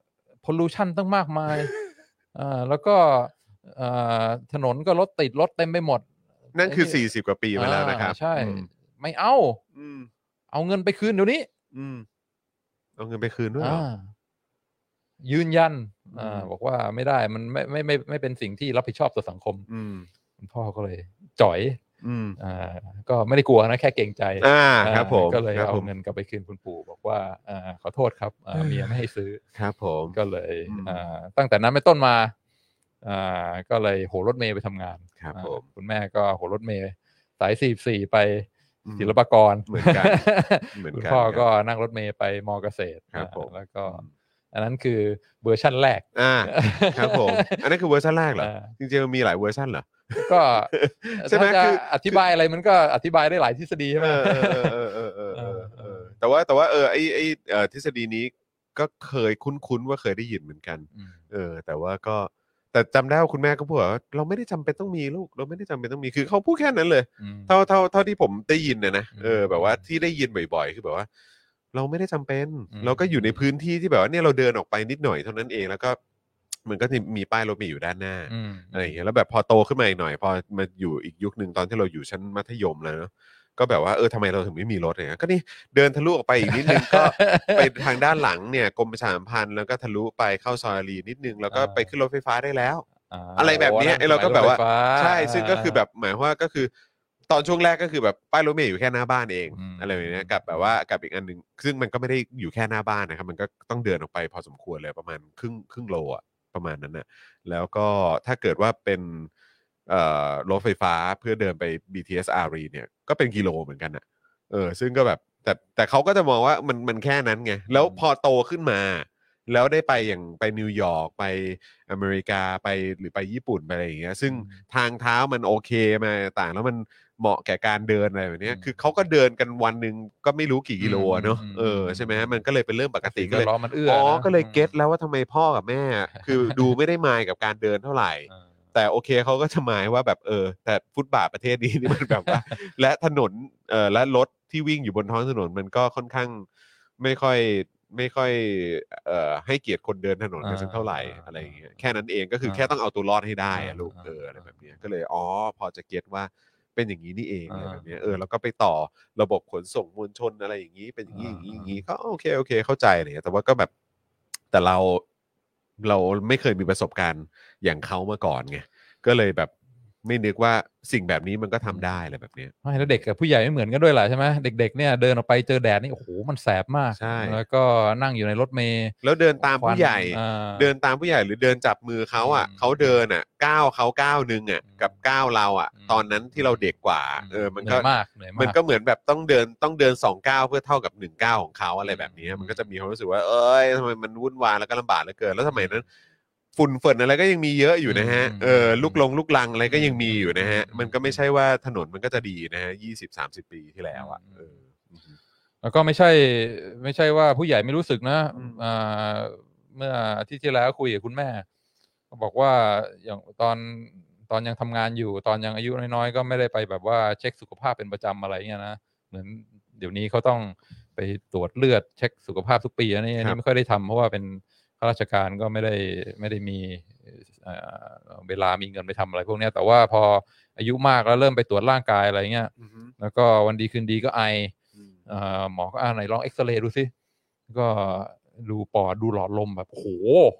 พอลูชันตั้งมากมายอ่าแล้วก็อ่าถนนก็รถติดรถเต็มไปหมดนั่นคือสี่สิบกว่าปีมาแล้วนะครับใช่ไม่เอาเอาเงินไปคืนเดี๋ยวนี้เอาเงินไปคืนด้วยเหรอยืนยันอ่าบอกว่าไม่ได้มันไม่ไม่ไม่ไม่เป็นสิ่งที่รับผิดชอบต่อสังคมคุณพ่อก็เลยจ่อยอ่าก็ไม่ได้กลัวนะแค่เกรงใจอ่าครับผมก็เลยเอาเงินกลับไปคืนคุณปู่บอกว่าอ่าขอโทษครับเมียไม่ให้ซื้อครับผมก็เลยอ่าตั้งแต่นั้นเป็นต้นมาอ่าก็เลยโหรถเมย์ไปทำงานครับผมคุณแม่ก็โหรถเมย์สายสี่สิบสี่ไปศิลปากรเหมือนกันคุณพ่อก็นั่งรถเมย์ไปมอเกษตรแล้วก็อันนั้นคือเวอร์ชั่นแรกอ่าครับผมอันนั้นคือเวอร์ชันแรกเหรอจริงๆมีหลายเวอร์ชันเหรอก็ใช่ไหมคืออธิบายอะไรมันก็อธิบายได้หลายทฤษฎีใช่ไหมเออเออเออเออเออแต่ว่าแต่ว่าเออไอไอทฤษฎีนี้ก็เคยคุ้นๆว่าเคยได้ยินเหมือนกันเออแต่ว่าก็แต่จำได้ว่าคุณแม่ก็พูดว่าเราไม่ได้จำเป็นต้องมีลูกเราไม่ได้จำเป็นต้องมีคือเขาพูดแค่นั้นเลยเท่าเท่าเท่าที่ผมได้ยินนะนะเออแบบว่าที่ได้ยินบ่อยๆคือแบบว่าเราไม่ได้จำเป็นเราก็อยู่ในพื้นที่ที่แบบว่าเนี่ยเราเดินออกไปนิดหน่อยเท่านั้นเองแล้วก็มันก็จะมีป้ายรถเมล์อยู่ด้านหน้าอะไรอย่างเงี้ยแล้วแบบพอโตขึ้นมาอีกหน่อยพอมาอยู่อีกยุคนึงตอนที่เราอยู่ชั้นมัธยมแล้วเนาะก็แบบว่าเออทำไมเราถึงไม่มีรถเนี่ยก็นี่เดินทะลุออกไปอีกนิดนึงก็ไปทางด้านหลังเนี่ยกรมประชาสัมพันธ์แล้วก็ทะลุไปเข้าซอยอารีนิดนึงแล้วก็ไปขึ้นรถไฟฟ้าได้แล้วอะไรแบบนี้เราก็แบบว่าใช่ซึ่งก็คือแบบหมายว่าก็คือตอนช่วงแรกก็คือแบบป้ายรถเมล์อยู่แค่หน้าบ้านเองอะไรแบบนี้กับแบบว่ากับอีกอันนึงซึ่งมันก็ไม่ได้อยู่แค่หน้าบ้านนะครับมันก็ต้องเดินออกไปพอสมควรเลยประมาณครึ่งครึ่งโลอ่ะประมาณนั้นนะแล้วก็ถ้าเกิดว่าเป็นเอ่อรถไฟฟ้าเพื่อเดินไป บี ที เอส อารีเนี่ยก็เป็นกิโลเหมือนกันนะเออซึ่งก็แบบแต่แต่เขาก็จะมองว่ามันมันแค่นั้นไงแล้วพอโตขึ้นมาแล้วได้ไปอย่างไปนิวยอร์กไปอเมริกาไปหรือไปญี่ปุ่นไปอะไรอย่างเงี้ยซึ่งทางเท้ามันโอเคมาต่างแล้วมันเหมาะแก่การเดินอะไรแบบนี้คือเขาก็เดินกันวันหนึ่งก็ไม่รู้กี่กิโลเนาะเออใช่ไหมมันก็เลยเป็นเรื่องปกติก็เลยอ๋อก็เลยเก็ตแล้วว่าทำไมพ่อกับแม่คือดูไม่ได้มายกับการเดินเท่าไหร่แต่โอเคเขาก็จะหมายว่าแบบเออแต่ฟุตบาทประเทศนี้นี่มันแบบว่าและถนนเออและรถที่วิ่งอยู่บนท้องถนนมันก็ค่อนข้างไม่ค่อยไม่ค่อยเอ่อให้เกียรติคนเดินถนนกันสักเท่าไหร่อะไรอย่างเงี้ยแค่นั้นเองก็คือแค่ต้องเอาตัวรอดให้ได้อะลูกเอออะไรแบบนี้ก็เลยอ๋อพอจะเก็ตว่าเป็นอย่างนี้นี่เองอะไรแบบนี้เออแล้วก็ไปต่อระบบขนส่งมวลชนอะไรอย่างนี้เป็นอย่างนี้อย่างนี้อย่างนี้ก็โอเคโอเคเข้าใจเลยแต่ว่าก็แบบแต่เราเราไม่เคยมีประสบการณ์อย่างเขามาก่อนไงก็เลยแบบไม่นึกว่าสิ่งแบบนี้มันก็ทำได้อะไรแบบนี้ไม่แล้วเด็กกับผู้ใหญ่ไม่เหมือนกันด้วยแหละใช่ไหมเด็กๆเนี่ยเดินออกไปเจอแดดนี่โอ้โหมันแสบมากใช่แล้วก็นั่งอยู่ในรถเมล์แล้วเดินตามผู้ใหญ่เดินตามผู้ใหญ่หรือเดินจับมือเขาอ่ะเขาเดินอ่ะก้าวเขาก้าวนึงอ่ะกับก้าวเราอ่ะตอนนั้นที่เราเด็กกว่าเออมันก็มันก็เหมือนแบบต้องเดินต้องเดินสองก้าวเพื่อเท่ากับหนึ่งก้าวของเขาอะไรแบบนี้มันก็จะมีความรู้สึกว่าเอ้ยทำไมมันวุ่นวายแล้วก็ลำบากเหลือเกินแล้วสมัยนั้นฝุ่นฝนอะไรก็ยังมีเยอะอยู่นะฮะเออลูกลงลูกลังอะไรก็ยังมีอยู่นะฮะมันก็ไม่ใช่ว่าถนนมันก็จะดีนะฮะยี่สิบสามสิบปีที่แล้วอ่ะเออแล้วก็ไม่ใช่ไม่ใช่ว่าผู้ใหญ่ไม่รู้สึกนะอ่าเมื่ออาทิตย์ที่แล้วคุยกับคุณแม่ก็บอกว่าอย่างตอนตอนยังทำงานอยู่ตอนยังอายุน้อยๆก็ไม่ได้ไปแบบว่าเช็คสุขภาพเป็นประจำอะไรเงี้ยนะเหมือนเดี๋ยวนี้เขาต้องไปตรวจเลือดเช็คสุขภาพทุกปีอันนี้อันนี้ไม่ค่อยได้ทำเพราะว่าเป็นข้าราชการก็ไม่ได้ไม่ได้มีเวลามีเงินไปทำอะไรพวกนี้แต่ว่าพออายุมากแล้วเริ่มไปตรวจร่างกายอะไรเงี้ยแล้วก็วันดีคืนดีก็ไอหมอก็อ่าไหนลองเอ็กซเรย์ดูสิก็ดูปอดดูหลอดลมแบบโห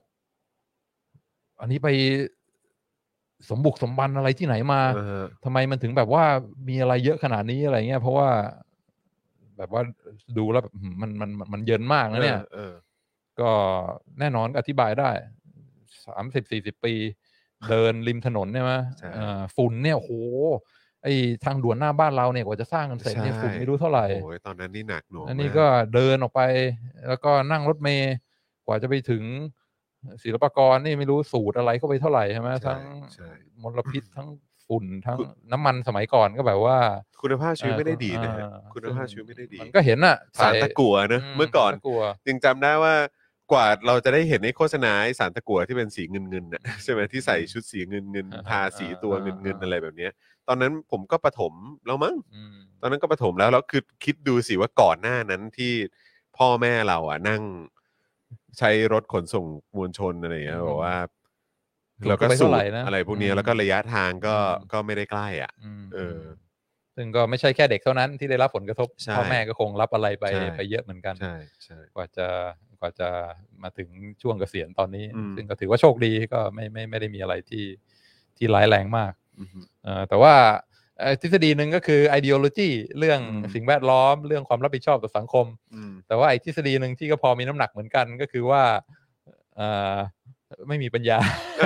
อันนี้ไปสมบุกสมบันอะไรที่ไหนมาทำไมมันถึงแบบว่ามีอะไรเยอะขนาดนี้อะไรเงี้ยเพราะว่าแบบว่าดูแล้วแบบมันมันมันเยินมากนะเนี่ยก็แน่นอนอธิบายได้สามสิบสี่สิบปีเดินริมถนนใช่ไหมฝุ่นเนี่ยโหไอ้ทางด่วนหน้าบ้านเราเนี่ยกว่าจะสร้างกันเสร็จเนี่ยฝุ่นไม่รู้เท่าไหร่โอ้ยตอนนั้นนี่หนักหน่วงอันนี้ก็เดินออกไปแล้วก็นั่งรถเมล์กว่าจะไปถึงศิลปากรนี่ไม่รู้สูตรอะไรเข้าไปเท่าไหร่ใช่ไหมทั้งมลพิษทั้งฝุ่นทั้งน้ำมันสมัยก่อนก็แบบว่าคุณภาพชีวิตไม่ได้ดีนะฮะคุณภาพชีวิตไม่ได้ดีมันก็เห็นอะสารตะกั่วนะเมื่อก่อนจึงจำได้ว่ากว่าเราจะได้เห็นในโฆษณาสารตะกั่วที่เป็นสีเงินเงินน่ะใช่ไหมที่ใส่ชุดสีเงินเงินทาสีตัวเงินเงินอะไรแบบนี้ตอนนั้นผมก็ประถมแล้วมั้งตอนนั้นก็ประถมแล้วแล้วคือคิดดูสิว่าก่อนหน้านั้นที่พ่อแม่เราอ่ะนั่งใช้รถขนส่งมวลชนอะไรอย่างเงี้ยอืมบอกว่าสูบแล้วก็ไปสูเท่าไหร่ดนะอะไรพวกนี้อืมแล้วก็ระยะทางก็อืมก็ไม่ได้ใกล้อ่ะอืมเออซึ่งก็ไม่ใช่แค่เด็กเท่านั้นที่ได้รับผลกระทบใช่พ่อแม่ก็คงรับอะไรไปใช่ไปเยอะเหมือนกันใช่ใช่กว่าจะกว่าจะมาถึงช่วงเกษียณตอนนี้อืมซึ่งก็ถือว่าโชคดีก็ไม่ไม่ไม่ได้มีอะไรที่ที่ร้ายแรงมากอือฮึเอ่อแต่ว่าเอ่อทฤษฎีหนึ่งก็คือ ideology เรื่องอืมสิ่งแวดล้อมเรื่องความรับผิดชอบต่อสังคมอืมแต่ว่าอีกทฤษฎีหนึ่งที่ก็พอมีน้ำหนักเหมือนกันก็คือว่าเอ่อไม่มีปัญญา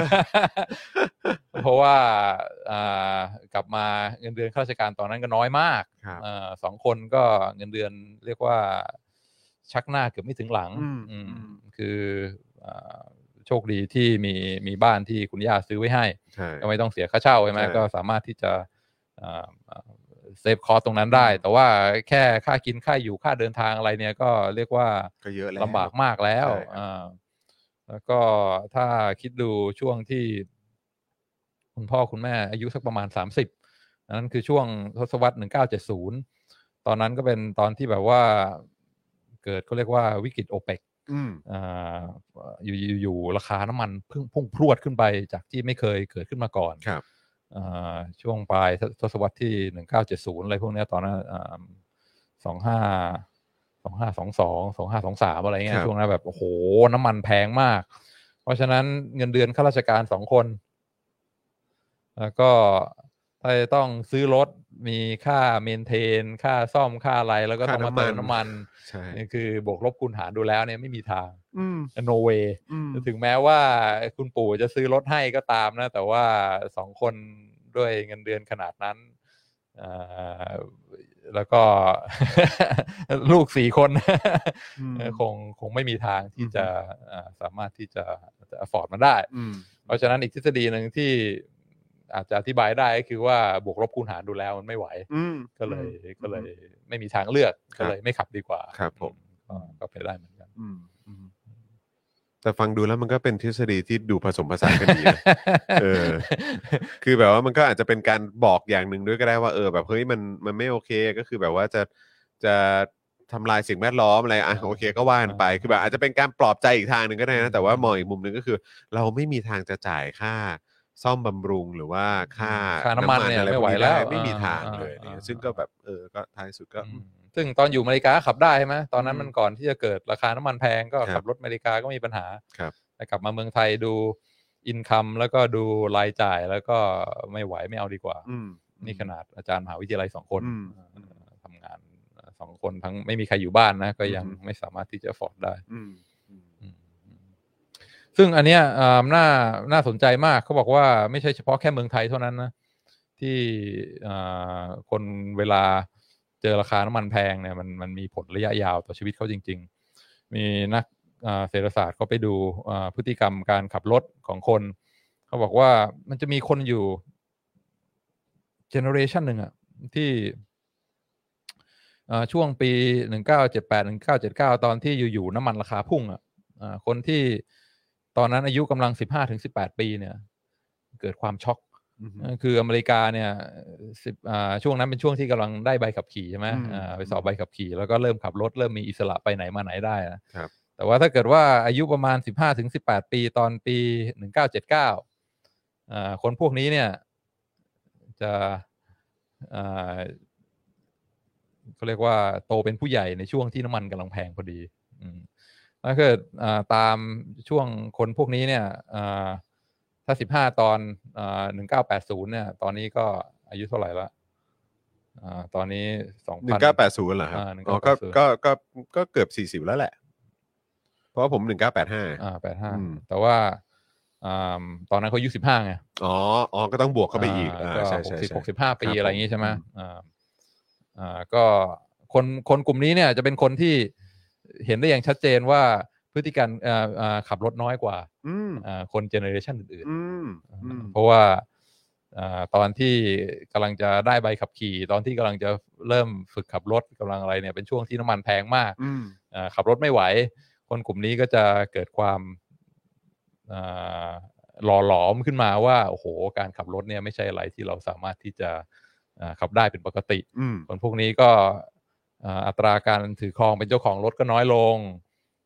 เพราะว่าอ่ากลับมาเงินเดือนข้าราชการตอนนั้นก็น้อยมากครับเอ่อสองคนก็เงินเดือนเรียกว่าชักหน้าเกือบไม่ถึงหลังอืมอืมอืมคืออ่าโชคดีที่มีมีบ้านที่คุณย่าซื้อไว้ให้ใช่ก็ไม่ต้องเสียค่าเช่าใช่ไหมใช่ก็สามารถที่จะเซฟคอสตรงนั้นได้อืมแต่ว่าแค่ค่ากินค่าอยู่ค่าเดินทางอะไรเนี่ยก็เรียกว่าก็เยอะแล้วลำบากมากแล้วใช่ครับอ่าแล้วก็ถ้าคิดดูช่วงที่คุณพ่อคุณแม่อายุสักประมาณสามสิบนั้นคือช่วงทศวรรษหนึ่งเก้าเจ็ดศูนย์ตอนนั้นก็เป็นตอนที่แบบว่าเกิดเขาเรียกว่าวิกฤตโอเปกอืมอ่าอยู่อยู่อยู่ราคาน้ำมันพุ่งพุ่งพรวดขึ้นไปจากที่ไม่เคยเกิดขึ้นมาก่อนครับอ่าช่วงปลายทศวรรษที่หนึ่งเก้าเจ็ดศูนย์อะไรพวกเนี้ยตอนนั้นสองห้าสองห้าสองสองสองห้าสองสามอะไรเงี้คยรับช่วงนั้นแบบโอ้โหน้ำมันแพงมาก เพราะฉะนั้นเงินเดือนข้าราชการสองคนแล้วก็ถ้าจะต้องซื้อรถมีค่าเมนเทนค่าซ่อมค่าอะไรแล้วก็ต้องมาเติมน้ำมันใช่นี่คือบวกลบคูณหารดูแล้วเนี่ยไม่มีทางอืม no way อืมถึงแม้ว่าคุณปู่จะซื้อรถให้ก็ตามนะ แต่ว่าสองคนด้วยเงินเดือนขนาดนั้นอ่าแล้วก็ ลูกสี่คนอืมคงคงไม่มีทางที่อืมจะอ่าสามารถที่จะจะ afford มาได้อืมเพราะฉะนั้นอีกทฤษฎีหนึ่งที่อาจจะอธิบายได้ก็คือว่าบวกลบคูณหารดูแล้วมันไม่ไหวอืมก็เลยอืมก็เลยไม่มีทางเลือกครับก็เลยไม่ขับดีกว่าครับผมอืมก็ก็ไปได้เหมือนกันอืมอืมแต่ฟังดูแล้วมันก็เป็นทฤษฎีที่ดูผสมผสานกันดีนะ เออ คือแบบว่ามันก็อาจจะเป็นการบอกอย่างหนึ่งด้วยก็ได้ว่าเออแบบเฮ้ยมันมันไม่โอเคก็คือแบบว่าจะจะทำลายสิ่งแวดล้อมอะไรอ่ะอ่าโอเคก็ว่ากันไปอ่าคือแบบอาจจะเป็นการปลอบใจอีกทางหนึ่งก็ได้อืนะมแต่ว่ามองอีกมุมหนึ่งก็คือ เราไม่มีทางจะจ่ายค่าซ่อมบำรุงหรือว่าค่าค่าน้ำมันเนี่ยอะไรไม่พไหวกนี้แล้วด้ไม่มีอ่าทางเลยอ่าเนี่ยอ่าซึ่งก็แบบเออก็ท้ายสุดก็อืมซึ่งตอนอยู่อเมริกาขับได้ใช่ไหมตอนนั้นอืมมันก่อนที่จะเกิดราคาน้ำมันแพงก็ครับขับรถอเมริกาก็ไม่มีปัญหาครับแต่กลับมาเมืองไทยดูอินคัมแล้วก็ดูรายจ่ายแล้วก็ไม่ไหวไม่เอาดีกว่าอืมนี่ขนาดอาจารย์มหาวิทยาลัยสองคนอืมเอ่อทำงานสองคนทั้งไม่มีใครอยู่บ้านนะก็ยังอืมไม่สามารถที่จะฟอร์ดได้อืมอืมอืมซึ่งอันเนี้ยอ่าน่าน่าสนใจมากเขาบอกว่าไม่ใช่เฉพาะแค่เมืองไทยเท่านั้นนะที่อ่าคนเวลาเจอราคาน้ำมันแพงเนี่ยมันมันมีผลระยะยาวต่อชีวิตเขาจริง ๆ มีนักอ่าเศรษฐศาสตร์เขาไปดูอ่าพฤติกรรมการขับรถของคนเขาบอกว่ามันจะมีคนอยู่เจเนอเรชันหนึ่งอะที่อ่าช่วงปีหนึ่งเก้าเจ็ดแปด หนึ่งเก้าเจ็ดเก้าตอนที่อยู่ๆน้ำมันราคาพุ่งอะอ่าคนที่ตอนนั้นอายุกำลังสิบห้าถึงสิบแปดปีเนี่ยเกิดความช็อกอืมเออคืออเมริกาเนี่ยสิบอ่าช่วงนั้นเป็นช่วงที่กำลังได้ใบขับขี่ใช่ไหมอืมอ่าไปสอบใบขับขี่แล้วก็เริ่มขับรถเริ่มมีอิสระไปไหนมาไหนได้นะครับ แต่ว่าถ้าเกิดว่าอายุประมาณสิบห้าถึงสิบแปดปีตอนปีหนึ่งเก้าเจ็ดเก้าอ่าคนพวกนี้เนี่ยจะอ่าเขาเรียกว่าโตเป็นผู้ใหญ่ในช่วงที่น้ำมันกำลังแพงพอดีอืมถ้าเกิดอ่าตามช่วงคนพวกนี้เนี่ยอ่าถ้าสิบห้าตอนอ่าหนึ่งเก้าแปดศูนย์เนี่ยตอนนี้ก็อายุเท่าไหร่ละอ่าตอนนี้สองหนึ่พังนเก้าแปดศูนย์เหรอครับอ่าหนึ่งอ๋เก้าอแปก็ดศูนย์ก็ก็ก็เกือบสี่สิบแล้วแหละ เพราะว่าผมหนึ่งเก้าแปดห้าอ่าแปดห้าอืมแต่ว่าอ่าตอนนั้นเขาอายุสิบห้าไงอ๋ออ๋อก็ต้องบวกเข้าไปอีกอ่าอ่าก็ใช่หกใช่สิบใช่หกสิบห้าปีครับอะไรอย่างงี้ใช่ไหมอือ่าอ่าก็คนคนกลุ่มนี้เนี่ยจะเป็นคนที่เห็นได้อย่างชัดเจนว่าพฤติกรรมอ่าอ่าขับรถน้อยกว่าอืมอ่าคนเจเนอเรชันอื่นอืมๆอืมเพราะว่าอ่าตอนที่กำลังจะได้ใบขับขี่ ตอนที่กำลังจะเริ่มฝึกขับรถกำลังอะไรเนี่ยเป็นช่วงที่น้ำมันแพงมากอืมอ่าขับรถไม่ไหว คนกลุ่มนี้ก็จะเกิดความอ่าหล่อหลอมขึ้นมาว่าโอ้โหการขับรถเนี่ยไม่ใช่อะไรที่เราสามารถที่จะอ่าขับได้เป็นปกติอืมคนพวกนี้ก็อ่าอัตราการถือครองเป็นเจ้าของรถก็น้อยลง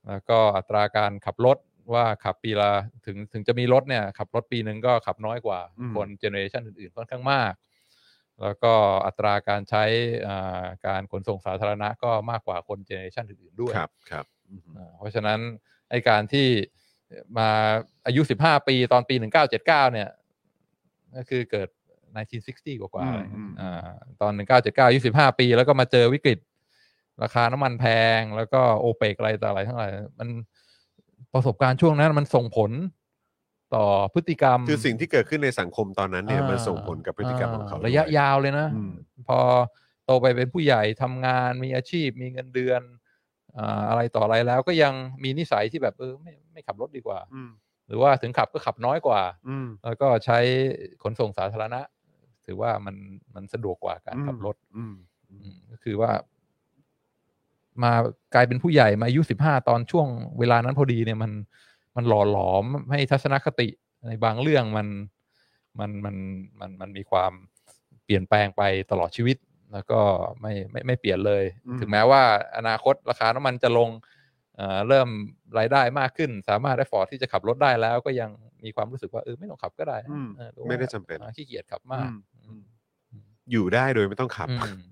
แล้วก็อัตราการขับรถว่าขับปีละถึงถึงจะมีรถเนี่ยขับรถปีหนึ่งก็ขับน้อยกว่าคนเจเนอเรชันอื่นๆค่อนข้างมากแล้วก็อัตราการใช้การขนส่งสาธารณะก็มากกว่าคนเจเนอเรชันอื่นๆด้วยครับครับเพราะฉะนั้นไอ้การที่มาอายุสิบห้าปีตอนปีหนึ่งพันเก้าร้อยเจ็ดสิบเก้าเนี่ยก็คือเกิดหนึ่งพันเก้าร้อยหกสิบกว่าๆอ่าตอนหนึ่งพันเก้าร้อยเจ็ดสิบเก้าอายุสิบห้าปีแล้วก็มาเจอวิกฤตราคาน้ำมันแพงแล้วก็โอเปกอะไรต่ออะไรทั้งหลายมันประสบการณ์ช่วงนั้นมันส่งผลต่อพฤติกรรมคือสิ่งที่เกิดขึ้นในสังคมตอนนั้นเนี่ยมันส่งผลกับพฤติกรรมของเขาระยะยาวเลยนะพอโตไปเป็นผู้ใหญ่ทำงานมีอาชีพมีเงินเดือนอะไรต่ออะไรแล้วก็ยังมีนิสัยที่แบบเออไม่ไม่ขับรถดีกว่าหรือว่าถึงขับก็ขับน้อยกว่าแล้วก็ใช้ขนส่งสาธารณะถือว่ามันมันสะดวกกว่าการขับรถก็คือว่ามากลายเป็นผู้ใหญ่มาอายุสิบห้าตอนช่วงเวลานั้นพอดีเนี่ยมันมันหล่อหลอมให้ทัศนคติในบางเรื่องมันมันมันมันมันมีความเปลี่ยนแปลงไปตลอดชีวิตแล้วก็ไม่ไม่ไม่เปลี่ยนเลยถึงแม้ว่าอนาคตราคาน้ำมันจะลงเอ่อเริ่มรายได้มากขึ้นสามารถได้ฟอร์ดที่จะขับรถได้แล้วก็ยังมีความรู้สึกว่าเออไม่ต้องขับก็ได้ไม่ได้จำเป็นขี้เกียจขับมากอยู่ได้โดยไม่ต้องขับ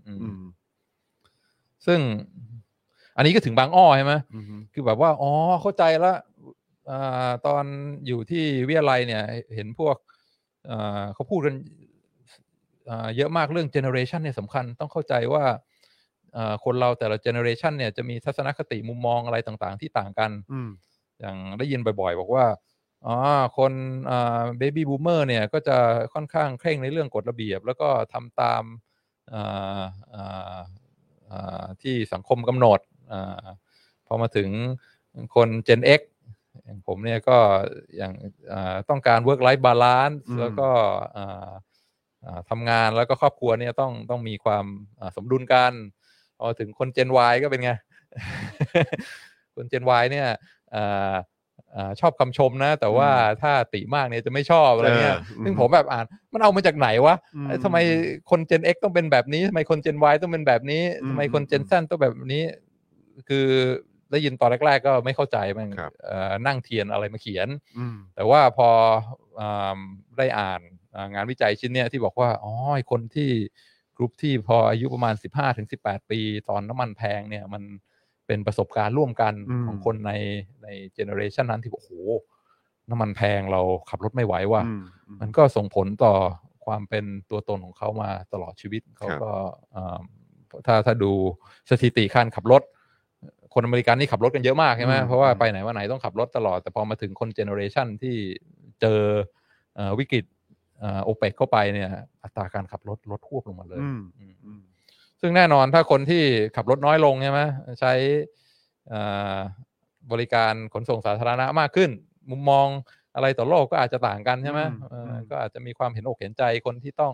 ซึ่งอันนี้ก็ถึงบางอ้อใช่ไหมคือแบบว่าอ๋อเข้าใจแล้วตอนอยู่ที่วิทยาลัยเนี่ยเห็นพวกเขาพูดกันเยอะมากเรื่องเจเนอเรชันเนี่ยสำคัญต้องเข้าใจว่าคนเราแต่ละเจเนอเรชันเนี่ยจะมีทัศนคติมุมมองอะไรต่างๆที่ต่างกันอย่างได้ยินบ่อยๆบอกว่าอ๋อคนเบบี้บูมเมอร์เนี่ยก็จะค่อนข้างเคร่งในเรื่องกฎระเบียบแล้วก็ทำตามที่สังคมกำหนดพอมาถึงคน Gen X อย่างผมเนี่ยก็อย่างต้องการ work life balance แล้วก็ทำงานแล้วก็ครอบครัวเนี่ยต้องต้องมีความสมดุลกันพอถึงคน Gen Y ก็เป็นไง คน Gen Y เนี่ยชอบคำชมนะแต่ว่าถ้าติมากเนี่ยจะไม่ชอบอะไรเงี้ยซึ่งผมแบบอ่านมันเอามาจากไหนวะทำไมคน Gen X ต้องเป็นแบบนี้ทำไมคน Gen Y ต้องเป็นแบบนี้ทำไมคน Gen Z ต้องแบบนี้คือได้ยินตอนแรกๆก็ไม่เข้าใจมันนั่งเทียนอะไรมาเขียนแต่ว่าพอได้อ่านงานวิจัยชิ้นเนี้ยที่บอกว่าอ๋อคนที่กลุ่มที่พออายุประมาณ สิบห้าถึงสิบแปด ปีตอนน้ำมันแพงเนี่ยมันเป็นประสบการณ์ร่วมกันของคนในในเจเนอเรชันนั้นที่โอ้โหน้ำมันแพงเราขับรถไม่ไหวว่ะมันก็ส่งผลต่อความเป็นตัวตนของเขามาตลอดชีวิตเขาก็ถ้าถ้าดูสถิติการขับรถคนอเมริกันนี่ขับรถกันเยอะมากใช่ไหมเพราะว่าไปไหนมาไหนต้องขับรถตลอดแต่พอมาถึงคนเจเนอเรชันที่เจอวิกฤตโอเปกเข้าไปเนี่ยอัตราการขับรถลดควบลงมาเลยซึ่งแน่นอนถ้าคนที่ขับรถน้อยลงใช่ไหมใช้บริการขนส่งสาธารณะมากขึ้นมุมมองอะไรต่อโลกก็อาจจะต่างกันใช่ไหมก็อาจจะมีความเห็นอกเห็นใจคนที่ต้อง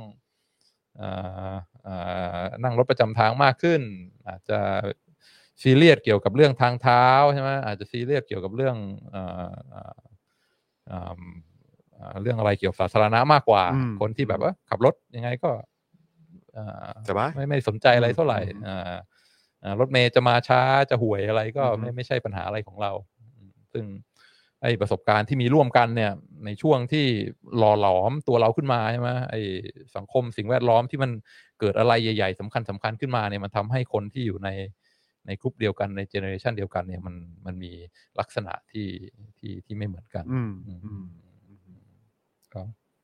นั่งรถประจำทางมากขึ้นอาจจะซีเรียสเกี่ยวกับเรื่องทางเท้าใช่ไหมอาจจะซีเรียสเกี่ยวกับเรื่องเรื่องอะไรเกี่ยวกับสาธารณะมากกว่าคนที่แบบว่าขับรถยังไงก็ไม่ไม่สนใจอะไรเท่าไหร่รถเมย์จะมาช้าจะห่วยอะไรก็ไม่ไม่ใช่ปัญหาอะไรของเราซึ่งไอ้ประสบการณ์ที่มีร่วมกันเนี่ยในช่วงที่หล่อหลอมตัวเราขึ้นมาใช่ไหมไอ้สังคมสิ่งแวดล้อมที่มันเกิดอะไรใหญ่ๆสำคัญสำคัญขึ้นมาเนี่ยมันทำให้คนที่อยู่ในในกลุ่มเดียวกันในเจเนอเรชันเดียวกันเนี่ยมันมันมีลักษณะที่ที่ที่ไม่เหมือนกันก็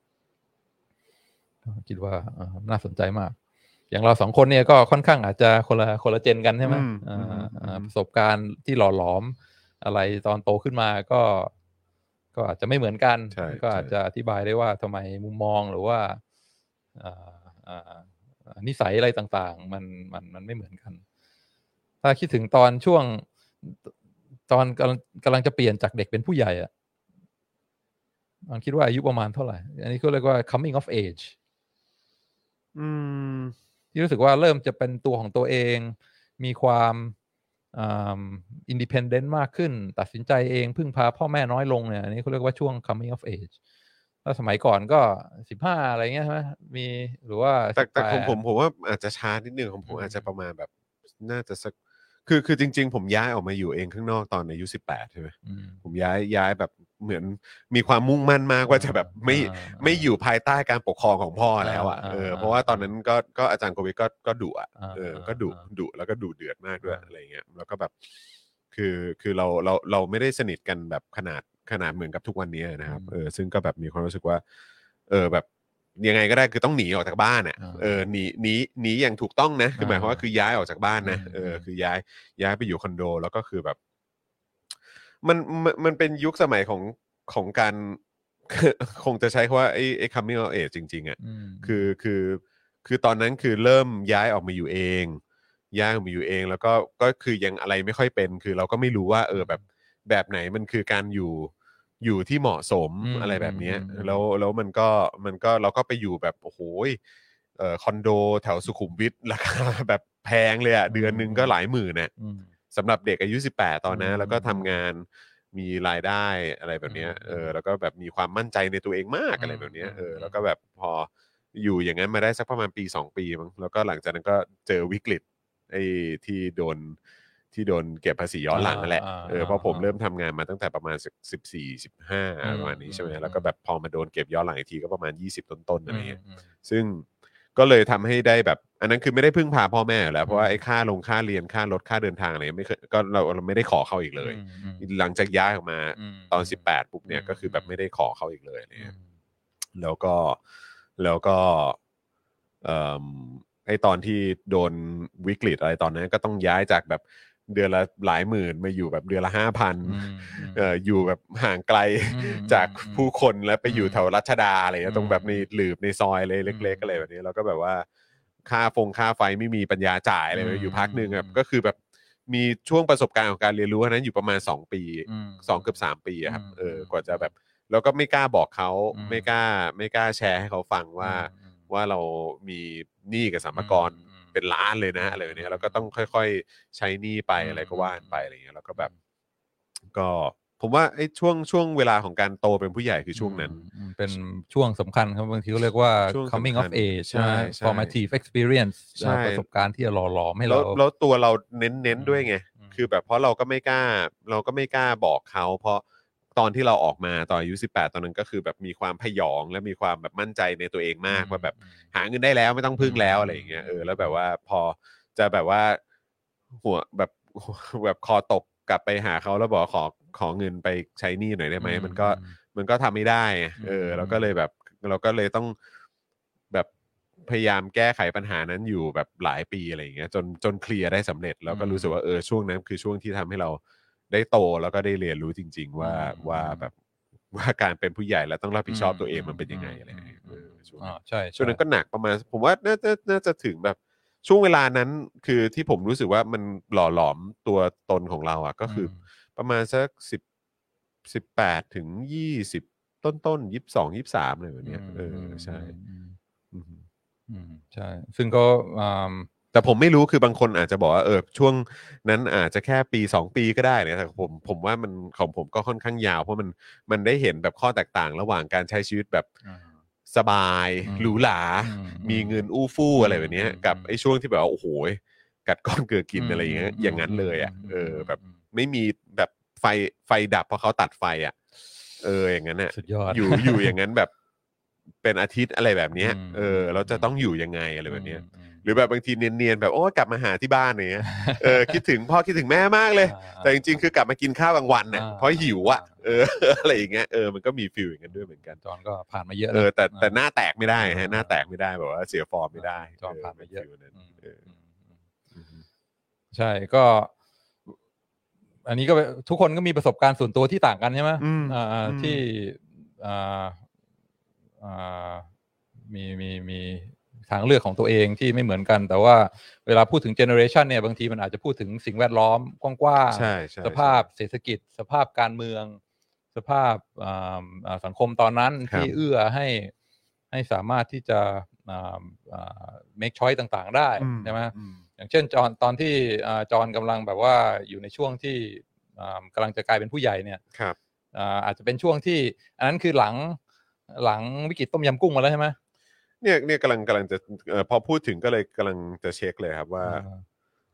คิดว่าน่าสนใจมากอย่างเราสองคนเนี่ยก็ค่อนข้างอาจจะคนละคนละเจนกันใช่ไหมประสบการณ์ที่หล่อหลอมอะไรตอนโตขึ้นมาก็ก็อาจจะไม่เหมือนกันก็อาจจะอธิบายได้ว่าทำไมมุมมองหรือว่านิสัยอะไรต่างๆมันมันมันไม่เหมือนกันถ้าคิดถึงตอนช่วงตอนกำลังกำลังจะเปลี่ยนจากเด็กเป็นผู้ใหญ่อะมันคิดว่าอายุประมาณเท่าไหร่อันนี้เขาเรียกว่า coming of age อืมที่รู้สึกว่าเริ่มจะเป็นตัวของตัวเองมีความอ่า independent มากขึ้นตัดสินใจเองพึ่งพาพ่อแม่น้อยลงเนี่ยอันนี้เขาเรียกว่าช่วง coming of age ถ้าสมัยก่อนก็สิบห้าอะไรเงี้ยใช่ไหมมีหรือว่าแต่แต่ของผมผมว่าอาจจะช้านิดนึงของผมอาจจะประมาณแบบน่าจะสักคือคือจริงๆผมย้ายออกมาอยู่เองข้างนอกตอนอายุสิบแปดใช่ไหมอืมผมย้ายย้ายแบบเหมือนมีความมุ่งมั่นมากว่าจะแบบไม่อ่าไม่อยู่ภายใต้การปกครองของพ่อแล้วอ่ะอ่าเอออ่าเพราะว่าตอนนั้นก็ก็อาจารย์โควิดก็ก็ดุอ่ะอ่าเออก็ดุอ่าดุแล้วก็ดุเดือดมากด้วยอ่าอะไรเงี้ยแล้วก็แบบคือคือเราเราเราไม่ได้สนิทกันแบบขนาดขนาดเหมือนกับทุกวันนี้นะครับเออซึ่งก็แบบมีความรู้สึกว่าเออแบบยังไงก็ได้คือต้องหนีออกจากบ้านอ่ะอ่าเออหนีหนีหนีอย่างถูกต้องนะคือหมายความว่าอ่าคือย้ายออกจากบ้านนะอืมเออคือย้ายย้ายไปอยู่คอนโดแล้วก็คือแบบ มันมันมันเป็นยุคสมัยของของการ คงจะใช้คำว่าไอ้ไอ้ coming of age จริงๆอ่ะอืมคือคือคือตอนนั้นคือเริ่มย้ายออกมาอยู่เองย้ายออกมาอยู่เองแล้วก็ก็คือยังอะไรไม่ค่อยเป็น คือเราก็ไม่รู้ว่าเออแบบแบบไหนมันคือการอยู่อยู่ที่เหมาะสมอืมอะไรแบบเนี้ยอืมอืมแล้วแล้วมันก็มันก็เราก็ไปอยู่แบบโอ้โหเอ่อคอนโดแถวสุขุมวิทราคาแบบแพงเลยอ่ะเดือนหนึงก็หลายหมื่นน่ะอืมสำหรับเด็กอายุสิบแปดตอนนั้นอืมแล้วก็ทำงานมีรายได้อะไรแบบเนี้ยอืมเออแล้วก็แบบมีความมั่นใจในตัวเองมากอืมอะไรแบบเนี้ยเอออืมแล้วก็แบบพออยู่อย่างนั้นมาได้สักประมาณปีสองปีมั้งแล้วก็หลังจากนั้นก็เจอวิกฤตไอ้ที่โดนที่โดนเก็บภาษีย้อนหลังนั่นแหละอ่าเออเพราะผมอ่าเริ่มทำงานมาตั้งแต่ประมาณสิบสี่สิบห้าอืมประมาณนี้ใช่ไหมอืมแล้วก็แบบพอมาโดนเก็บย้อนหลังอีกทีก็ประมาณยี่สิบต้นๆอะไรเงี้ยอืมซึ่งก็เลยทำให้ได้แบบอันนั้นคือไม่ได้พึ่งพาพ่อแม่อยู่แล้วเพราะว่าอืมไอ้ค่าลงค่าเรียนค่ารถค่าเดินทางอะไรไม่เคยก็เราเราไม่ได้ขอเขาอีกเลยอืมหลังจากย้ายออกมาอืมตอนสิบแปดปุ๊บเนี่ยอืมก็คือแบบไม่ได้ขอเขาอีกเลยอะไรอืเงี้ยมแล้วก็แล้วก็เอ่อไอ้ตอนที่โดนวิกฤตอะไรตอนนั้นก็ต้องย้ายจากแบบเดือนละหลายหมื่นมาอยู่แบบเดือนละห้าพันอืมเอ่ออยู่แบบห่างไกลอืมจากอืมผู้คนแล้วไปอยู่อืมแถวรัชดาอะไรเงี้ยอืมตรงแบบในหลืบในซอยเลยเล็ก ๆอืมอะไรแบบนี้แล้วก็แบบว่าค่าฟงค่าไฟไม่มีปัญญาจ่ายอะไรอืมอยู่พักหนึ่งแบบอืมก็คือแบบมีช่วงประสบการณ์ของการเรียนรู้อันนั้นอยู่ประมาณสองปีอืมสองเกือบสามปีอะครับอืมเออกว่าจะแบบแล้วก็ไม่กล้าบอกเขาอืมไม่กล้าไม่กล้าแชร์ให้เขาฟังว่าอืมว่าเรามีหนี้กับสรรพากรอืมเป็นล้านเลยนะอืมอะไรแบบนี้แล้วก็ต้องค่อยๆใช้หนี้ไปอืมอะไรก็ว่านไปอะไรเงี้ยแล้วก็แบบอืมก็ผมว่าไอ้ช่วงช่วงเวลาของการโตเป็นผู้ใหญ่คือช่วงนั้นอืมเป็นช่วงสำคัญครับบางทีเขาเรียกว่าช่วงสำคัญ coming of age ใช่ใช่ไหมใช่ formative experience ใช่ประสบการณ์ที่จะหล่อหลอมให้แล้วเราแล้วตัวเราเน้นๆด้วยไงอืมคือแบบเพราะเราก็ไม่กล้า เราก็ไม่กล้าบอกเขาเพราะตอนที่เราออกมาตอนอายุสิบแปดตอนนั้นก็คือแบบมีความพยองและมีความแบบมั่นใจในตัวเองมากว่าแบบหาเงินได้แล้วไม่ต้องพึ่งแล้วอะไรอย่างเงี้ยเออแล้วแบบว่าพอจะแบบว่าหัวแบบ แบบคอตกกลับไปหาเขาแล้วบอกขอขอเงินไปใช้หนี้หน่อยได้ไหมอืมมันก็อืมมันก็ทำไม่ได้ไงเอออืมเราก็เลยแบบเราก็เลยต้องแบบพยายามแก้ไขปัญหานั้นอยู่แบบหลายปีอะไรอย่างเงี้ยจนจนเคลียร์ได้สำเร็จแล้วก็รู้สึกว่าเออช่วงนั้นคือช่วงที่ทำให้เราได้โตแล้วก็ได้เรียนรู้จริง ๆ ว่าอืมว่าแบบว่าการเป็นผู้ใหญ่แล้วต้องรับผิดชอบอืมตัวเองอืมมันเป็นยังไงอืมอะไรอย่างเงี้ยเออช่วงอ่านั้นใช่ช่วงนั้นใช่ก็หนักประมาณผมว่าน่าจะน่าจะถึงแบบช่วงเวลานั้นคือที่ผมรู้สึกว่ามันหล่อหลอมตัวตนของเราอ่ะก็คืออ ประมาณสักสิบสิบแปดถึงยี่สิบต้นต้นยี่สิบสองยี่สิบสามอะไรแบบเนี้ยเออใช่อืมอืมอืมใช่ ซึ่งก็อ่าแต่ผมไม่รู้คือบางคนอาจจะบอกว่าเออช่วงนั้นอาจจะแค่ปีสองปีก็ได้นะแต่ผมผมว่ามันของผมก็ค่อนข้างยาวเพราะมันมันได้เห็นแบบข้อแตกต่างระหว่างการใช้ชีวิตแบบอ่าสบายอืมหรูหราอืมมีเงินอู้ฟู่อืมอะไรแบบเนี้ยอืมกับไอ้ช่วงที่แบบว่าโอ้โหกัดก้อนเกลือกินอืมอะไรอย่างเงี้ยอืมอย่างนั้นเลยอ่ะอืมเออแบบอืมไม่มีแบบไฟไฟดับเพราะเขาตัดไฟอ่ะเอออย่างนั้นอ่ะสุดยอดอยู่อยู่อย่างนั้นแบบเป็นอาทิตย์อะไรแบบเนี้ยอืมเออเราจะต้องอยู่ยังไงอะไรแบบเนี้ยอืมหรือแบบบางทีเนียนๆแบบโอ้กลับมาหาที่บ้านเนี้ยเออคิดถึงพ่อคิดถึงแม่มากเลยอ่าแต่จริงๆคือกลับมากินข้าวกลางวันน่ะอ่าเพราะหิวอ่ะอ่าเออ อะไรอย่างเงี้ยเออมันก็มีฟีลอย่างนั้นด้วยเหมือนกันจอนก็ผ่านมาเยอะเอนะอแต่แต่หอ่าน้าแตกไม่ได้ฮะอ่าหน้าแตกไม่ได้แบบว่าเสียฟอร์มไม่ได้จอนผ่านมาเยอะฟีลนั้นอืมเอออืมอืมอืมใช่ก็ อันนี้ก็ทุกคนก็มีประสบการณ์ส่วนตัวที่ต่างกันใช่ไหมอืมอ่าอืมที่อ่าอ่ามีมีมีทางเลือกของตัวเองที่ไม่เหมือนกัน แต่ว่าเวลาพูดถึงเจเนอเรชันเนี่ยบางทีมันอาจจะพูดถึงสิ่งแวดล้อมกว้างใช่ใช่ๆสภาพเศรษฐกิจ สภาพการเมือง สภาพอ่าอ่าสังคมตอนนั้นครับที่เอื้อให้ให้สามารถที่จะอ่าอ่า make choice ต่างๆ ได้อืมใช่ไหมอืมอย่างเช่นจอนตอนที่อ่าจอนกำลังแบบว่าอยู่ในช่วงที่อ่ากำลังจะกลายเป็นผู้ใหญ่เนี่ยครับอ่าอาจจะเป็นช่วงที่อันนั้นคือหลังหลังวิกฤตต้มยำกุ้งมาแล้วใช่ไหมเนี่ยเนี่ยกำลังกำลังจะเอ่อพอพูดถึงก็เลยกำลังจะเช็คเลยครับว่าอ่า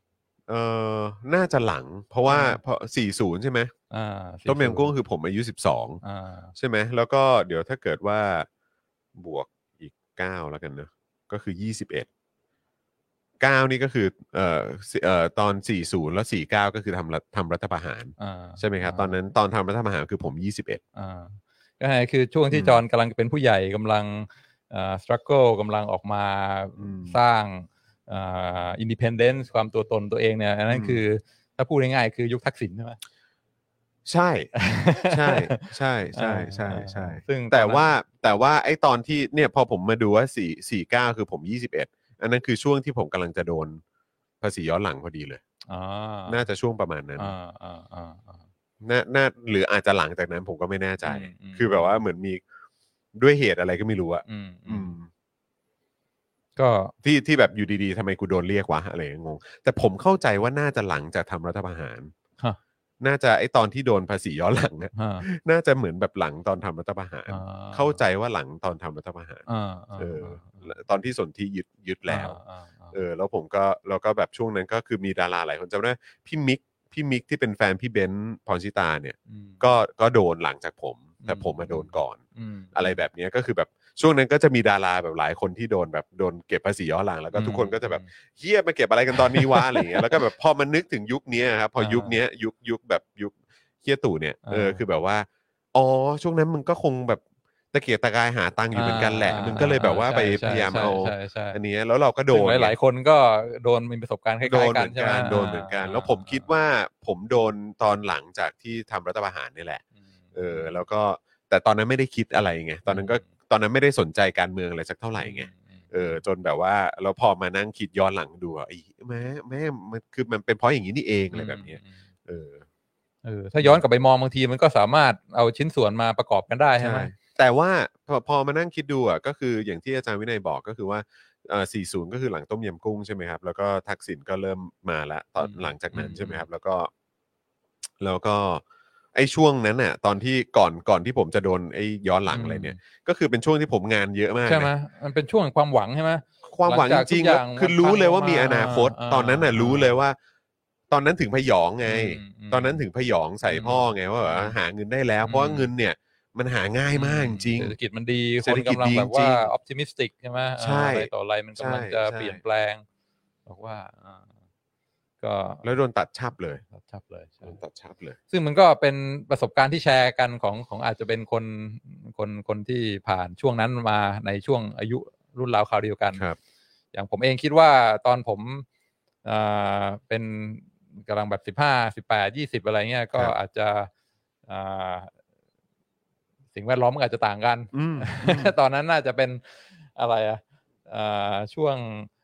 เออน่าจะหลัง เพราะว่าเพราะสี่สิบใช่ไหมอ่าต้มยำกุ้งคือผมอายุสิบสองอ่าใช่ไหมแล้วก็เดี๋ยวถ้าเกิดว่าบวกอีกเก้าแล้วกันเนอะก็คือยี่สิบเอ็ด เก้านี่ก็คือเอ่อเอ่อตอนสี่สิบแล้วสี่สิบเก้าก็คือทำรัฐทำรัฐประหารอ่าใช่ไหมครับตอนนั้นตอนทำรัฐประหารคือผมยี่สิบเอ็ดอ่าก็คือช่วงที่อืมจอห์นกำลังเป็นผู้ใหญ่กำลังอ่า struggle กำลังออกมาอืมสร้างอ่า independence ความตัวตนตัวเองเนี่ยอันนั้นอืมคือถ้าพูดง่ายๆคือยุคทักษิณใช่ไหมใช่ใช่ใช่ใช่ใช่ใช่ซึ่งแต่อนนั้นว่าแต่ว่าไอ้ตอนที่เนี่ยพอผมมาดูว่าสี่ สี่เก้าคือผมยี่สิบเอ็ดอันนั้นคือช่วงที่ผมกำลังจะโดนภาษีย้อนหลังพอดีเลยอ่าน่าจะช่วงประมาณนั้นอ่าอ่าอ่าอ่าน่าน่าหรืออาจจะหลังจากนั้นผมก็ไม่แน่ใจอืมอืมคือแบบว่าเหมือนมีด้วยเหตุอะไรก็ไม่รู้อะอืมอือืมมก็ที่ที่แบบอยู่ดีๆทำไมกูโดนเรียกวะอะไรอย่างเงี้ยงงแต่ผมเข้าใจว่าน่าจะหลังจากทำรัฐประหารฮะน่าจะไอตอนที่โดนภาษีย้อนหลังเนี่ยอ่าน่าจะเหมือนแบบหลังตอนทำรัฐประหารอ่าเข้าใจว่าหลังตอนทำรัฐประหารอ่าอ่าเออตอนที่สนธิยึดยึดแล้วอ่าอ่าเออแล้วผมก็แล้วก็แบบช่วงนั้นก็คือมีดาราหลายคนจำได้พี่มิกพี่มิกที่เป็นแฟนพี่เบนซ์พรชิตาเนี่ยอืมก็ก็โดนหลังจากผม แต่อืมผมมาโดนก่อนอืมอะไรแบบเนี้ยก็คือแบบช่วงนั้นก็จะมีดาราแบบหลายคนที่โดนแบบโดนเก็บภาษีย้อนหลังแล้วก็อืมทุกคนก็จะแบบเฮียมาเก็บอะไรกันตอนนี้วะอะไรอย่างเงี้ยแล้วก็แบบพอมันนึกถึงยุคเนี้ยครับพออ่ายุยุคเนี้ยยุคยุคแบบยุคเฮียตู่เนี่ยเอออ่าคือแบบว่าอ๋อช่วงนั้นมึงก็คงแบบตะเกียกตะกายหาตังค์อยู่เหมือนกันแหละมึงก็เลยแบบว่าไปพยายามเอาใช่ใช่อันเนี้ยแล้วเราก็โดซึ่งนหลายๆคนก็โดนมีประสบการณ์คล้ายๆโดกันนเหมือนใช่ไหมกันโดนเหมือนกัน แล้วผมคิดว่าผมโดนตอนหลังจากที่ทำรัฐประหารนี่แหละอืมเออแล้วก็แต่ตอนนั้นไม่ได้คิดอะไรไงตอนนั้นก็อืมตอนนั้นไม่ได้สนใจการเมืองอะไรสักเท่าไหร่ไงอืมเออจนแบบว่าเราพอมานั่งคิดย้อนหลังดูอ่ะไอ้แม่แม่มันคือมันเป็นเพราะอย่างนี้นี่เองอะไรแบบเนี้ยอืมเออเออถ้าย้อนกลับไปมองบางทีมันก็สามารถเอาชิ้นส่วนมาประกอบกันได้ใช่ไหมแต่ว่าพอพอมานั่งคิดดูอ่ะก็คืออย่างที่อาจารย์วินัยบอกก็คือว่าเอ่อสี่สิบก็คือหลังต้มยำกุ้งใช่ไหมครับแล้วก็ทักษิณก็เริ่มมาแล้วตอนอืมหลังจากนั้นอืมใช่ไหมครับแล้วก็ แล้วก็ไอ้ช่วงนั้นน่ะตอนที่ก่อนก่อนที่ผมจะโดนไอ้ย้อนหลังอะไรเนี่ย ก็คือเป็นช่วงที่ผมงานเยอะมากใช่ไหมนะมันเป็นช่วงแห่งความหวังใช่ไหมความหวังหลังจากจริงทุกๆอแล้วย่างคือมันรู้เลยพังว่ามีลงมาอนาคตอ่าตอนนั้นน่ะอ่ารู้เลยว่า ตอนนั้นถึงพยองไงอืมอืมตอนนั้นถึงพยองใส่อืมพ่อไงว่าแบบว่าอืมหาเงินได้แล้ว เพราะว่าอืมเงินเนี่ย มันหาง่ายมากจริงเศรษฐกิจมันดีเศรษฐคนกิจกำลังดีแบบจริว่าง ออ t ติมิสติกใช่ไหมใช่อะไรต่ออะไรมันกำลังจะใช่เปลี่ยนแปลงบอกว่าอ่าก็แล้วโดนตัดชับเลยชับเลยใช่โดนตัดชับเลยซึ่งมันก็เป็นประสบการณ์ที่แชร์กันของของอาจจะเป็นคนคนคนที่ผ่านช่วงนั้นมาในช่วงอายุรุ่นราวคราวเดียวกันครับอย่างผมเองคิดว่าตอนผมอ่าเป็นกำลังแบบสิบห้าสิบแปดยี่สิบอะไรเงี้ยก็ครับอาจจะอ่าสิ่งแวดล้อมมันอาจจะต่างกันอืมตอนนั้นน่าจะเป็นอะไรอ่ะอ่าช่วง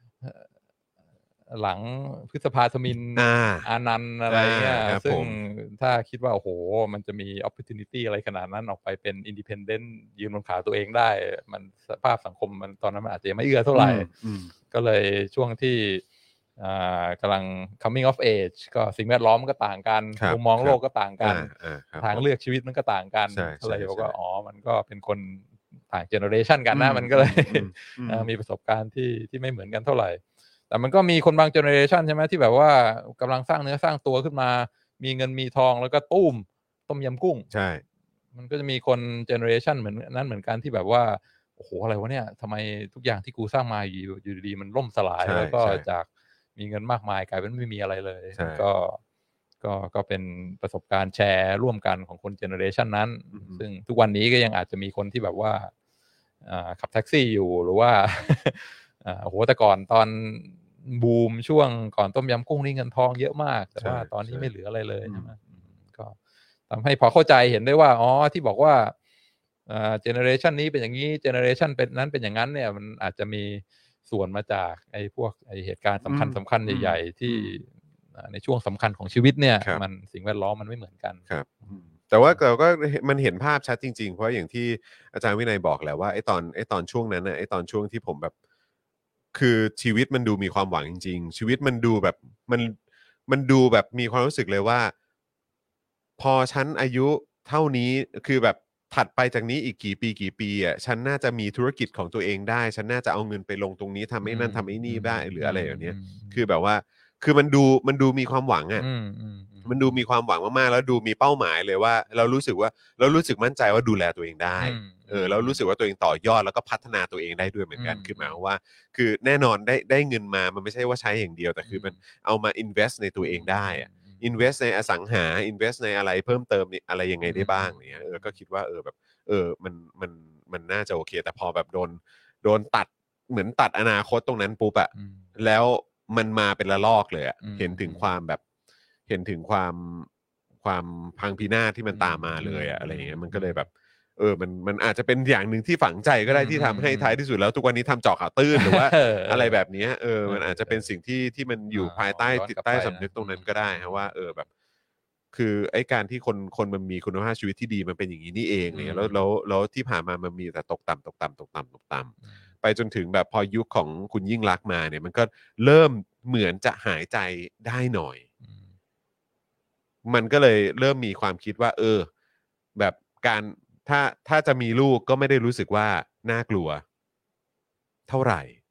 หลังพฤษภาธมินอ่าอานันต์อะไรเงี้ยอ่าครับซึ่งผมถ้าคิดว่าโอ้โหมันจะมี opportunity อะไรขนาดนั้นออกไปเป็น independent ยืนบนขาตัวเองได้ มันสภาพสังคมมันตอนนั้นมันอาจจะยังไม่เอื้อเท่าไหร่อืมอืมก็เลยช่วงที่อ่ากำลัง coming of age ก็สิ่งแวดล้อมก็ต่างกันครับมุมมองครับโลกก็ต่างกันอ่าอ่าครับทางผมเลือกชีวิตมันก็ต่างกันใช่ก็เลยใช่บอกว่าใช่อ๋อมันก็เป็นคนต่างเจเนอเรชันกันนะอืมมันก็เลยอืมอืมเอ่อมีประสบการณ์ที่ที่ไม่เหมือนกันเท่าไหร่ แต่มันก็มีคนบางเจเนอเรชันใช่ไหมที่แบบว่ากำลังสร้างเนื้อสร้างตัวขึ้นมา มีเงินมีทองแล้วก็ตุ้มต้มยำกุ้งใช่มันก็จะมีคนเจเนอเรชันเหมือนนั้นเหมือนกันที่แบบว่าโอ้โหอะไรวะเนี่ยทำไมทุกอย่างที่กูสร้างมาอยู่อยู่ดีๆมันล่มสลายใช่แล้วก็ใช่จากมีเงินมากมายกลายเป็นไม่มีอะไรเลยใช่ก็ก็ก็เป็นประสบการณ์แชร์ร่วมกันของคนเจเนอเรชันนั้นอืมซึ่งทุกวันนี้ก็ยังอาจจะมีคนที่แบบว่าอ่าขับแท็กซี่อยู่หรือว่า อ่าโอ้โหแต่ก่อนตอนบูมช่วงก่อนต้มยำกุ้งนี่เงินทองเยอะมาก แต่ว่าใช่ตอนนี้ใช่ไม่เหลืออะไรเลยอืมใช่ไหมอืมก็ทำให้พอเข้าใจเห็นได้ว่าอ๋อที่บอกว่าอ่าเจเนอเรชันนี้เป็นอย่างนี้เจเนอเรชันเป็นนั้นเป็นอย่างนั้นเนี่ยมันอาจจะมีส่วนมาจากไอ้พวกไอ้เหตุการณ์สำคัญอืมสำคัญอืมใหญ่ๆที่อืมอ่าในช่วงสำคัญของชีวิตเนี่ยครับมันสิ่งแวดล้อมมันไม่เหมือนกันครับอืมแต่ว่าแต่ก็มันเห็นภาพชัดจริงๆ เพราะอย่างที่อาจารย์วินัยบอกแหละว่าไอ้ตอนไอ้ตอนช่วงนั้นน่ะไอ้ตอนช่วงที่ผมแบบ คือชีวิตมันดูมีความหวังจริงๆ ชีวิตมันดูแบบมันมันดูแบบมีความรู้สึกเลยว่า พอฉันอายุเท่านี้คือแบบถัดไปจากนี้อีกกี่ปีกี่ปีอ่ะฉันน่าจะมีธุรกิจของตัวเองได้ ฉันน่าจะเอาเงินไปลงตรงนี้ทำไอ้นั่นทำไอ้นี่ได้หรืออะไรอย่างเนี้ย คือแบบว่าคือมันดูมันดูมีความหวังอ่ะอืมอืมอืมันดูมีความหวังมากๆแล้วดูมีเป้าหมายเลยว่า เรารู้สึกว่าเรารู้สึกมั่นใจว่าดูแลตัวเองได้อืมเออแล้วรู้สึกว่าตัวเองต่อยอดแล้วก็พัฒนาตัวเองได้ด้วยเหมือนกันอืมคือหมายความว่า คือแน่นอนได้ได้เงินมามันไม่ใช่ว่าใช้อย่างเดียวแต่คือมันเอามา invest ในตัวเองได้อะ invest ในอสังหา invest ในอะไรเพิ่มเติมนี่อะไรยังไงได้บ้างเนี่ยเออก็คิดว่าเออแบบเออมันมันมันน่าจะโอเค แต่พอแบบโดนโดนตัดเหมือนตัดอนาคตตรงนั้นปุ๊บอะอืมแล้วมันมาเป็นระลอกเลยอะอืมเห็นถึงความแบบเห็นถึงความความพังพินาศที่มันตามมาเลยอะอืมอะไรอย่างเงี้ยมันก็เลยแบบเออมันมันอาจจะเป็นอย่างหนึ่งที่ฝังใจก็ได้อืมที่ทำให้อืมท้ายที่สุดแล้วทุกวันนี้ทำเจาะข่าวตื้นหรือว่าเอออะไรแบบเนี้ยเออเออมันอาจจะเป็นสิ่งที่ที่มันอยู่อ่าภายใต้ย้อนจิตกลับใต้ไปสำนึกนะตรงนั้นก็ได้ฮะว่าเออแบบ คือไอ้การที่คนคนมันมีคุณภาพชีวิตที่ดีมันเป็นอย่างนี้นี่เองอืมเนี่ยแล้วแล้วแล้วที่ผ่านมามันมีแต่ตกต่ำตกต่ำตกต่ำตกต่ำไปจนถึงแบบพอยุคของคุณยิ่งลักษณ์มาเนี่ยมันก็เริ่มเหมือนจะหายใจได้หน่อยอืมมันก็เลยเริ่มมีความคิดว่า เออ แบบการถ้าถ้าจะมีลูกก็ไม่ได้รู้สึกว่าน่ากลัว เท่าไหร่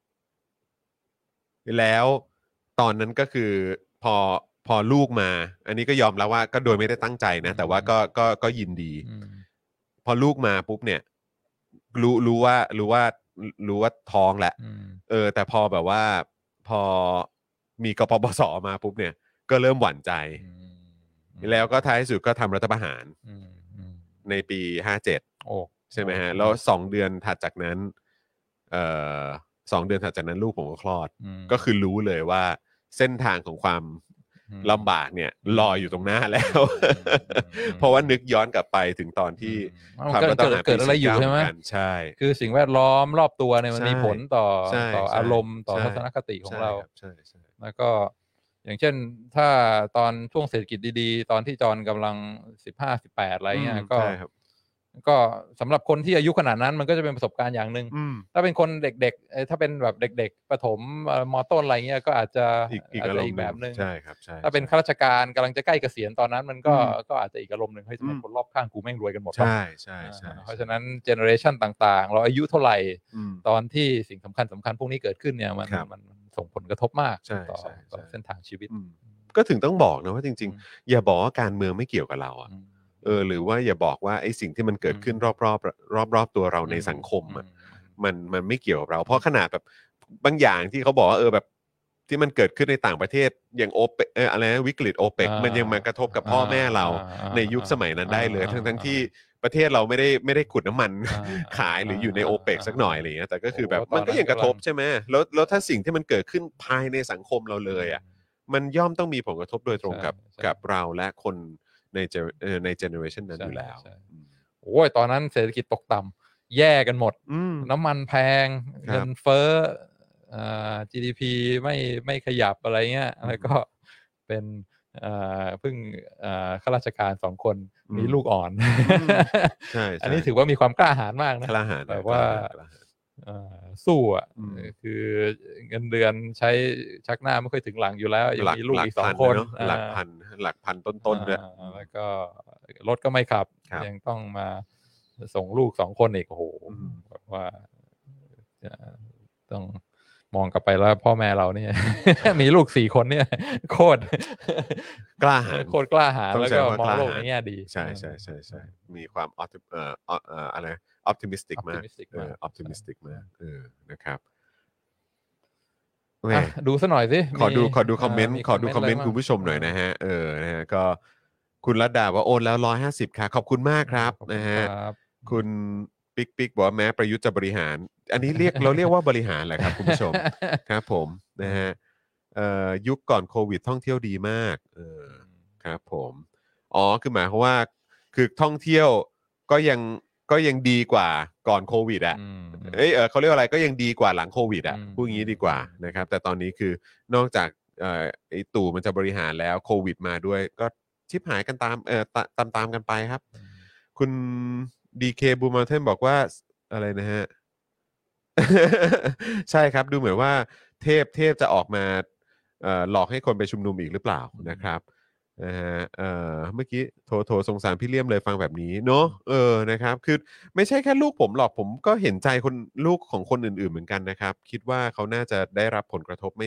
แล้วตอนนั้นก็คือพอพอลูกมา อันนี้ก็ยอมรับว่าก็โดยไม่ได้ตั้งใจนะ แต่ว่าก็ก็ก็ยินดีอืมพอลูกมาปุ๊บเนี่ย รู้รู้ว่ารู้ว่ารู้ว่าท้องแหละอืมเออ แต่พอแบบว่าพอมีกปปสมาปุ๊บเนี่ย ก็เริ่มหวั่นใจอืมแล้วก็ท้ายสุดก็ทำรัฐประหารอืมอืมในปีห้าเจ็ดโอ้ใช่ไหมฮะ แล้วสองเดือนถัดจากนั้นเอ่อสองเดือนถัดจากนั้นลูกผมก็คลอดอืมก็คือรู้เลยว่าเส้นทางของความอืมลำบากเนี่ยรออยู่ตรงหน้าแล้วอืมอืมเพราะว่านึกย้อนกลับไปถึงตอนที่อืมทำรัฐประหารเกิดปีอะไรอยู่สี่สิบเก้าใช่ไหมเนกันใช่คือสิ่งแวดล้อมรอบตัวเนี่ยมันใช่มีผลต่อใช่ต่อใช่อารมณ์ต่อใช่ทัศนคติของใช่เราคบใช่ใช่แล้วก็อย่างเช่นถ้าตอนช่วงเศรษฐกิจดีๆ ตอนที่จอนกำลังสิบห้าสิบแปดอะไรเงี้ยอืมก็ใช่ครับก็สำหรับคนที่อายุขนาดนั้นมันก็จะเป็นประสบการณ์อย่างหนึ่งอืมถ้าเป็นคนเด็กๆเอ่อถ้าเป็นแบบเด็กๆประถมเอ่อมต้นอะไรเงี้ยก็อาจจะอีกอีกอาจอารจะมอีณ์กแบบหนึ่งใช่ครับใช่ถ้าเป็นใช่ข้าราชการกำลังจะใกล้เกษียณตอนนั้นมันก็อืมก็อาจจะอีกอารมณ์หนึ่งเฮ้ยทำไมอืมคนรอบข้างกูแม่งรวยกันหมดวะใช่ใช่ใช่อ่าเพราะฉะนั้นเจเนอเรชันต่างๆ เราอายุเท่าไหร่อืมตอนที่สิ่งสำคัญสำคัญพวกนี้เกิดขึ้นเนี่ยมันครับมันมันส่งผลกระทบมากใช่ต่อใช่ต่อใช่เส้นทางชีวิตอืมก็ถึงต้องบอกนะว่าจริงอืมๆ อย่าบอกว่าการเมืองไม่เกี่ยวกับเราอะอืมเออหรือว่าอย่าบอกว่าไอ้สิ่งที่มันเกิดขึ้นอืมรอบๆรอบๆรอบๆตัวเราในสังคมอะ มันมันไม่เกี่ยวกับเรา เพราะขนาดแบบบางอย่างที่เขาบอกว่าเออแบบที่มันเกิดขึ้นในต่างประเทศอย่างโอเปเอออะไรนะวิกฤตโอเปกอ่ามัมันยังมากระทบกับพ่อแม่เราอ่าในยุคสมัยนั้นได้เลยอ่าทั้งทั้งที่ประเทศเราไม่ได้ไม่ได้ขุดน้ำมันอ่าขายหรืออยู่ในโอเปกสักหน่อยอะไรอย่างเงี้ยแต่ก็คือแบบโอ้ตอนมันก็ยังกระทบนั้นกำลังใช่ไหมแล้วแล้วถ้าสิ่งที่มันเกิดขึ้นภายในสังคมเราเลยอ่ะมันย่อมต้องมีผลกระทบโดยตรงกับใช่ใช่กับเราและคนในเจเอ่อในเจเนอเรชันนั้นใช่อยู่แล้วใช่อืมโอ้ยตอนนั้นเศรษฐกิจตกต่ำแย่กันหมดอืมน้ำมันแพงครับเงินเฟ้ออ่า จี ดี พี ไม่ไม่ขยับอะไรเงี้ยอืมแล้วก็เป็นอ่าเพิ่งอ่าข้าราชการสองคนอืมมีลูกอ่อนมใช่ใช่อันนี้ถือว่ามีความกล้าหาญมากนะกล้าหาญแบบว่ากล้าหาญเอ่อสู้อ่ะอืมเออคือเงินเดือนใช้ชักหน้าไม่ค่อยถึงหลังอยู่แล้วยังหลักมีลูกหลักอีกสองพันคนเนอะหลักอ่าพันหลักพันต้นๆด้วยอ่าแล้วก็รถก็ไม่ขับครับยังต้องมาส่งลูกสองคนอีกโอ้โหอืมแบบว่าจะต้องมองกลับไปแล้วพ่อแม่เราเนี่ย มีลูกสี่คนเนี่ย โคตรกล้าหาญโคตรกล้าหาญต้องแล้วใช้ก็ว่ามองกล้าโลกหาญในแง่ดีใช่ใช่ใช่ใช่มีความออเอ่อเอ่ออะไรออพติมิสติกมาก optimistic เออมากออพติมิสติกมากเออนะครับแหอ่ะมดูซะหน่อยสิขอดูมีขอดูคอมเมนต์าขอดูคอมเมนต์ะไรคุณผู้ชมหน่อยนะฮะเออนะฮะก็คุณรัตดาว่าโอนแล้วร้อยห้าสิบค่ะขอบคุณมากครับขอบณนะฮะครับคุณปิ๊กปิ๊กบอกว่าแม้ประยุทธ์จะบริหาร อันนี้เรียก เราเรียกว่าบริหารแหละครับคุณผู้ชม ครับผมนะฮะเอ่อยุคก่อนโควิดท่องเที่ยวดีมากเออครับผมอ๋อคือหมายความว่าคือท่องเที่ยวก็ยังก็ยังดีกว่าก่อนโควิดอ่ะอืมเอ้ยเออเขาเรียกว่าอะไรก็ยังดีกว่าหลังโควิดอ่ะอืมพูดงี้ดีกว่านะครับแต่ตอนนี้คือนอกจากเอ่อไอ้ตู่มันจะบริหารแล้วโควิดมาด้วยก็ชิบหายกันตามเอ่อตตามตามๆกันไปครับ คุณ ดี เค บูมาเทนบอกว่าอะไรนะฮะ ใช่ครับดูเหมือนว่าเทพเทพจะออกมาเอ่อหลอกให้คนไปชุมนุมอีกหรือเปล่านะครับนะฮะเอ่อเมื่อกี้โทรโทรสงสารพี่เลี่ยมเลยฟังแบบนี้เนาะเออนะครับคือไม่ใช่แค่ลูกผมหรอกผมก็เห็นใจคนลูกของคนอื่นๆเหมือนกันนะครับ คิดว่าเขาน่าจะได้รับผลกระทบไม่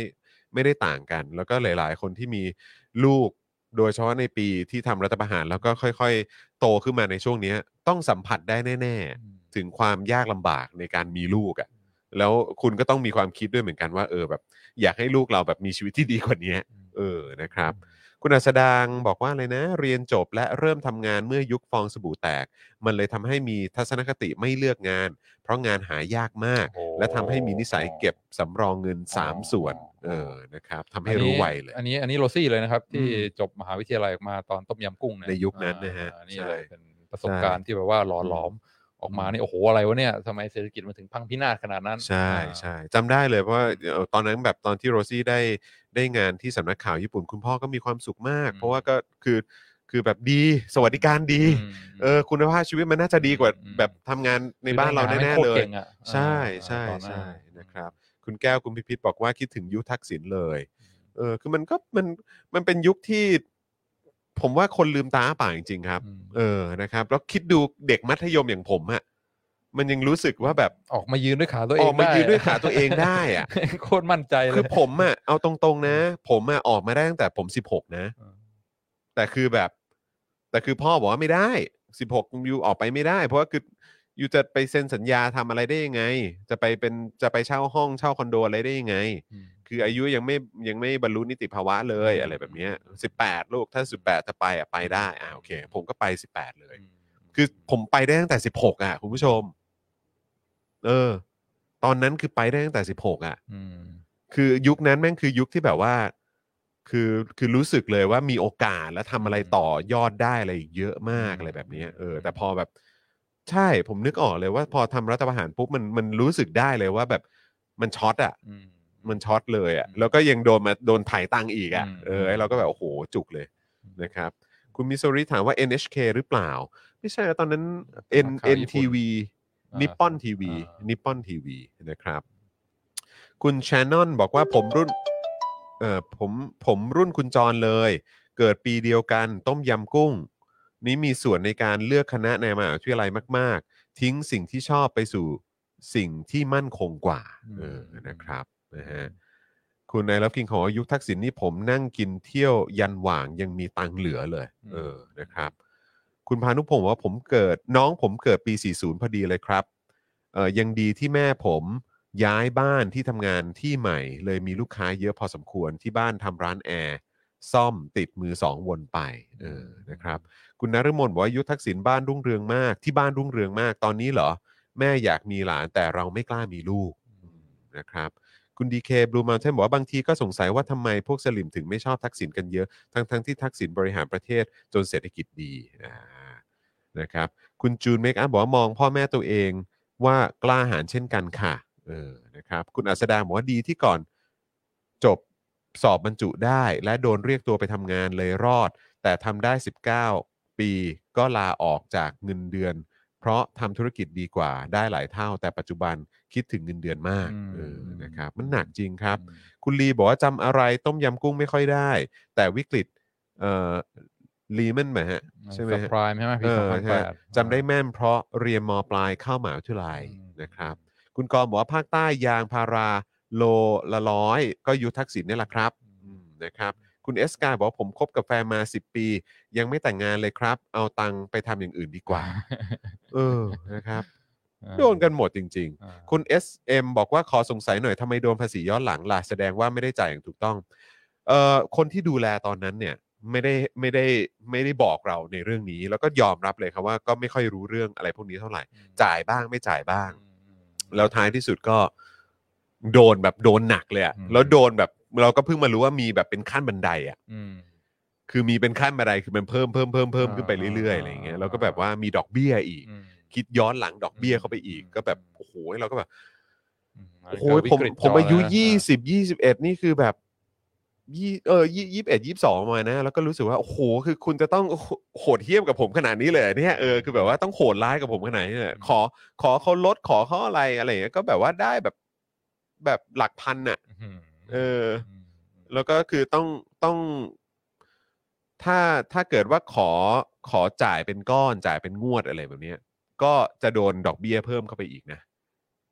ไม่ได้ต่างกัน แล้วก็หลายๆคนที่มีลูกโดยเฉพาะในปีที่ทำรัฐประหารแล้วก็ค่อยๆโตขึ้นมาในช่วงเนี้ยต้องสัมผัสได้แน่ๆถึงความยากลำบากในการมีลูกอ่ะแล้วคุณก็ต้องมีความคิดด้วยเหมือนกันว่าเออแบบอยากให้ลูกเราแบบมีชีวิตที่ดีกว่านี้เออนะครับคุณอัสดางบอกว่าอะไรนะเรียนจบและเริ่มทำงานเมื่อยุคฟองสบู่แตกมันเลยทำให้มีทัศนคติไม่เลือกงานเพราะงานหายากมากโอ้และทำให้มีนิสัยเก็บสำรองเงินสามส่วนเออนะครับทำให้รู้ไวเลยอันนี้อันนี้โรซี่เลยนะครับ ที่อืมจบมหาวิทยาลัยออกมาตอนต้มยำกุ้งเยในยุคนั้นนะฮะอ่านี่ใช่เลยเป็นประสบการณ์ที่แบบว่าหล่อหลอมออกมานี่โอ้โหอะไรวะเนี่ยทำไมเศรษฐกิจมันถึงพังพินาศขนาดนั้นใช่อ่าใช่จำได้เลยเพราะว่าเอ่อตอนนั้นแบบตอนที่โรซี่ได้ได้งานที่สำนักข่าวญี่ปุ่นคุณพ่อก็มีความสุขมากอืมเพราะว่าก็คือคือแบบดีสวัสดิการดีอืมเออคุณภาพชีวิตมันน่าจะดีกว่าอืมแบบทำงานในบ้านเราคือแน่โคๆตเลยก่งอะใช่อ่าใช่ตอนนั้นใช่นะครับคุณแก้วคุณพิพิธบอกว่าคิดถึงยุคทักษิณเลยเออคือมันก็มันมันเป็นยุคที่ ผมว่าคนลืมตาอ้าปากจริงๆครับอืมเออนะครับแล้วคิดดูเด็กมัธยมอย่างผมอะมันยังรู้สึกว่าแบบออกมายืนด้วยขาตัวเออง อกมาได้ยืนด้วยขาตัวเองได้อะโคตรมั่นใจเลยคือผมอะเอาตรงๆนะ ผมอะออกมาได้ตั้งแต่ผมสิบหกนะอืมแต่คือแบบ แต่คือพ่อบอกว่าไม่ได้สิบหกยูออกไปไม่ได้ เพราะว่าคือยูจะไปเซ็นสัญญาทำอะไรได้ยังไง จะไปเป็นจะไปเช่าห้องเช่าคอนโดอะไรได้ยังไงอืมคืออายุยังไม่ยังไม่บรรลุนิติภาวะเลยอะไรแบบเนี้ยสิบแปดลูกถ้าสิบแปดจะไปอ่ะไปได้อ่าโอเค ผมก็ไปสิบแปดเลย คือผมไปได้ตั้งแต่สิบหกอ่ะคุณผู้ชม เออ ตอนนั้นคือไปได้ตั้งแต่สิบหกอ่ะอืมคือยุคนั้นแม่งคือยุคที่แบบว่า คือคือรู้สึกเลยว่ามีโอกาสและทำอะไรต่อยอดได้อะไรอีกเยอะมากอืมอะไรแบบเนี้ยเออ แต่พอแบบ ใช่ผมนึกออกเลยว่าพอทำรัฐประหารปุ๊บมันมันรู้สึกได้เลยว่าแบบมันช็อตอ่ะอืมมันช็อตเลยอ่ะอืมแล้วก็ยังโดนมาโดนถ่ายตังค์อีกอ่ะอืมเออไอ้เราก็แบบโอ้โหจุกเลยนะครับ คุณมิโซริถามว่า เอ็น เอช เค หรือเปล่า ไม่ใช่ตอนนั้น N ข่าวญี่ปุ่นเอ็น ที วีอ่านิปปอนทีวีอ่านิปปอนทีวีนะครับ คุณชานอนบอกว่าผมรุ่นเอ่อผมผมรุ่นคุณจรเลย เกิดปีเดียวกันต้มยำกุ้ง นี้มีส่วนในการเลือกคณะในมหาวิทยาลัยมาก ๆ ทิ้งสิ่งที่ชอบไปสู่สิ่งที่มั่นคงกว่าอืมเออนะครับนะฮะคุณนายรับกินของยุคทักษิณนี่ผมนั่งกินเที่ยวยันหว่างยังมีตังค์เหลือเลย เออนะครับ คุณพานุพงศ์บอกว่าผมเกิดน้องผมเกิดปี สี่สิบ พอดีเลยครับเออยังดีที่แม่ผมย้ายบ้านที่ทำงานที่ใหม่ เลยมีลูกค้าเยอะพอสมควรที่บ้านทำร้านแอร์ซ่อมติดมือสองวนไปเออนะครับ คุณนฤมลบอกว่ายุคทักษิณบ้านรุ่งเรืองมากที่บ้านรุ่งเรืองมากตอนนี้เหรอ แม่อยากมีหลานแต่เราไม่กล้ามีลูกนะครับคุณดีเคบลูมาเทนบอกว่าบางทีก็สงสัยว่าทำไมพวกสลิมถึงไม่ชอบทักษิณกันเยอะ ทั้งทั้งที่ทักษิณบริหารประเทศจนเศรษฐกิจดีอ่านะครับคุณจูนเมคอัพบอกว่ามองพ่อแม่ตัวเองว่ากล้าหาญเช่นกันค่ะเออนะครับคุณอัสดาบอกว่าดีที่ก่อนจบสอบบรรจุได้และโดนเรียกตัวไปทำงานเลยรอด แต่ทำได้สิบเก้าปีก็ลาออกจากเงินเดือน เพราะทำธุรกิจดีกว่าได้หลายเท่า แต่ปัจจุบันคิดถึงเงินเดือนมากอืมเออนะครับมันหนักจริงครับอืมคุณลีบอกว่าจำอะไรต้มยำกุ้งไม่ค่อยได้ แต่วิกฤตเอ่อลีมันไหมฮะใช่ไหมซับฮะไพรม์ใช่ไหมปีเอสองอพันใช่แปดจำได้แม่นเพราะเรียนมปลายเข้ามหาวิทยาลัยอืมนะครับ คุณกรณ์บอกว่าภาคใต้ยางพาราโลละร้อยก็ยุคทักษิณนี่แหละครับอืมนะครับ คุณเอสกาบอกว่าผมคบกับแฟนมาสิบปี ยังไม่แต่งงานเลยครับ เอาตังค์ไปทำอย่างอื่นดีกว่า เออนะครับ โดนกันหมดจริงอ่าๆ คุณ เอส เอ็ม บอกว่าขอสงสัยหน่อยทำไมโดนภาษีย้อนหลังล่ะแสดงว่าไม่ได้จ่ายอย่างถูกต้องเอ่อคนที่ดูแลตอนนั้นเนี่ยไม่ได้ไม่ได้ไม่ได้บอกเราในเรื่องนี้ แล้วก็ยอมรับเลยครับว่าก็ไม่ค่อยรู้เรื่องอะไรพวกนี้เท่าไหร่ จ่ายบ้างไม่จ่ายบ้าง แล้วท้ายที่สุดก็โดนแบบโดนหนักเลยอะอืมแล้วโดนแบบเราก็เพิ่งมารู้ว่ามีแบบเป็นขั้นบันไดอะอืมคือมีเป็นขั้นบันไดคือมันเพิ่มเพิ่มเพิ่มเพิ่มขึ้นไปเรื่อยๆอ่าอะไรอย่างเงี้ยแล้วก็แบบว่ามีดอกเบี้ยอีกอืมคิดย้อนหลังดอกเบี้ยอืมเข้าไปอีก ก็แบบโอ้โหเราก็แบบอืมโอ้โหก็วิผมกฤตผมจอายุนะยี่สิบยี่สิบเอ็ดนี่คือแบบยี่เออยี่ยี่สิบเอ็ดยี่สิบสองมานะ แล้วก็รู้สึกว่าโอ้โหคือคุณจะต้องโหดเหี้ยมกับผมขนาดนี้เลยเหรอเนี่ยเออคือแบบว่าต้องโหดร้ายกับผมขนาดนี้เลยขอขอเขาลดขอเขาอะไรอะไรอย่างเงี้ยก็แบบว่าได้แบบแบบหลักพันน่ะอืมเออมแล้วก็คือต้องต้องถ้าถ้าเกิดว่าขอขอจ่ายเป็นก้อนจ่ายเป็นงวดอะไรแบบเนี้ยก็จะโดนดอกเบี้ยเพิ่มเข้าไปอีกนะ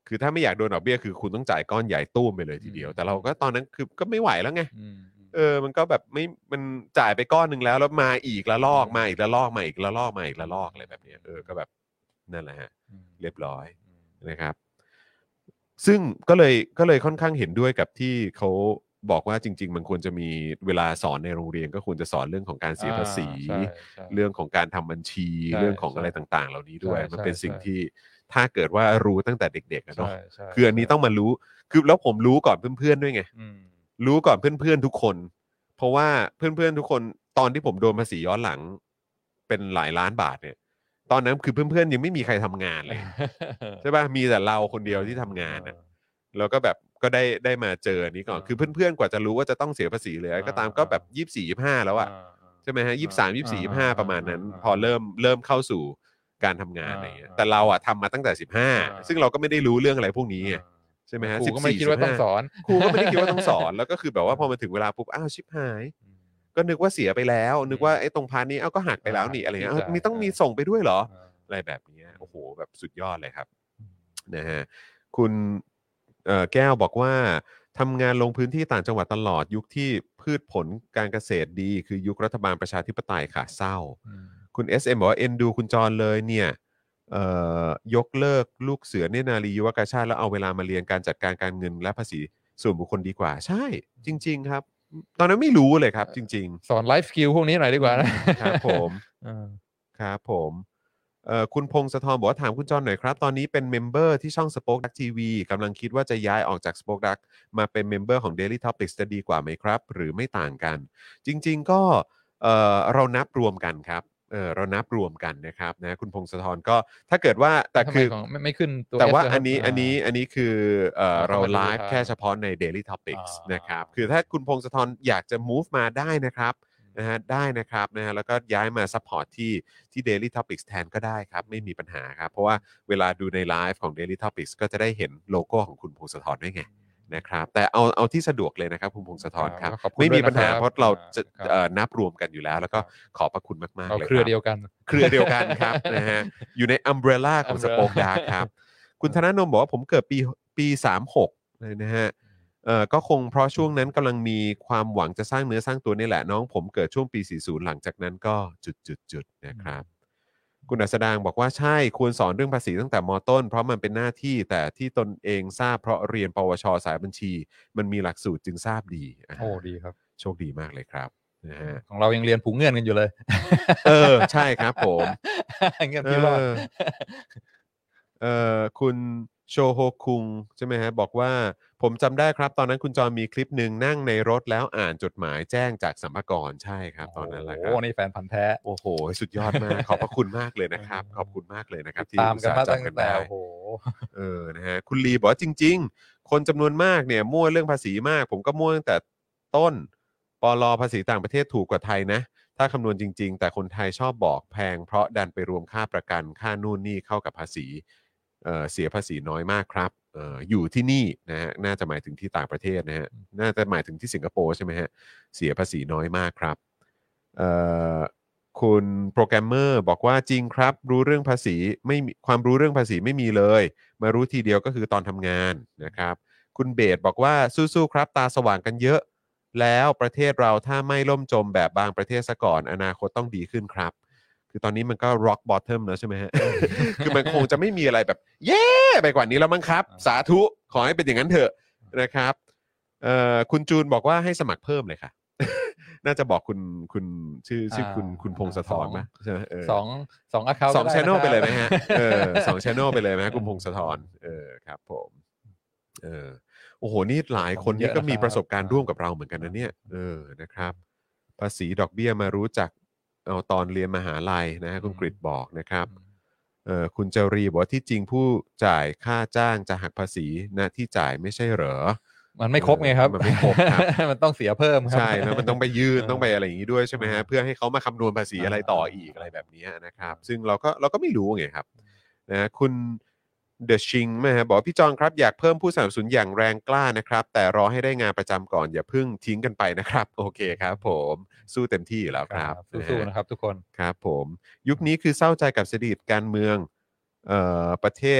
คือถ้าไม่อยากโดนดอกเบี้ยคือคุณต้องจ่ายก้อนใหญ่ตู้มไปเลยทีเดียว แต่เราก็ตอนนั้นคือก็ไม่ไหวแล้วไงอืมอืมเออมันก็แบบไม่มันจ่ายไปก้อนหนึ่งแล้วแล้วมาอีกละลอกมาอีกละลอกมาอีกละลอกมาอีกละลอกอะไรแบบเนี้ยเออก็แบบนั่นแหละฮะอืมเรียบร้อยอืมนะครับ ซึ่งก็เลยก็เลยค่อนข้างเห็นด้วยกับที่เขาบอกว่าจริง ๆ มันควรจะมีเวลาสอนในโรงเรียนก็ควรจะสอนเรื่องของการเสียภาษีอ่าใช่ใช่เรื่องของการทำบัญชีใช่เรื่องของใช่อะไรต่างๆ เหล่านี้ด้วยใช่มันเป็นใช่สิ่งใช่ที่ถ้าเกิดว่ารู้ตั้งแต่เด็กๆอะเนาะใช่ใช่คืออันนี้ใช่ต้องมารู้คือแล้วผมรู้ก่อนเพื่อนๆด้วยไงอืมรู้ก่อนเพื่อนๆทุกคน เพราะว่าเพื่อนๆทุกคนตอนที่ผมโดนภาษีย้อนหลังเป็นหลายล้านบาทเนี่ย ตอนนั้นคือเพื่อนๆยังไม่มีใครทำงานเลย ใช่ป่ะมีแต่เราคนเดียวที่ทำงานนะแล้วก็แบบก็ได้ได้มาเจออันนี้ก่อนอ่าคือเพื่อนๆกว่าจะรู้ว่าจะต้องเสียภาษีเลยก็ตามอ่าก็แบบยี่สิบสี่ยี่สิบห้าแล้วอะอ่าใช่ไหมฮะยี่สิบสามยี่สิบสี่ยี่สิบห้าอ่าประมาณนั้นอ่าพอเริ่มเริ่มเข้าสู่การทำงานอ่าอะไรอย่างเงี้ยอ่าแต่เราอะทำมาตั้งแต่สิบห้าอ่าซึ่งเราก็ไม่ได้รู้เรื่องอะไรพวกนี้ไงอ่าใช่ไหมฮะครูสิบก็ไม่สี่คิดว่าต้องสอนครูก็ไม่ได้คิดว่าต้องสอน แล้วก็คือแบบว่าพอมาถึงเวลาปุ๊บอ้าวชิบหายอืมก็นึกว่าเสียไปแล้วอืมนึกว่าไอ้ตรงพาร์ทนี้เอ้าก็หักไปแล้วนี่อ่าอะไรเงี้ยที่เอ้าจ่ายมีต้องมีอ่าส่งไปด้วยเหรออ่าอะไรแบบเนี้ยโอ้โหแบบสุดยอดเลยครับอืมนะฮะคุณเอ่อแก้วบอกว่าทำงานลงพื้นที่ต่างจังหวัดตลอดยุคที่พืชผลการเกษตรดี คือยุครัฐบาลประชาธิปไตยค่ะเศร้าอืมคุณ เอส เอ็ม บอกว่าเอ็นดูคุณจรเลยเนี่ยเอ่อยกเลิกลูกเสือเนตรนารียุวกาชาติแล้วเอาเวลามาเรียนการจัดการการเงินและภาษีส่วนบุคคลดีกว่าใช่จริง ๆ ครับ ตอนนั้นไม่รู้เลยครับจริงสอนไลฟ์สกิลพวกนี้หน่อยดีกว่านะๆ ครับผมเออครับผมเอ่อคุณพงศธรบอกว่าถามคุณจอนหน่อยครับ ตอนนี้เป็นเมมเบอร์ที่ช่อง Spoke Dark ที วี กำลังคิดว่าจะย้ายออกจาก Spoke Dark มาเป็นเมมเบอร์ของ Daily Topics จะดีกว่าไหมครับ หรือไม่ต่างกัน จริง ๆ ก็เอ่อเรานับรวมกันครับเออเรานับรวมกันนะครับนะคุณพงศธรก็ถ้าเกิดว่าแต่ทำไมคือของไม่ไม่ขึ้นตัวแต่ว่า S ะครับอันนี้อันนี้าอันนี้คือเอ่ออ่าเราเข้ามาดูไลฟ์ทางแค่เฉพาะใน Daily Topics อ่านนะครับคือถ้าคุณพงศธรอยากจะ move มาได้นะครับนะฮะได้นะครับนะฮะแล้วก็ย้ายมา support ที่ที่ Daily Topics แทนก็ได้ครับไม่มีปัญหาครับเพราะว่าเวลาดูในไลฟ์ของ Daily Topics ก็จะได้เห็นโลโก้ของคุณพงศธรด้วยไงนะครับแต่เอาเอาที่สะดวกเลยนะครับคุณพงศธรครับขอบคุณไม่มีปัญหาด้วยนะครับเพราะเราจะครับเอ่อนับรวมกันอยู่แล้ว แล้วก็ครับขอบพระคุณมากๆเราเลยเครือรับเดียวกันเครือเดียวกันครับ นะฮะอยู่ในอัมเบรล่าของส Umbrella โป๊กดาร์กครับ คุณธนาโนมบอกว่าผมเกิดปีปีสามหกเลยนะฮะเอ่อก็คงเพราะช่วงนั้นกำลังมีความหวังจะสร้างเนื้อสร้างตัวนี่แหละน้องผมเกิดช่วงปีสี่สิบหลังจากนั้นก็จุดๆๆนะครับ คุณอัสดางบอกว่าใช่ควรสอนเรื่องภาษีตั้งแต่มต้น เพราะมันเป็นหน้าที่แต่ที่ตนเองทราบเพราะเรียนปวชสายบัญชี มันมีหลักสูตรจึงทราบดีอ่าโอ้ดีครับโชคดีมากเลยครับนะฮะของเรายังเรียนผูกเงื่อนกันอยู่เลยเออใช่ครับผมเงื่อนพี่รอดเออ เอ่อคุณโชโฮคุงใช่ไหมฮะบอกว่าผมจำได้ครับ ตอนนั้นคุณจอมีคลิปหนึ่งนั่งในรถแล้วอ่านจดหมายแจ้งจากสัมภากรใช่ครับ ตอนนั้นแหละครัโอ้นี่แฟนพันธ์แท้โอ้โห สุดยอดมาก ขอบพระคุณมากเลยนะครับ ขอบคุณมากเลยนะครับที่ตามกันมาอุตส่ตั้ห์งจำกันแต่ได้โอ้โหเออนะฮะคุณลีบอกว่าจริง ๆ คนจำนวนมากเนี่ยมั่วเรื่องภาษีมาก ผมก็มั่วตั้งแต่ต้นปลภาษีต่างประเทศถูกกว่าไทยนะ ถ้าคำนวณจริง ๆ แต่คนไทยชอบบอกแพงเพราะดันไปรวมค่าประกันค่านู่นนี่เข้ากับภาษีเอ่อเสียภาษีน้อยมากครับเอ่ออยู่ที่นี่นะฮะน่าจะหมายถึงที่ต่างประเทศนะฮะน่าจะหมายถึงที่สิงคโปร์ใช่ไหมฮะเสียภาษีน้อยมากครับเอ่อคุณโปรแกรมเมอร์บอกว่าจริงครับรู้เรื่องภาษีไม่มีความรู้เรื่องภาษีไม่มีเลย มารู้ทีเดียวก็คือตอนทำงานนะครับคุณเบสบอกว่าสู้ๆครับตาสว่างกันเยอะแล้วประเทศเราถ้าไม่ล่มจมแบบบางประเทศซะก่อนอนาคตต้องดีขึ้นครับคือตอนนี้มันก็ rock bottom แล้วใช่ไหมฮะ คือมันคงจะไม่มีอะไรแบบเย้ไปกว่านี้แล้วมั้งครับ สาธุขอให้เป็นอย่างนั้นเถอะนะครับเอ่อคุณจูนบอกว่าให้สมัครเพิ่มเลยค่ะ น่าจะบอกคุณคุณชื่อชื่อคุณอ่าคุณพงศธรสองไหมใช่ไหมเออสองสองอคาสองชแนลไปเลยไหมฮะ เออสองชแนลไปเลยไหมฮะเออคุณพงศธรเออครับผมเออโอ้โหนี่หลายคนเยนี่อะก็มีนะครับประสบการณ์ร่วมกับเราเหมือนกันนะเนี่ยเออนะครับ ภาษีดอกเบี้ยมารู้จักเอาตอนเรียนมหาลัยนะฮะคุณกฤษบอกนะครับเออคุณเจรีบอกว่าที่จริงผู้จ่ายค่าจ้างจะหักภาษีนะที่จ่ายไม่ใช่เหรอมันไม่ครบไงครับมันไม่ครบครับมันต้องเสียเพิ่มครับใช่แล้วมันต้องไปยื่นเออต้องไปอะไรอย่างนี้ด้วยใช่ไหมฮะเพื่อให้เขามาคำนวณภาษีอะไรต่ออีกอะไรแบบนี้นะครับ ซึ่งเราก็เราก็ไม่รู้ไงครับนะคุณเดอะชิงนะฮะบอกว่าพี่จองครับอยากเพิ่มผู้สนับสนุนอย่างแรงกล้านะครับ แต่รอให้ได้งานประจำก่อนอย่าเพิ่งทิ้งกันไปนะครับ โอเคครับผมสู้เต็มที่อยู่แล้วครับสู้ๆนะครับทุกคนครับผมยุคนี้คือเศร้าใจกับเศรษฐกิจการเมืองเอ่อประเทศ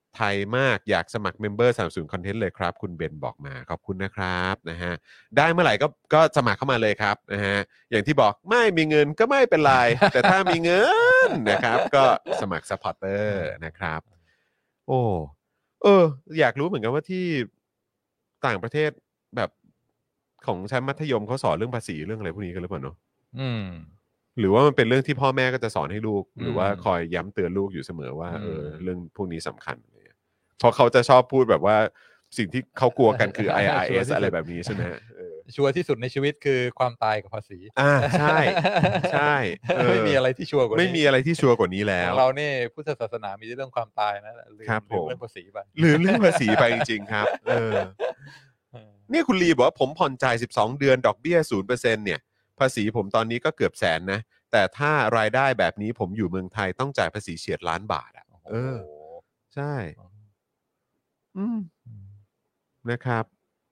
ไทยมากอยากสมัครเมมเบอร์สามศูนย์คอนเทนต์เลยครับคุณเบนบอกมาขอบคุณนะครับนะฮะได้เมื่อไหร่ก็ก็สมัครเข้ามาเลยครับนะฮะอย่างที่บอกไม่มีเงินก็ไม่เป็นไร แต่ถ้ามีเงินนะครับก็สมัครซัพพอร์เตอร์นะครับโอ้เอออยากรู้เหมือนกันว่าที่ต่างประเทศแบบของชั้นมัธยมเขาสอนเรื่องภาษีเรื่องอะไรพวกนี้กันหรือเปล่าเนาะอืมหรือว่ามันเป็นเรื่องที่พ่อแม่ก็จะสอนให้ลูกอืมหรือว่าคอยย้ำเตือนลูกอยู่เสมอว่าอืมเออเรื่องพวกนี้สำคัญอะไรเงี้ยเพราะเขาจะชอบพูดแบบว่าสิ่งที่เขากลัวกันคือ ไอ อาร์ เอส อะไรแบบนี้ใช่ไหมฮะเออชัวร์ที่สุดในชีวิตคือความตายกับภาษีอ่าใช่ใช่เออไม่มีอะไรที่ชัวร์กว่านี้ไม่มีอะไรที่ชัวร์กว่านี้แล้วของเราเนี่ยพุทธศาสนามีเรื่องความตายนะลืมครับผมลืมเรื่องภาษีไปหรือเรื่องภาษีไปจริงๆครับเออเออนี่คุณลีบอกว่าผมผ่อนจ่ายสิบสองเดือนดอกเบี้ย ศูนย์เปอร์เซ็นต์ เนี่ยภาษีผมตอนนี้ก็เกือบแสนนะแต่ถ้ารายได้แบบนี้ผมอยู่เมืองไทยต้องจ่ายภาษีเฉียดล้านบาทอ่ะเออโอ้โหใช่ อืมนะครับ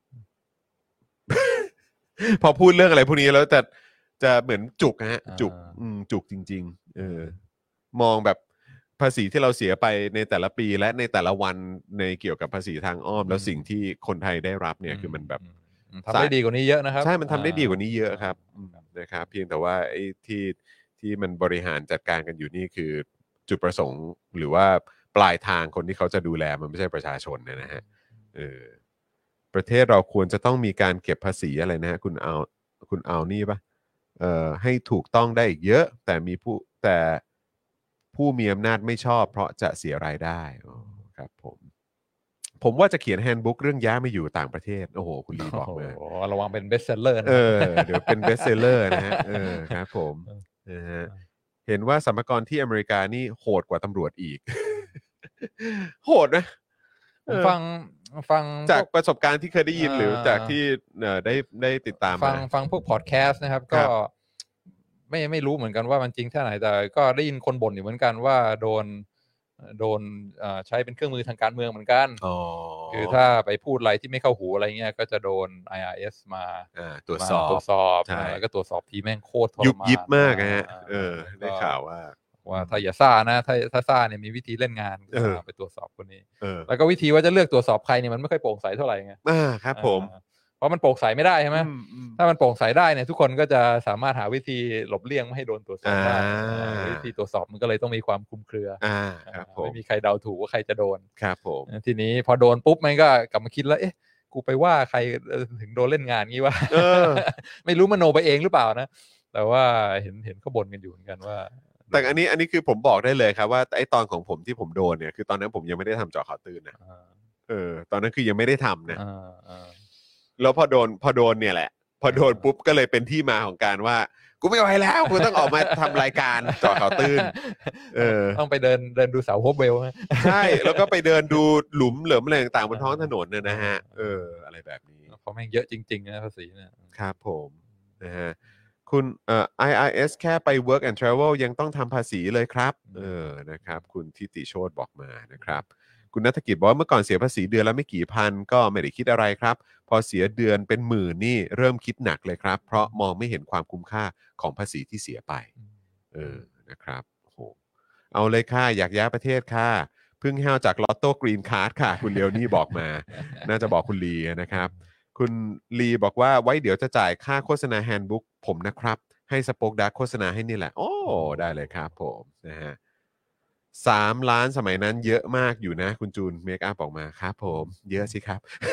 พอพูดเรื่องอะไรพวกนี้แล้วจะจะเหมือนจุกนะฮะ จุก อืมจุกจริง ๆ เออ มองแบบภาษีที่เราเสียไปในแต่ละปีและในแต่ละวันในเกี่ยวกับภาษีทางอ้อม แล้วสิ่งที่คนไทยได้รับเนี่ยคือมันแบบอืมทำได้ดีกว่านี้เยอะนะครับใช่มันทำได้ดีกว่านี้เยอะครับาอืมนะครับ เพียงแต่ว่าไอ้ที่ที่มันบริหารจัดการกันอยู่นี่คือจุดประสงค์หรือว่าปลายทางคนที่เขาจะดูแลมันไม่ใช่ประชาชนเนี่ยนะฮะเออประเทศเราควรจะต้องมีการเก็บภาษีอะไรนะฮะคุณเอาคุณเอานี่ปะเอ่อให้ถูกต้องได้อีกเยอะ แต่มีผู้แต่ผู้มีอำนาจไม่ชอบเพราะจะเสียรายได้อ๋อครับผม ผมว่าจะเขียนแฮนด์บุ๊กเรื่องย้ายมาอยู่ต่างประเทศโอ้โหคุณลีบอกมาโอ้โหระวังเป็นเบสเซลเลอร์เออเดี๋ยวเป็นเบสเซลเลอร์นะฮะเออครับผมนะฮะเห็นว่าสรรพากรที่อเมริกานี่โหดกว่าตำรวจอีก โหดนะผมฟังฟังจากพวประสบการณ์ที่เคยได้ยินอ่าหรือจากที่เอ่อได้ได้ติดตามฟัมางฟังพวกพอดแคสต์นะครับครัก็บไม่ไม่รู้เหมือนกันว่ามันจริงแค่ไหนแต่ก็ได้ยินคนบ่นอยู่เหมือนกันว่าโดนโดนเอ่อใช้เป็นเครื่องมือทางการเมืองเหมือนกันอ๋อคือถ้าไปพูดอะไรที่ไม่เข้าหูอะไรเงี้ยก็จะโดน ไอ อาร์ เอส มาอ่าตรวจมาสอบตรวจสอบใช่แล้วก็ตรวจสอบทีแม่งโคตรทรยุบมานยิบมากนะฮะาเออแล้วก็ได้ข่าวว่าว่าถ้าอย่าซ่านะถ้าถ้าซ่าเนี่ยมีวิธีเล่นงานเออไปตรวจสอบคนนี้เออแล้วก็วิธีว่าจะเลือกตรวจสอบใครเนี่ยมันไม่ค่อยโปร่งใสเท่าไหร่ไงอ่าครับผมอ่าเพราะมันโปร่งใสไม่ได้ใช่ไหมอืมอืมถ้ามันโปร่งใสได้เนี่ยทุกคนก็จะสามารถหาวิธีหลบเลี่ยงไม่ให้โดนตรวจสอบได้อ่าอ่าวิธีตรวจสอบมันก็เลยต้องมีความคลุมเครืออ่าครับผมไม่มีใครเดาถูกว่าใครจะโดนครับผมทีนี้พอโดนปุ๊บมันก็กลับมาคิดแล้วเอ๊ะกูไปว่าใครเอ่อถึงโดนเล่นงานงี้วะเออไม่รู้มโนไปเองหรือเปล่านะ แต่ว่าเห็นเห็นเขาบ่นกันอยู่เหมือนกันว่าแต่อันนี้อันนี้คือผมบอกได้เลยครับว่าไอ้ตอนของผมที่ผมโดนเนี่ยคือตอนนั้นผมยังไม่ได้ทำเจาะข่าวตื่นนะอ่าเออตอนนั้นคือยังไม่ได้ทำนะอ่าอ่าแล้วพอโดนพอโดนเนี่ยแหละ พอโดนปุ๊บก็เลยเป็นที่มาของการว่ากูไม่ไหวแล้วกูต้องออกมาทำรายการเจาะข่าวตื่น เออต้องไปเดินเดินดูเสาโฮปเวลฮะใช่แล้วก็ไปเดินดูหลุมเหลิมอะไรต่างๆบนท้องถนนเนี่ยนะฮะเอออะไรแบบนี้เพราะแม่งเยอะจริงๆนะภาษีเนี่ยครับผมนะฮะคุณเอ่อ ไอ อาร์ เอส แค่ไป work and travel ยังต้องทำภาษีเลยครับเออนะครับคุณทิติโชติบอกมานะครับคุณณัฐกิจบอกว่าเมื่อก่อนเสียภาษีเดือนละไม่กี่พันก็ไม่ได้คิดอะไรครับพอเสียเดือนเป็นหมื่นนี่เริ่มคิดหนักเลยครับ เพราะมองไม่เห็นความคุ้มค่าของภาษีที่เสียไปเออนะครับโอ้โหเอาเลยค่ะอยากย้ายประเทศค่ะเพิ่งแห้วจากลอตโต้กรีนคาร์ดค่ะ คุณเลียวนี่บอกมา น่าจะบอกคุณลีนะครับ คุณลีบอกว่าไว้เดี๋ยวจะจ่ายค่าโฆษณาแฮนด์บุ๊กผมนะครับ ให้สป็อคดักโฆษณาให้นี่แหละ โอ้ได้เลยครับผมนะฮะสามล้านสมัยนั้นเยอะมากอยู่นะ คุณจูนเมคอัพออกมาครับผมเยอะสิครับ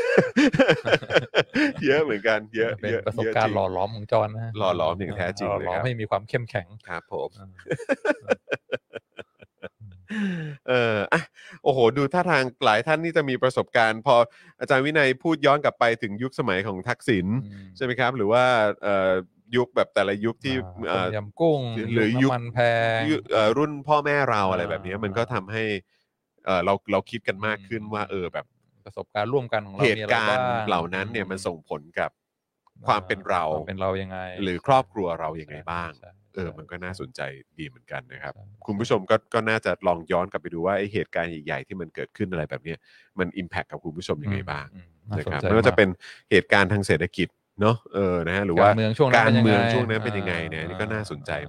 เยอะเหมือนกันเยอะเป็นเยอะประสบเยอะการจณ์หล่อหลอมของจอนนะฮะหล่อหลอมอย่างแท้จริงหล่อเลยหลอคมรับให้มีความเข้มแข็งครับผมอ่าเอออ่ะโอ้โห ดูท่าทางหลายท่านนี่จะมีประสบการณ์ พออาจารย์วินัยพูดย้อนกลับไปถึงยุคสมัยของทักษิณอืมใช่ไหมครับ หรือว่าเอ่อยุคแบบแต่ละยุคที่อ่าเอ่อต้มยำกุ้งหรือยุคน้ำมันแพงยุคเอ่อรุ่นพ่อแม่เราอะไรอ่าแบบนี้มันก็ทำให้เอ่อเราเราคิดกันมากขึ้นว่าเออแบบประสบการณ์ร่วมกันของเราเหมีตุอะไรการบ้าณ์งเหล่านั้นเนี่ยมันส่งผลกับความเป็นเราความเป็นเรายังไงหรือครอบครัวเรายังไงบ้างใช่เออมันก็น่าสนใจดีเหมือนกันนะครับใช่คุณผู้ชมก็ก็น่าจะลองย้อนกลับไปดูว่าไอเหตุการณ์ใหญ่ๆที่มันเกิดขึ้นอะไรแบบเนี้ยมันอิมแพคกับคุณผู้ชมยังไงบ้างอืมน่านะสนครับใจไม่ว่าจะกเป็นเหตุการณ์ทางเศรษฐกิจเนาะเออนะฮะหรือว่าการเมืองช่วงนั้นการเป็นยังไงเมืองช่วงนั้นเป็นยังไงอ่าเนี่ยนี่ก็น่าสนใจมาก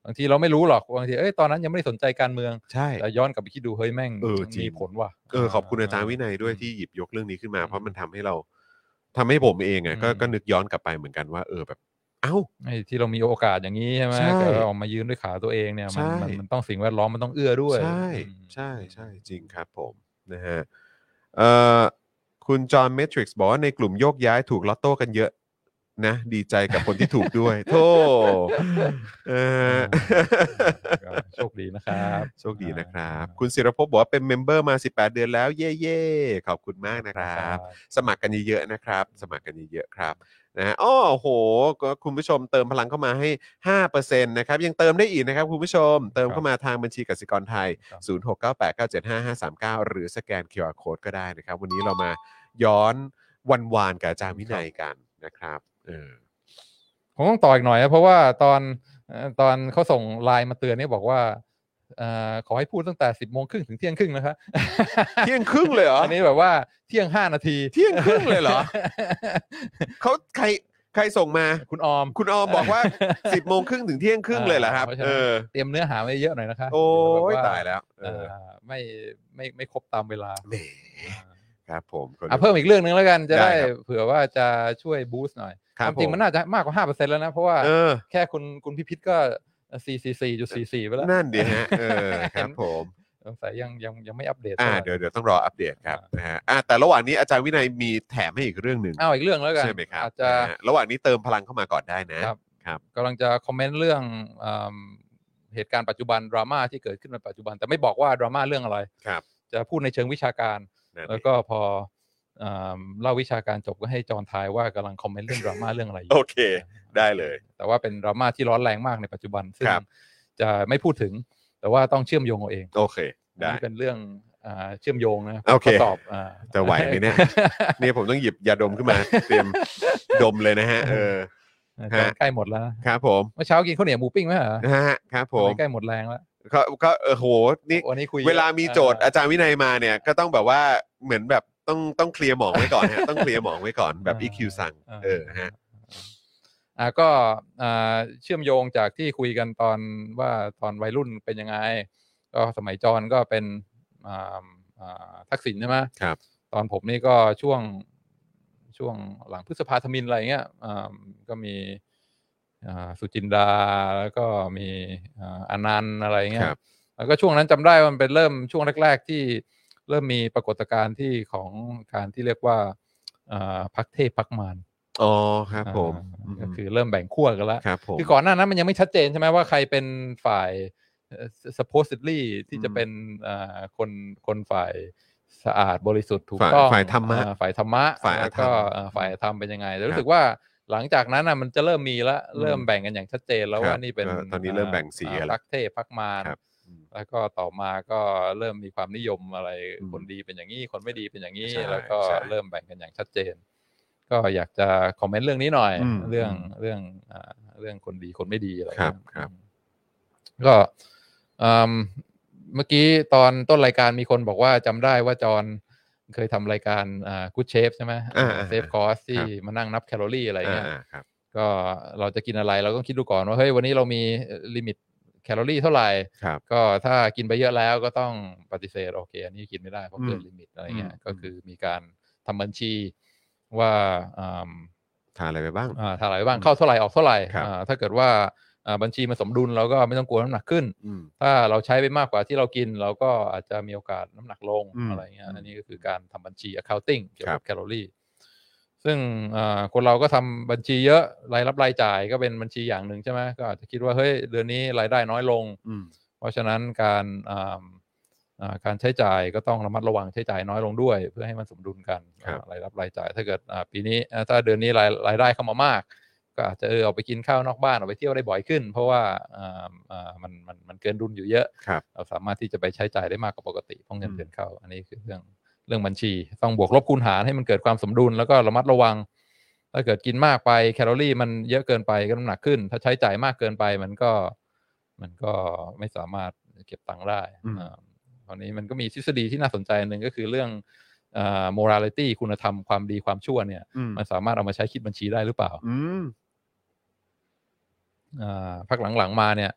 บางทีเราไม่รู้หรอกบางทีเอ้ยตอนนั้นยังไม่ได้สนใจการเมืองใช่แต่ย้อนกลับไปคิดดูเฮ้ยแม่งเออจริงมีผลว่ะเออขอบคุณอาจารย์วินัยด้วยอืมที่หยิบยกเรื่องนี้ขึ้นมาอืมเพราะมันทำให้เราทำให้ผมเองอ่ะก็อืมก็นึกย้อนกลับไปเหมือนกันว่าเออแบบเอ้าไอ้ที่เรามีโอกาสอย่างนี้ใช่ไหมใช่ก็ออกมายืนด้วยขาตัวเองเนี่ยมันใช่มันมันต้องสิ่งแวดล้อมมันต้องเอื้อด้วยใช่อืมใช่ใช่จริงครับผมนะฮะเอ่อคุณจอห์นเมทริกซ์บอกว่าในกลุ่มโยกย้ายถูกลอตโต้กันเยอะนะดีใจกับคนที่ถูกด้วย โธ่เออก็โชคดีนะครับโชคดีนะครับ คุณศิรภพบอกว่าเป็นเมมเบอร์มาสิบแปดเดือนแล้ว เย่ๆขอบคุณมากนะครับ สมัครกันเยอะๆนะครับ สมัครกันเยอะๆครับนะฮะอ้อโหก็คุณผู้ชมเติมพลังเข้ามาให้ ห้าเปอร์เซ็นต์ นะครับยังเติมได้อีกนะครับคุณผู้ชมเติมเข้ามาทางบัญชีกสิกรไทยครับศูนย์ หก เก้า แปด เก้า เจ็ด ห้า ห้า สาม เก้า หรือสแกน คิว อาร์ Code ก็ได้นะครับ วันนี้เรามาย้อนวันวานกับอาจารย์วินัยกันนะครับเออผมต้องต่ออีกหน่อยนะเพราะว่าตอนเอ่อตอนเขาส่งไลน์มาเตือนเนี่ยบอกว่าเอ่อขอให้พูดตั้งแต่สิบโมงครึ่งถึงเที่ยงครึ่งนะครับเที่ยงครึ่งเลยเหรออันนี้แบบว่าเที่ยงห้านาทีเที่ยงครึ่งเลยเหรอ เขาใครใครส่งมาคุณออมคุณออมบอกว่า สิบโมงครึ่งถึงเที่ยงครึ่งเลยเหรอครับเพราะฉะเอนั้นอเตรียมเนื้อหาไว้เยอะหน่อยนะคะโอ้ยเดี๋วแบบตายแล้วเอเอ่ออไม่ไม่ไม่ไม่ครบตามเวลาแหมครับผมก็อ่ะเพิ่มอีกเรื่องหนึงแล้วกันจะได้ได้ครับเผื่อว่าจะช่วยบูสต์หน่อยครับความจริงผมมันน่าจะมากกว่าห้าเปอร์เซ็นต์แล้วนะเพราะว่าเออแค่คุณคุณพิพิธก็สี่สี่สี่จุดสี่สี่ไปแล้วนั่นดีฮะเออครับผมสงสัยยังยังยังไม่อัปเดตอ่าท่าไหร่เดี๋ยวเดี๋ยวต้องรออัปเดตครับอ่านนะฮะอ่าแต่ระหว่างนี้อาจารย์วินัยมีแถมให้อีกเรื่องหนึ่งอ้าวอีกเรื่องแล้วกันใช่ไหมครับอาจจะนะฮะระหว่างนี้เติมพลังเข้ามาก่อนได้นะครับ ครับกำลังจะคอมเมนต์เรื่องอืมเหตุการณ์ปัจจุบันดราม่าที่เกิดขึ้นในปัจจุบัน แต่ไม่บอกว่าดราม่าเรื่องอะไรครับจะพูดในเชิงวิชาการนั่นแล้วดิก็พออืมเล่าวิชาการจบก็ให้จอห์นทายว่ากำลังคอมเมนต์เรื่องดราม่าเรื่องอะไรอยู่โอเคได้เลยแต่ว่าเป็นดราม่าที่ร้อนแรงมากในปัจจุบันซึ่งครับจะไม่พูดถึง แต่ว่าต้องเชื่อมโยงเอาเองโอเคอันได้นี้เป็นเรื่องอ่าเชื่อมโยงนะโอเคข้สอบอ่าจะไหวไหมเนี่ย นี่ผมต้องหยิบยาดมขึ้นมา เตรียมดมเลยนะฮะเออจอห์นใกล้หมดแล้วนะครับผมเมื่อเช้ากินข้าวเหนียวหมูปิ้งไหมเหรอนะฮะครับผมใกล้หมดแรงแล้วก็ก็เออโหนี่วันนี้คุยเวลามีโจทย์เอ่ออาจารย์วินัยมาเนี่ยก็ต้องแบบว่าเหมือนแบบต้องต้องเคลียร์หมองไว้ก่อนฮะ ต้องเคลียร์หมองไว้ก่อนแบบอ่าอี คิว สั่งอ่าเออฮะอ่าก็อ่าเชื่อมโยงจากที่คุยกันตอนว่าตอนวัยรุ่นเป็นยังไง ก็สมัยจรก็เป็นอ่าอ่าทักษิณใช่ไหมครับตอนผมนี่ก็ช่วงช่วงหลังพฤษภาธมิฬอะไรเงี้ยอ่าก็มีอ่าสุจินดาแล้วก็มีอ่าอนันต์อะไรเงี้คยรับแล้วก็ช่วงนั้นจำได้ว่ามันเป็นเริ่มช่วงแรก ๆ ที่เริ่มมีปรากฏการณ์ที่ของการที่เรียกว่าอ่าพรรคเทพพรรคมารอ๋อครับผมอ่าก็คือเริ่มแบ่งขั้วกันแล้วครับผมคือก่อนหน้านั้นมันยังไม่ชัดเจนใช่ไหมว่าใครเป็นฝ่ายเอ่อ supposedly ที่จะเป็นอ่าคนคนฝ่ายสะอาดบริสุทธิ์ถูกฝ่ายต้องฝ่ายธรรมะอ่าฝ่ายธรรมะฝ่ายอแล้วธรรก็มอ่าฝ่ายธรรมเป็นยังไงแต่ครับรู้สึกว่าหลังจากนั้นน่ะมันจะเริ่มมีละอืมเริ่มแบ่งกันอย่างชัดเจนแล้วครับว่านี่เป็นก็ตอนนี้เริ่มแบ่งสีกันอ่าแล้วพรรคเทพพรรคมารครับอืมแล้วก็ต่อมาก็เริ่มมีความนิยมอะไรอืมคนดีเป็นอย่างนี้คนไม่ดีเป็นอย่างนี้ใช่แล้วก็ใช่เริ่มแบ่งกันอย่างชัดเจน ก็อยากจะคอมเมนต์เรื่องนี้หน่อยอืมเรื่องอืมเรื่องอ่าเรื่องคนดีคนไม่ดีอะไรครับเงี้ยครับก็อืมเมื่อกี้ตอนต้นรายการมีคนบอกว่าจำได้ว่าจอห์นเคยทำรายการอ่า Good Chef ใช่ไหมอ่าเซฟคอสที่ครับมานั่งนับแคลอรี่อะไรเงี้ยอ่าๆครับก็เราจะกินอะไรเราต้องคิดดูก่อนว่าเฮ้ยวันนี้เรามีลิมิตแคลอรี่เท่าไหร่ครับก็ถ้ากินไปเยอะแล้วก็ต้องปฏิเสธโอเคอันนี้กินไม่ได้เพราะเกินอืมลิมิตอะไรเงี้ยอืมก็คือมีการทำบัญชีว่าอ่าทานอะไรไปบ้างอ่าถ้าไหร่บ้างเข้าเท่าไหร่ออกเท่าไหร่ครับอ่าถ้าเกิดว่าอ่าบัญชีมันสมดุลเราก็ไม่ต้องกลัวน้ำหนักขึ้นอืมถ้าเราใช้ไปมากกว่าที่เรากินเราก็อาจจะมีโอกาสน้ำหนักลงอืมอะไรเงี้ยอันนี้ก็คือการทำบัญชี accounting เกี่ยวครักับบ แคลอรี่ซึ่งอ่าคนเราก็ทำบัญชีเยอะรายรับรายจ่ายก็เป็นบัญชีอย่างหนึ่งใช่ไหมก็อาจจะคิดว่าเฮ้ยเดือนนี้รายได้น้อยลงอืมเพราะฉะนั้นการอ่าอ่าการใช้จ่ายก็ต้องระมัดระวังใช้จ่ายน้อยลงด้วย เพื่อให้มันสมดุลกันครับอ่ารายรับรายจ่ายถ้าเกิดอ่าปีนี้อ่าถ้าเดือนนี้รายรายได้เข้ามามาก ก็อาจจะเออเอาไปกินข้าวนอกบ้านออกไปเที่ยวได้บ่อยขึ้น เพราะว่าอ่าอ่ามันมันมันเกินดุลอยู่เยอะครับเราสามารถที่จะไปใช้จ่ายได้มากกว่าปกติเพราะเงินอืมเดือนเข้า อันนี้คือเรื่องเรื่องบัญชี ต้องบวกลบคูณหารให้มันเกิดความสมดุลแล้วก็ระมัดระวัง ถ้าเกิดกินมากไปแคลอรี่มันเยอะเกินไปก็น้ำหนักขึ้น ถ้าใช้จ่ายมากเกินไปมันก็มันก็ไม่สามารถเก็บตังค์ได้อืมอ่าคราวนี้มันก็มีทฤษฎีที่น่าสนใจอันหนึ่งก็คือเรื่องอ่า morality คุณธรรมความดีความชั่วเนี่ยอืมมันสามารถเอามาใช้คิดบัญชีได้หรือเปล่าอืมอ่าพักหลังๆมาเนี่ย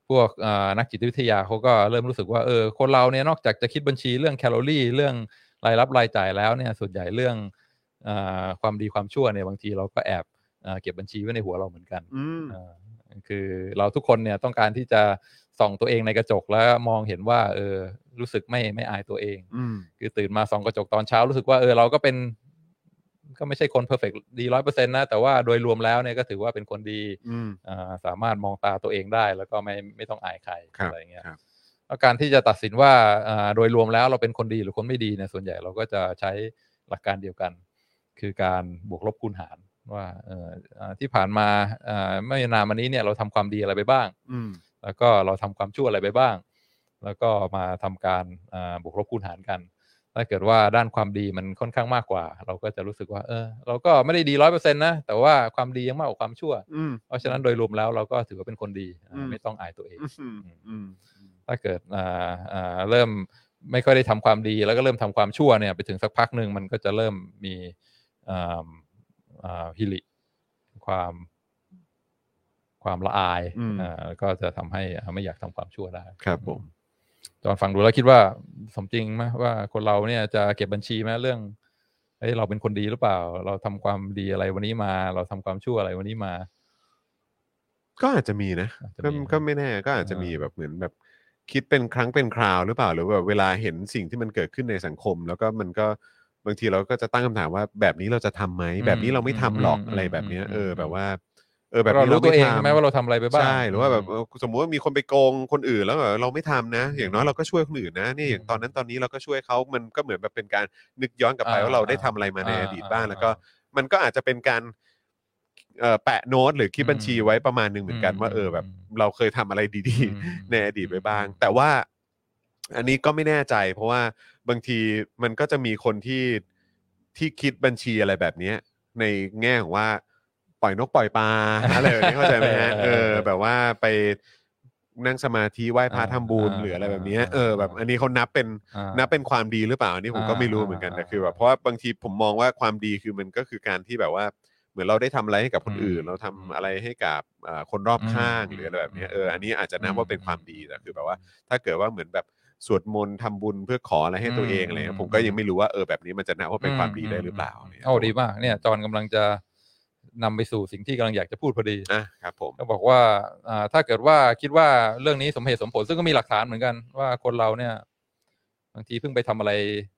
พวกนักจิตวิทยาเขาก็เริ่มรู้สึกว่าเออคนเราเนี่ยนอกจากจะคิดบัญชีเรื่องแคลอรี่เรื่องรายรับรายจ่ายแล้วเนี่ยส่วนใหญ่เรื่องความดีความชั่วเนี่ยบางทีเราก็แอบเก็บบัญชีไว้ในหัวเราเหมือนกันคือเราทุกคนเนี่ยต้องการที่จะส่องตัวเองในกระจกแล้วมองเห็นว่าเออรู้สึกไม่ไม่อายตัวเองคือตื่นมาส่องกระจกตอนเช้ารู้สึกว่าเออเราก็เป็นก็ไม่ใช่คนเพอร์เฟกต์ดี ร้อยเปอร์เซ็นต์ นะแต่ว่าโดยรวมแล้วเนี่ยก็ถือว่าเป็นคนดีสามารถมองตาตัวเองได้แล้วก็ไม่ไม่ต้องอายใครอะไรเงี้ยแล้วการที่จะตัดสินว่าโดยรวมแล้วเราเป็นคนดีหรือคนไม่ดีเนี่ยส่วนใหญ่เราก็จะใช้หลักการเดียวกันคือการบวกลบคูณหารว่าที่ผ่านมาไม่นานมานี้เนี่ยเราทำความดีอะไรไปบ้างแล้วก็เราทำความชั่วอะไรไปบ้างแล้วก็มาทำการบวกลบคูณหารกันถ้าเกิดว่าด้านความดีมันค่อนข้างมากกว่าเราก็จะรู้สึกว่าเออเราก็ไม่ได้ดี ร้อยเปอร์เซ็นต์ นะแต่ว่าความดียังมากกว่าความชั่วเพราะฉะนั้นโดยรวมแล้วเราก็ถือว่าเป็นคนดีไม่ต้องอายตัวเองถ้าเกิดเริ่มไม่ค่อยได้ทำความดีแล้วก็เริ่มทำความชั่วเนี่ยไปถึงสักพักนึงมันก็จะเริ่มมีฮิริความความละอายก็จะทำให้ไม่อยากทำความชั่วได้ครับผมตอนฟังดูแล้วคิดว่าสมจริงไหมว่าคนเราเนี่ยจะเก็บบัญชีไหมเรื่องเฮ้ยเราเป็นคนดีหรือเปล่าเราทำความดีอะไรวันนี้มาเราทำความชั่วอะไรวันนี้มาก็อาจจะมีนะก็ก็ไม่แน่ก็อาจจะมีแบบเหมือนแบบคิดเป็นครั้งเป็นคราวหรือเปล่าหรือแบบเวลาเห็นสิ่งที่มันเกิดขึ้นในสังคมแล้วก็มันก็บางทีเราก็จะตั้งคำถามว่าแบบนี้เราจะทำไหมแบบนี้เราไม่ทำหรอกอะไรแบบนี้เออแบบว่าเออแบบนี้เรารู้ตัวเองใช่ไหมว่าเราทำอะไรไปบ้างใช่หรือว่าแบบสมมุติว่ามีคนไปโกงคนอื่นแล้วแบบเราไม่ทำนะอย่างน้อยเราก็ช่วยคนอื่นนะนี่อย่างตอนนั้นตอนนี้เราก็ช่วยเขามันก็เหมือนแบบเป็นการนึกย้อนกลับไปว่าเราได้ทำอะไรมาในอดีตบ้างแล้วก็มันก็อาจจะเป็นการเอ่อแปะโน้ตหรือคิดบัญชีไว้ประมาณนึงเหมือนกันว่าเออแบบเราเคยทำอะไรดีๆในอดีตไปบ้างแต่ว่าอันนี้ก็ไม่แน่ใจเพราะว่าบางทีมันก็จะมีคนที่ที่คิดบัญชีอะไรแบบนี้ในแง่ของว่าปล่อยนกปล่อยปลาอะไรแบบนี้เข้าใจไหมฮะเออแบบว่าไปนั่งสมาธิไหว้พระทำบุญหรืออะไรแบบนี้เออแบบอันนี้เขานับเป็นนับเป็นความดีหรือเปล่าอันนี้ผมก็ไม่รู้เหมือนกันแต่คือแบบเพราะว่าบางทีผมมองว่าความดีคือมันก็คือการที่แบบว่าเหมือนเราได้ทำอะไรให้กับคนอื่นเราทำอะไรให้กับคนรอบข้างหรืออะไรแบบนี้เอออันนี้อาจจะนับว่าเป็นความดีแต่คือแบบว่าถ้าเกิดว่าเหมือนแบบสวดมนต์ทำบุญเพื่อขออะไรให้ตัวเองอะไรผมก็ยังไม่รู้ว่าเออแบบนี้มันจะนับว่าเป็นความดีได้หรือเปล่าโอ้ดีมากเนี่ยจอนกำลังจะนำไปสู่สิ่งที่กำลังอยากจะพูดพอดีอ่ะครับผมก็บอกว่าถ้าเกิดว่าคิดว่าเรื่องนี้สมเหตุสมผลซึ่งก็มีหลักฐานเหมือนกันว่าคนเราเนี่ยบางทีเพิ่งไปทำอะไร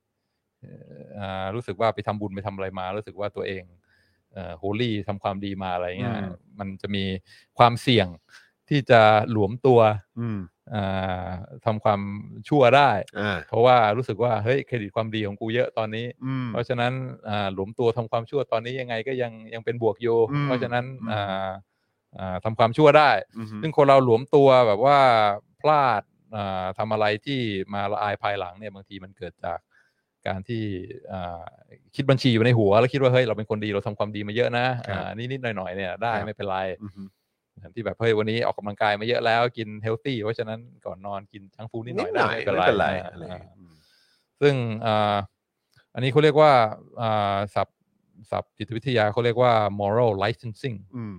รู้สึกว่าไปทำบุญไปทำอะไรมารู้สึกว่าตัวเองโฮลี่ทำความดีมาอะไรเงี้ยมันจะมีความเสี่ยงที่จะหลวมตัวทำความชั่วได้เพราะว่ารู้สึกว่าเฮ้ยเครดิตความดีของกูเยอะตอนนี้เพราะฉะนั้นหลวมตัวทำความชั่วตอนนี้ยังไงก็ยังยังเป็นบวกอยู่เพราะฉะนั้นทำความชั่วได้ซึ่งคนเราหลวมตัวแบบว่าพลาดทำอะไรที่มาละอายภายหลังเนี่ยบางทีมันเกิดจากการที่คิดบัญชีอยู่ในหัวแล้วคิดว่าเฮ้ยเราเป็นคนดีเราทำความดีมาเยอะนะนิดๆหน่อยๆเนี่ยได้ไม่เป็นไรที่แบบเฮ้ยวันนี้ออกกำลังกายมาเยอะแล้วกินเฮลตี้เพราะฉะนั้นก่อนนอนกินจังก์ฟู้ดนิดหน่อยได้ไม่เป็นไรซึ่งอันนี้เขาเรียกว่าศัพท์ศัพท์จิตวิทยาเขาเรียกว่า moral licensing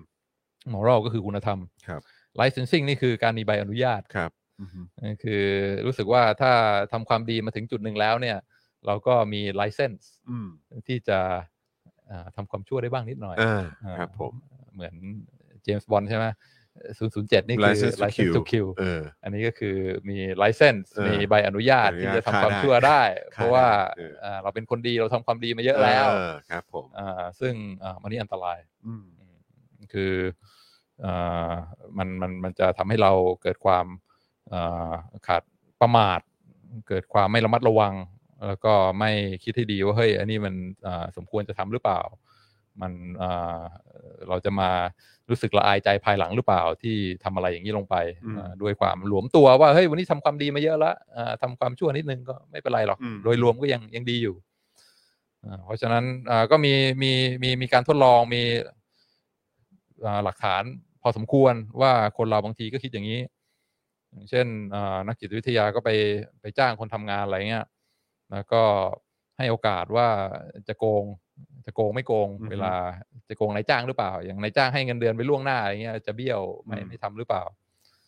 moral ก็คือคุณธรรม licensing นี่คือการมีใบอนุญาตคือรู้สึกว่าถ้าทำความดีมาถึงจุดหนึ่งแล้วเนี่ยเราก็มี license ที่จะทำความชั่วได้บ้างนิดหน่อยครับผมเหมือนเจมส์บอนด์ใช่ไหมศูนย์ ศูนย์ เจ็ดนี่คือ license to kill อันนี้ก็คือมี license มีใบอนุญาตที่จะทำความชั่วได้เพราะว่าเราเป็นคนดีเราทำความดีมาเยอะแล้วครับผมซึ่งมันนี่อันตรายคือมันมันมันจะทำให้เราเกิดความขาดประมาทเกิดความไม่ระมัดระวังแล้วก็ไม่คิดให้ดีว่าเฮ้ยอันนี้มันสมควรจะทำหรือเปล่ามันเราจะมารู้สึกละอายใจภายหลังหรือเปล่าที่ทำอะไรอย่างนี้ลงไปด้วยความหลวมตัวว่าเฮ้ยวันนี้ทำความดีมาเยอะแล้วทำความชั่วนิดนึงก็ไม่เป็นไรหรอกโดยรวมก็ยังยังดีอยู่เพราะฉะนั้นก็มีมีมีมีการทดลองมีหลักฐานพอสมควรว่าคนเราบางทีก็คิดอย่างนี้อย่างเช่นนักจิตวิทยาก็ไปไปจ้างคนทำงานอะไรเงี้ยแล้วก็ให้โอกาสว่าจะโกงจะโกงไม่โกงเวลาจะโกงนายจ้างหรือเปล่าอย่างนายจ้างให้เงินเดือนไปล่วงหน้าอะไรเงี้ยจะเบี้ยวไม่ไม่ทำหรือเปล่า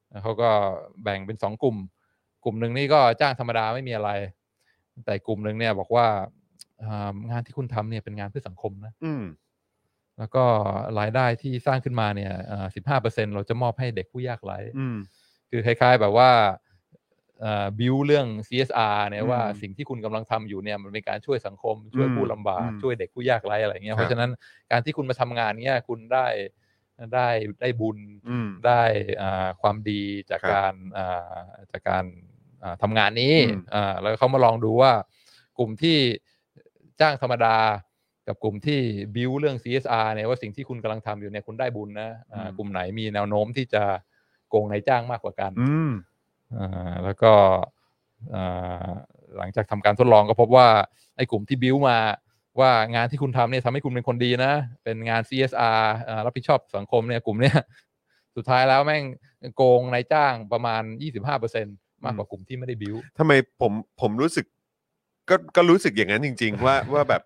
เขาก็แบ่งเป็นสองกลุ่มกลุ่มหนึ่งนี่ก็จ้างธรรมดาไม่มีอะไรแต่กลุ่มหนึ่งเนี่ยบอกว่างานที่คุณทำเนี่ยเป็นงานเพื่อสังคมนะแล้วก็รายได้ที่สร้างขึ้นมาเนี่ยสิบห้าเปอร์เซ็นต์เราจะมอบให้เด็กผู้ยากไร้คือคล้ายๆแบบว่าบิวเรื่อง ซี เอส อาร์ เนี่ยว่าสิ่งที่คุณกำลังทำอยู่เนี่ยมันเป็นการช่วยสังคมช่วยผู้ลำบากช่วยเด็กผู้ยากไร้อะไรเงี้ยเพราะฉะนั้นการที่คุณมาทำงานเนี้ยคุณได้ได้ได้บุญได้ความดีจากการจากการทำงานนี้แล้วเขามาลองดูว่ากลุ่มที่จ้างธรรมดากับกลุ่มที่บิวเรื่อง ซี เอส อาร์ เนี่ยว่าสิ่งที่คุณกำลังทำอยู่เนี่ยคุณได้บุญนะกลุ่มไหนมีแนวโน้มที่จะโกงนายจ้างมากกว่ากันแล้วก็หลังจากทำการทดลองก็พบว่าไอ้กลุ่มที่บิวมาว่างานที่คุณทำเนี่ยทำให้คุณเป็นคนดีนะเป็นงาน ซี เอส อาร์ รับผิดชอบสังคมเนี่ยกลุ่มเนี้ยสุดท้ายแล้วแม่งโกงนายจ้างประมาณ ยี่สิบห้าเปอร์เซ็นต์ มากกว่ากลุ่มที่ไม่ได้บิวทำไมผมผมรู้สึกก็ก็รู้สึกอย่างนั้นจริงๆว่าว่าแบบ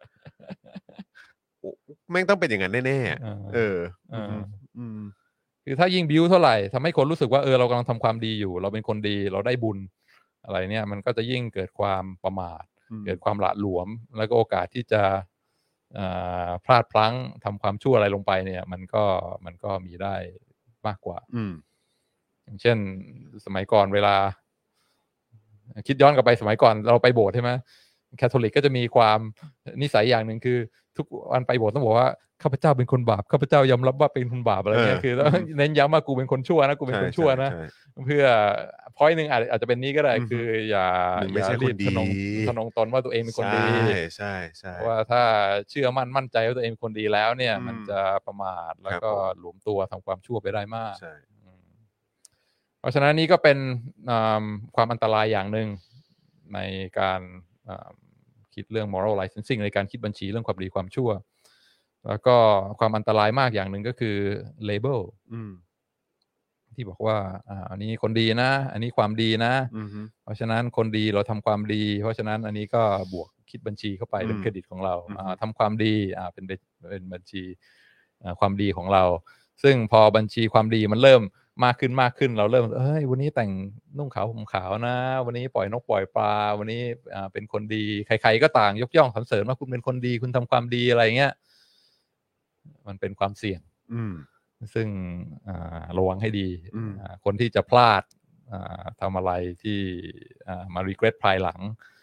แม่งต้องเป็นอย่างนั้นแน่ๆเออคือถ้ายิ่งบิวเท่าไหร่ทำให้คนรู้สึกว่าเออเรากำลังทำความดีอยู่เราเป็นคนดีเราได้บุญอะไรเนี่ยมันก็จะยิ่งเกิดความประมาทเกิดความหละหลวมแล้วก็โอกาสที่จะพลาดพลั้งทำความชั่วอะไรลงไปเนี่ยมันก็มันก็มีได้มากกว่าอย่างเช่นสมัยก่อนเวลาคิดย้อนกลับไปสมัยก่อนเราไปโบสถ์ใช่ไหมแคทอลิกก็จะมีความนิสัยอย่างหนึ่งคือทุกวันไปโบสถ์ต้องบอกว่าข้าพเจ้าเป็นคนบาปข้าพเจ้ายอมรับว่าเป็นคนบาปอะไรเงี้ยคือเน้นย้ำว่ากูเป็นคนชั่วนะกูเป็นคนชั่วนะเพื่อพอยต์นึงอาจจะเป็นนี้ก็ได้คืออย่าอย่ารีบทนงทนงตนว่าตัวเองเป็นคนดีใช่ใช่ใช่ว่าถ้าเชื่อมั่นมั่นใจว่าตัวเองเป็นคนดีแล้วเนี่ยมันจะประมาทแล้วก็หลวมตัวทำความชั่วไปได้มากเพราะฉะนั้นนี่ก็เป็นความอันตรายอย่างหนึ่งในการคิดเรื่อง moral licensing ในการคิดบัญชีเรื่องความดีความชั่วแล้วก็ความอันตรายมากอย่างหนึ่งก็คือ label ที่บอกว่าอ่าอันนี้คนดีนะอันนี้ความดีนะเพราะฉะนั้นคนดีเราทำความดีเพราะฉะนั้นอันนี้ก็บวกคิดบัญชีเข้าไปเป็นเครดิตของเราอ่าทำความดีอ่าเป็นเป็นบัญชีอ่าความดีของเราซึ่งพอบัญชีความดีมันเริ่มมากขึ้นมากขึ้นเราเริ่มเอ้ยวันนี้แต่งนุ่งขาวห่มขาวนะวันนี้ปล่อยนกปล่อยปลาวันนี้อ่าเป็นคนดีใครๆก็ต่างยกย่องสรรเสริญว่าคุณเป็นคนดีคุณทำความดีอะไรเงี้ยมันเป็นความเสี่ยงซึ่งระวังให้ดีคนที่จะพลาดทำอะไรที่มา regret ภายหลัง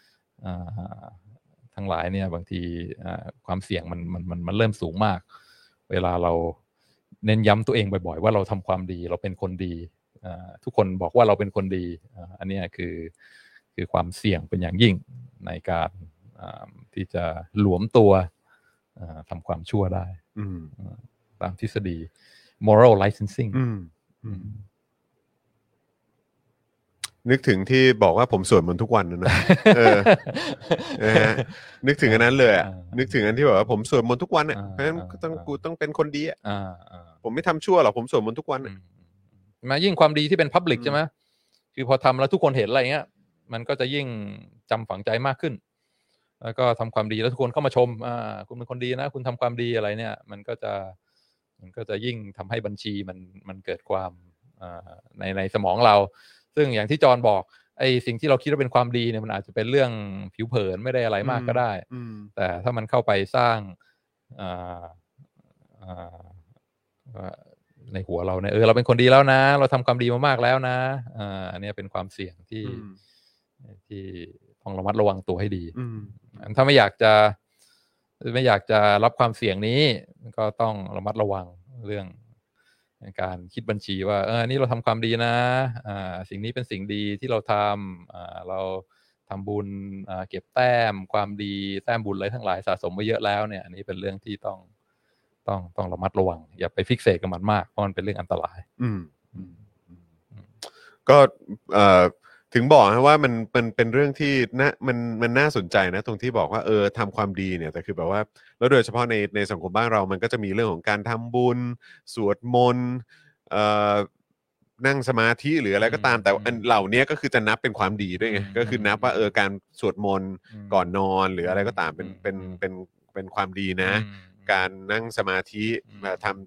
ทั้งหลายเนี่ยบางทีความเสี่ยงมันมันมันมันเริ่มสูงมากเวลาเราเน้นย้ำตัวเองบ่อยๆว่าเราทำความดีเราเป็นคนดีทุกคนบอกว่าเราเป็นคนดีอันนี้คือคือความเสี่ยงเป็นอย่างยิ่งในการที่จะหลวมตัวทำความชั่วได้ตามทฤษฎี moral licensing นึกถึงที่บอกว่าผมสวดมนต์ทุกวันนะเออนึกถึงอันนั้นเลยอ่ะนึกถึงอันที่บอกว่าผมสวดมนต์ทุกวันอ่ะเพราะฉะนั้นต้องกูต้องเป็นคนดีอ่ะผมไม่ทำชั่วหรอกผมสวดมนต์ทุกวันมายิ่งความดีที่เป็น public ใช่ไหมคือพอทำแล้วทุกคนเห็นอะไรเงี้ยมันก็จะยิ่งจำฝังใจมากขึ้นแล้วก็ทำความดีแล้วทุกคนเข้ามาชมอ่าคุณเป็นคนดีนะคุณทำความดีอะไรเนี่ยมันก็จะมันก็จะยิ่งทำให้บัญชีมันมันเกิดความอ่าในในสมองเราซึ่งอย่างที่จอห์นบอกไอ้สิ่งที่เราคิดว่าเป็นความดีเนี่ยมันอาจจะเป็นเรื่องผิวเผินไม่ได้อะไรมากก็ได้แต่ถ้ามันเข้าไปสร้างอ่าอ่าในหัวเราเนี่ยเออเราเป็นคนดีแล้วนะเราทำความดีมามากแล้วนะอ่าอันนี้เป็นความเสี่ยงที่ที่ต้องระมัดระวังตัวให้ดีถ้าไม่อยากจะไม่อยากจะรับความเสี่ยงนี้ก็ต้องระมัดระวังเรื่องการคิดบัญชีว่าเออนี่เราทำความดีนะอ่าสิ่งนี้เป็นสิ่งดีที่เราทำอ่าเราทำบุญอ่าเก็บแต้มความดีแต้มบุญอะไรทั้งหลายสะสมไว้เยอะแล้วเนี่ยอันนี้เป็นเรื่องที่ต้องต้องต้องระมัดระวังอย่าไปฟิกเซตกับมันมากเพราะมันเป็นเรื่องอันตรายอืมก็เอ่อถึงบอกนะว่ามันมันเป็นเรื่องที่น่ามันมันน่าสนใจนะตรงที่บอกว่าเออทำความดีเนี่ยแต่คือแบบว่าแล้วโดยเฉพาะในในสังคมบ้านเรามันก็จะมีเรื่องของการทำบุญสวดมนต์เอ่อนั่งสมาธิหรืออะไรก็ตามแต่อันเหล่านี้ก็คือจะนับเป็นความดีด้วยไงก็คือนับว่าเออการสวดมนต์ก่อนนอนหรืออะไรก็ตามเป็นเป็นเป็นเป็นความดีนะการนั่งสมาธิทำจิต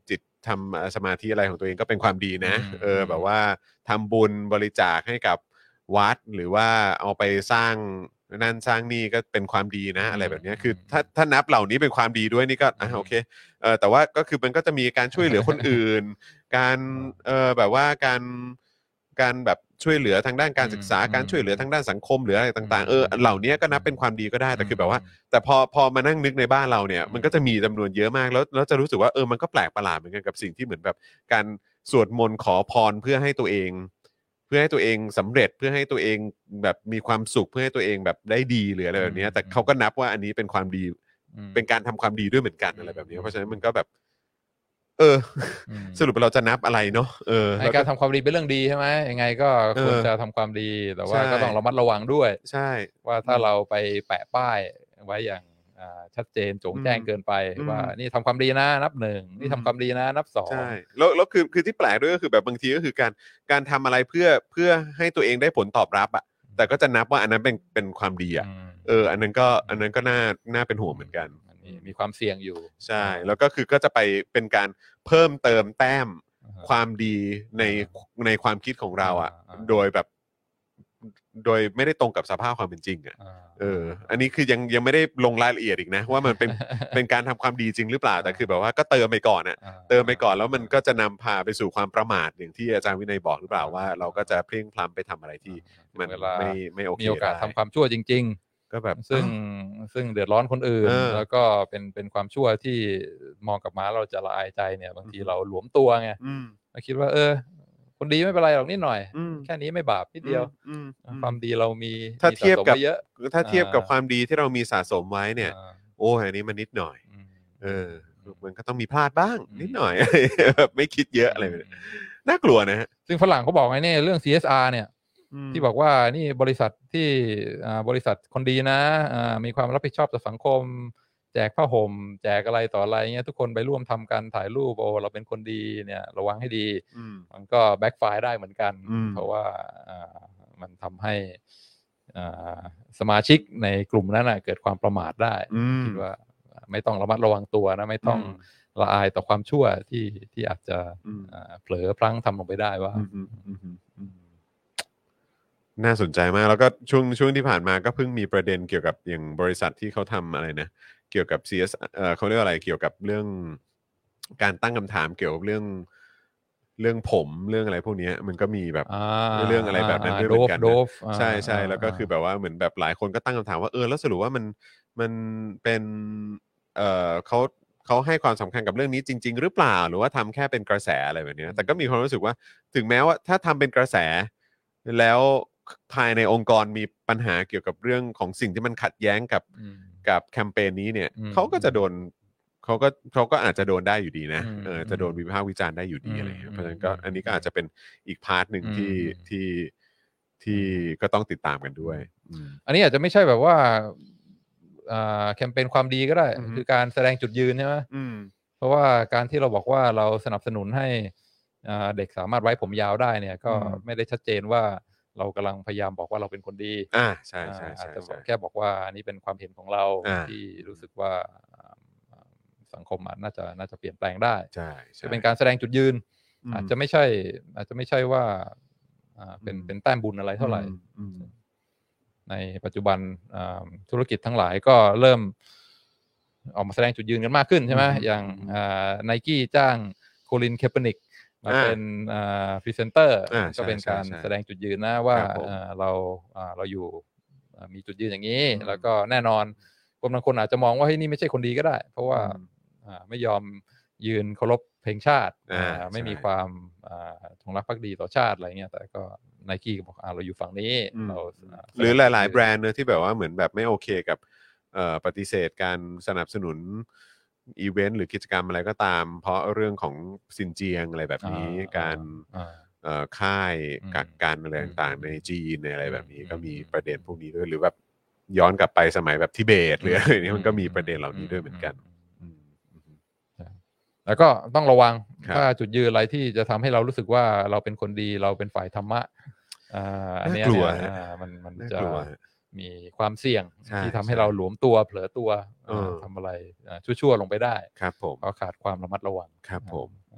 ทำสมาธิอะไรของตัวเองก็เป็นความดีนะเออแบบว่าทำบุญบริจาคให้กับวัดหรือว่าเอาไปสร้างนั่นสร้างนี่ก็เป็นความดีนะอะไรแบบนี้คือถ้าถ้านับเหล่านี้เป็นความดีด้วยนี่ก็อ่ะโอเคเออแต่ว่าก็คือมันก็จะมีการช่วยเหลือคนอื่น การเออแบบว่าการการแบบช่วยเหลือทางด้านการศึกษาการช่วยเหลือทางด้านสังคมหรืออะไรต่างๆเออเหล่านี้ก็นับเป็นความดีก็ได้แต่คือแบบว่าแต่พอพอมานั่งนึกในบ้านเราเนี่ยมันก็จะมีจำนวนเยอะมากแล้วแล้วจะรู้สึกว่าเออมันก็แปลกประหลาดเหมือนกันกับสิ่งที่เหมือนแบบการสวดมนต์ขอพรเพื่อให้ตัวเองเพื่อให้ตัวเองสำเร็จเพื่อให้ตัวเองแบบมีความสุขเพื่อให้ตัวเองแบบได้ดีหรืออะไรแบบนี้แต่เขาก็นับว่าอันนี้เป็นความดีเป็นการทำความดีด้วยเหมือนกันอะไรแบบนี้เพราะฉะนั้นมันก็แบบเออสรุปเราจะนับอะไรเนาะเออในการทำความดีเป็นเรื่องดีใช่ไหมยังไงก็ควรจะทำความดีแต่ว่าก็ต้องระมัดระวังด้วยใช่ว่าถ้าเราไปแปะป้ายไว้อย่างชัดเจนโจ่งแจ้งเกินไปว่านี่ทำความดีนะนับหนึ่งนี่ทำความดีนะนับสองใช่แล้วแล้วคือคือที่แปลกด้วยก็คือแบบบางทีก็คือการการทำอะไรเพื่อเพื่อให้ตัวเองได้ผลตอบรับอ่ะแต่ก็จะนับว่าอันนั้นเป็นเป็นความดีอ่ะเอออันนั้นก็อันนั้นก็น่าน่าเป็นห่วงเหมือนกันมีความเสี่ยงอยู่ใช่แล้วก็คือก็จะไปเป็นการเพิ่มเติมแต้มความดีในในความคิดของเราอ่ะโดยแบบโดยไม่ได้ตรงกับสภาพความเป็นจริงอ่ะเอออันนี้คือยังยังไม่ได้ลงรายละเอียดอีกนะว่ามันเป็นเป็นการทำความดีจริงหรือเปล่าแต่คือแบบว่าก็เติมไปก่อนอ่ะเติมไปก่อนแล้วมันก็จะนำพาไปสู่ความประมาทอย่างที่อาจารย์วินัยบอกหรือเปล่าว่าเราก็จะเพลียงพล้ำไปทำอะไรที่มันไม่ไม่โอเคมีโอกาสทำความชั่วจริงก็แบบซึ่งซึ่งเดือดร้อนคนอื่นแล้วก็เป็นเป็นความชั่วที่มองกลับมาเราจะละอายใจเนี่ยบางทีเราหลวมตัวไงเราคิดว่าเออคนดีไม่เป็นไรหรอกนิดหน่อยแค่นี้ไม่บาปนิดเดียวความดีเรามีถ้าเทียบกับเยอะถ้าเทียบกับความดีที่เรามีสะสมไว้เนี่ยโอ้อันนี้มันนิดหน่อยเออมันก็ต้องมีพลาดบ้างนิดหน่อยแบบไม่คิดเยอะอะไรแบบน่ากลัวนะฮะซึ่งฝรั่งเขาบอกไงเนี่ยเรื่อง ซี เอส อาร์ เนี่ยที่บอกว่านี่บริษัทที่บริษัทคนดีนะมีความรับผิดชอบต่อสังคมแจกผ้าห่มแจกอะไรต่ออะไรเงี้ยทุกคนไปร่วมทำกันถ่ายรูปโอ้เราเป็นคนดีเนี่ยระวังให้ดีมันก็แบ็คไฟร์ได้เหมือนกันเพราะว่ามันทำให้สมาชิกในกลุ่มนั้นเกิดความประมาทได้คิดว่าไม่ต้องระมัดระวังตัวนะไม่ต้องละอายต่อความชั่วที่ที่อาจจะเผลอพลั้งทำลงไปได้ว่าน่าสนใจมากแล้วก็ช่วงช่วงที่ผ่านมาก็เพิ่งมีประเด็นเกี่ยวกับอย่างบริษัทที่เขาทำอะไรนะเกี่ยวกับ ซี เอส เอ่อเขาเรียกอะไรเกี่ยวกับเรื่องการตั้งคำถามเกี่ยวกับเรื่องเรื่องผมเรื่องอะไรพวกนี้มันก็มีแบบเรื่องอะไรแบบนั้นด้วยเหมือนกันนะใช่ใช่แล้วก็คือแบบว่าเหมือนแบบหลายคนก็ตั้งคำถามว่าเออแล้วสรุปว่ามันมันเป็นเอ่อเขาเขาให้ความสำคัญกับเรื่องนี้จริงๆหรือเปล่าหรือว่าทำแค่เป็นกระแสอะไรแบบนี้แต่ก็มีความรู้สึกว่าถึงแม้ว่าถ้าทำเป็นกระแสแล้วภายในองค์กรมีปัญหาเกี่ยวกับเรื่องของสิ่งที่มันขัดแย้งกับกับแคมเปญนี้เนี่ยเขาก็จะโดนเขาก็เขาก็อาจจะโดนได้อยู่ดีนะเออจะโดนวิพากษ์วิจารณ์ได้อยู่ดีอะไรเงี้ยเพราะฉะนั้นก็อันนี้ก็อาจจะเป็นอีกพาร์ทหนึ่งที่ที่ที่ก็ต้องติดตามกันด้วยอันนี้อาจจะไม่ใช่แบบว่าแคมเปญความดีก็ได้คือการแสดงจุดยืนใช่ไหมเพราะว่าการที่เราบอกว่าเราสนับสนุนให้เด็กสามารถไว้ผมยาวได้เนี่ยก็ไม่ได้ชัดเจนว่าเรากำลังพยายามบอกว่าเราเป็นคนดีอ่าใช่ใช่ใช่แค่บอกว่าอันนี้เป็นความเห็นของเราที่รู้สึกว่าสังคมน่าจะน่าจะเปลี่ยนแปลงได้ใช่จะเป็นการแสดงจุดยืนอาจจะไม่ใช่อาจจะไม่ใช่ว่าเป็นเป็นแต้มบุญอะไรเท่าไหร่ในปัจจุบันธุรกิจทั้งหลายก็เริ่มออกมาแสดงจุดยืนกันมากขึ้นใช่ไหมอย่างไนกี้จ้างโคลินเคปเปอร์นิกมาเป็นพรีเซนเตอร์ก็เป็นการแสดงจุดยืนนะว่าเราเราอยู่มีจุดยืนอย่างนี้แล้วก็แน่นอนคนบางคนอาจจะมองว่าเฮ้ยนี่ไม่ใช่คนดีก็ได้เพราะว่าไม่ยอมยืนเคารพเพลงชาติไม่มีความจงรักภักดีต่อชาติอะไรเงี้ยแต่ก็ไนกี้ก็บอกเราอยู่ฝั่งนี้เราหรือหลายๆแบรนด์เนอะที่แบบว่าเหมือนแบบไม่โอเคกับปฏิเสธการสนับสนุนอีเวนต์หรือกิจกรรมอะไรก็ตามเพราะเรื่องของซินเจียงอะไรแบบนี้การค่ายกักกันอะไรต่างๆในจีนในอะไรแบบนี้ก็มีประเด็นพวกนี้ด้วยหรือแบบย้อนกลับไปสมัยแบบทิเบตหรืออะไรนี้มันก็มีประเด็นเหล่านี้ด้วยเหมือนกันแล้วก็ต้องระวังถ้าจุดยืนอะไรที่จะทำให้เรารู้สึกว่าเราเป็นคนดีเราเป็นฝ่ายธรรมะอันนี้มันมันจะมีความเสี่ยงที่ทำให้เราหลวมตัวเผลอตัวทำอะไรชั่วๆลงไปได้ครับผมเพราะขาดความระมัดระวังครับผม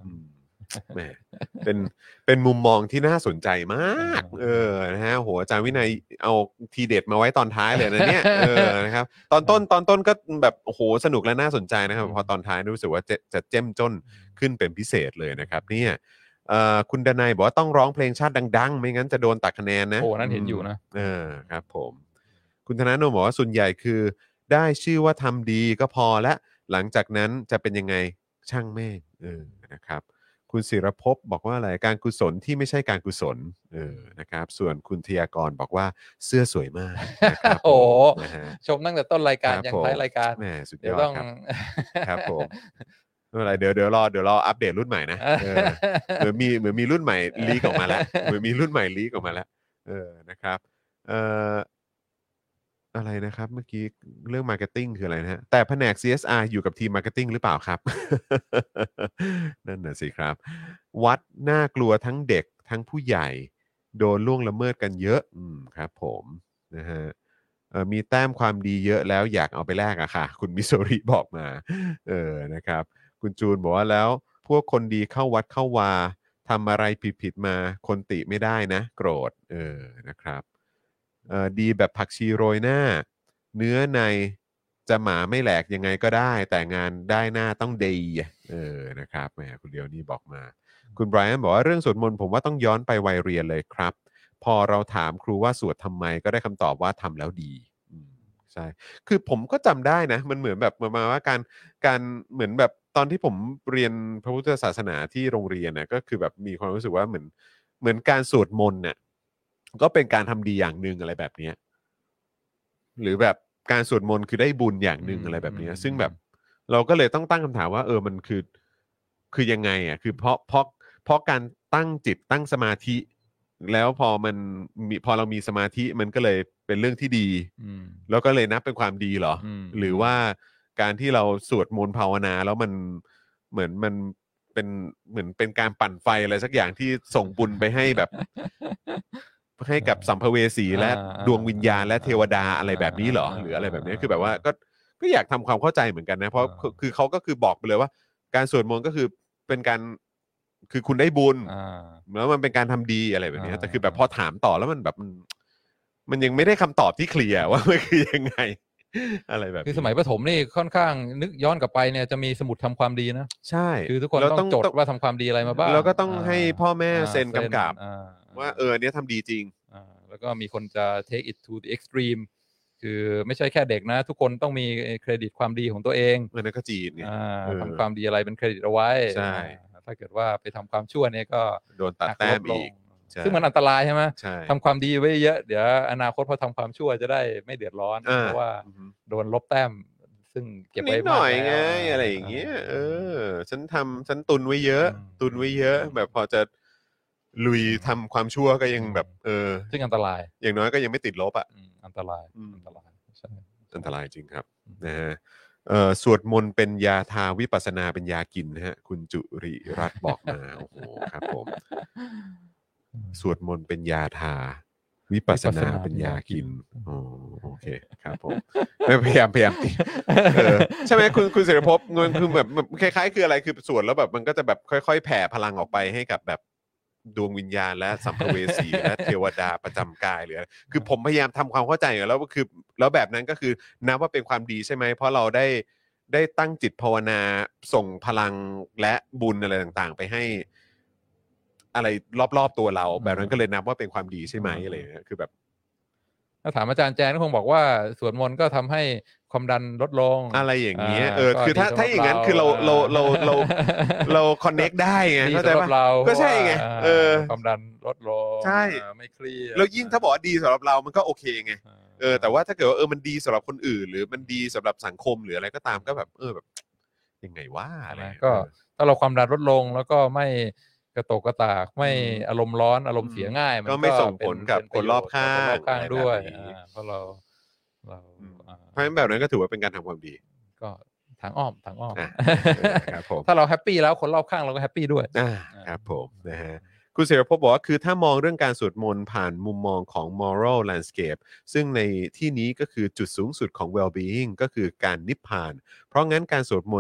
อืมแหมเป็นเป็นมุมมองที่น่าสนใจมาก เออนะฮะโหอาจารย์วินัยเอาทีเด็ดมาไว้ตอนท้ายเลยนะเนี่ยเออนะครับตอนต้นตอนต้นก็แบบโอ้โหสนุกและน่าสนใจนะครับพอตอนท้ายรู้สึกว่าจะจะเจ้มจนขึ้นเป็นพิเศษเลยนะครับเนี่ยเอ่อคุณดนัยบอกว่าต้องร้องเพลงชาติดังๆไม่งั้นจะโดนตัดคะแนนนะโอ้นั่นเห็นอยู่นะเออครับผมคุณธนาโนมบอกว่าส่วนใหญ่คือได้ชื่อว่าทำดีก็พอและหลังจากนั้นจะเป็นยังไงช่างแม่งเออนะครับคุณศิรภพบอกว่าอะไรการกุศลที่ไม่ใช่การกุศลเออนะครับส่วนคุณธยากรบอกว่าเสื้อสวยมากนะครับโอ้โหผมนะฮะชมตั้งแต่ต้นรายการครับยันผมท้ายรายการแหมสุดเดี๋ยยวอดต้องครับ ครับผม ไม่เป็นไรเดี๋ยวเดี๋ยวรอเดี๋ยวรออัปเดตรุ่นใหม่นะเออเหมือนมีเหมือนมีรุ่นใหม่ลีกออกมาแล้วเหมือนมีรุ่นใหม่ลีกออกมาแล้วเออนะครับเอ่ออะไรนะครับเมื่อกี้เรื่อง Marketing คืออะไรนะฮะแต่แผนก ซี เอส อาร์ อยู่กับทีม Marketing หรือเปล่าครับ นั่นน่ะสิครับ วัดน่ากลัวทั้งเด็กทั้งผู้ใหญ่ โดนล่วงละเมิดกันเยอะอืมครับผมนะฮะเอ่อมีแต้มความดีเยอะแล้วอยากเอาไปแลกอะค่ะ คุณมิโซริบอกมาเออนะครับ คุณจูนบอกว่าแล้วพวกคนดีเข้าวัดเข้าวาทำอะไรผิดๆมาคนติไม่ได้นะ โกรธเออนะครับเอ่อดีแบบผักชีโรยหน้า เนื้อในจะหมาไม่แหลกยังไงก็ได้ แต่งานได้หน้าต้องดีเออนะครับแหมคุณเดียวนี่บอกมา คุณไบรอันบอกว่าเรื่องสวดมนต์ผมว่าต้องย้อนไปวัยเรียนเลยครับ พอเราถามครูว่าสวดทำไมก็ได้คำตอบว่าทำแล้วดีอืมใช่ คือผมก็จำได้นะ มันเหมือนแบบประมาณว่าการการเหมือนแบบตอนที่ผมเรียนพระพุทธศาสนาที่โรงเรียนนะก็คือแบบมีความรู้สึกว่าเหมือนเหมือนการสวดมนต์เนี่ยก็เป็นการทำดีอย่างหนึ่งอะไรแบบเนี้ยหรือแบบการสวดมนต์คือได้บุญอย่างหนึ่งอืมอะไรแบบเนี้ยอืมซึ่งแบบเราก็เลยต้องตั้งคำถามว่า เออมันคือคือยังไงอ่ะคือเพราะเพราะเพราะการตั้งจิตตั้งสมาธิ แล้วพอมันมีพอเรามีสมาธิมันก็เลยเป็นเรื่องที่ดีอืมแล้วก็เลยนับเป็นความดีเหรออืมหรือว่าการที่เราสวดมนต์ภาวนาแล้วมันเหมือนมันเป็นเหมือนเป็นการปั่นไฟอะไรสักอย่างที่ส่งบุญไปให้แบบ ให้กับสัมภเวสีและอ่าดวงวิญญาณและเทวดาอ่าอะไรแบบนี้เหรออ่าหรืออะไรแบบนี้อ่าคือแบบว่าก็ก็อยากทำความเข้าใจเหมือนกันนะ เพราะอ่าคือเขาก็คือบอกไปเลยว่า การสวดมนต์ก็คือเป็นการคือคุณได้บุญอ่าแล้วมันเป็นการทำดีอะไรแบบนี้อ่าแต่คือแบบพอถามต่อแล้วมันแบบมันมันยังไม่ได้คำตอบที่เคลียร์ว่ามันคือยังไง อะไรแบบนี้คือสมัยประถมนี่ค่อนข้างนึกย้อนกลับไปเนี่ยจะมีสมุดทำความดีนะใช่คือทุกคนเราต้องจดว่าทำความดีอะไรมาบ้างแล้วก็ต้องให้พ่อแม่าเซ็นกำกับอ่าว่าเอออนเนี้ยทำดีจริงอ่าแล้วก็มีคนจะ take it to the extreme คือไม่ใช่แค่เด็กนะ ทุกคนต้องมีเครดิตความดีของตัวเองเออนั่นก็จีนไงอ่าเออทำความดีอะไรเป็นเครดิตเอาไว้ใช่อ่าถ้าเกิดว่าไปทำความชั่วเนี่ยก็โดนตัดแต้มอีก ใช่ซึ่งมันอันตรายใช่ไหมใช่ทำความดีไว้เยอะเดี๋ยวอนาคตพอทำความชั่วจะได้ไม่เดือดร้อนอ่าเพราะว่าอือฮึโดนลบแต้ม ซึ่งเก็บนิไว้ดหน่อยมากไงแล้วอะไรอย่างเงี้ยเออ ฉันทำฉันตุนไว้เยอะอืมตุนไว้เยอะ แบบพอจะลุยทำความชั่วก็ยังแบบ เออซึ่งอันตรายอย่างน้อยก็ยังไม่ติดลบอ่ะอืมอันตรายอืมอันตรายใช่อันตรายจริงครับอืมนะฮะเอ่อสวดมนต์เป็นยาทาวิปัสสนาเป็นยากินนะฮะคุณจุริรัตน์บอกมา โอ้โหครับผม สวดมนต์เป็นยาทา วิปัสสนาเป็นยากินอ๋อโอเคครับผมไม่พยายามพยายามติเออใช่ไหมคุณคุณเสรีภพมันคือแบบแบบคล้ายๆ คืออะไรคือสวดแล้วแบบมันก็จะแบบค่อยๆ แผ่พลังออกไปให้กับแบบดวงวิญญาณและสัมภเวสี และเทวดาประจำกายหรืออะไรคือผมพยายามทำความเข้าใจอยู่แล้วว่าคือแล้วแบบนั้นก็คือนับว่าเป็นความดีใช่ไหมเพราะเราได้ได้ตั้งจิตภาวนาส่งพลังและบุญอะไรต่างๆ ไปให้ อะไรรอบๆตัวเรา แบบนั้นก็เลยนับว่าเป็นความดีใช่ไหมอะไรอย่างเงี้ยคือแบบถ้าถามอาจารย์แจงก็คงบอกว่าสวดมนต์ก็ทำให้ความดันลดลงอะไรอย่างเงี้ยเออก็คือถ้าดีสำหรับถ้าอย่างนั้นคือเราเราเราเราเราคอนเน็กได้ไงดีเข้าใจสำหรัปะบเราก็ใช่ไงพราะว่าเออความดันลดลงใช่อ่าไม่เครียดแล้วยิ่งถ้าบอกว่าดีสำหรับเรามันก็โอเคไงเออแต่ว่าถ้าเกิดว่าเออมันดีสำหรับคนอื่น หรือมันดีสำหรับสังคมหรืออะไรก็ตามก็แบบเออแบบยังไงวะอะไรนะก็ถ้าเราความดันลดลงแล้วก็ไม่กระโตกกระตากไม่อืมอารมณ์ร้อนอารมณ์เสียง่าย มันก็ไม่ส่งผลกับเป็คนรอบข้างเป็นประโยชน์กับคนรอบข้างอะไรแบบด้วยนี้อ่าเพราะเราเราอืมอ่าเพราะฉะนั้นแบบนั้นก็ถือว่าเป็นการทำความดีก็ทางอ้อมทางอ้อมอ่ะเออครับผมถ้าเราแฮปปี้แล้วคนรอบข้างเราก็แฮปปี้ด้วยอ่าครับผมนะฮะคุณเสรีภพบอกว่าคือถ้ามองเรื่องการสวดมนต์ผ่านมุมมองของ moral landscape ซึ่งในที่นี้ก็คือจุดสูงสุดของ well-being ก็คือการนิพพาน เพราะงั้นการสวดมนต์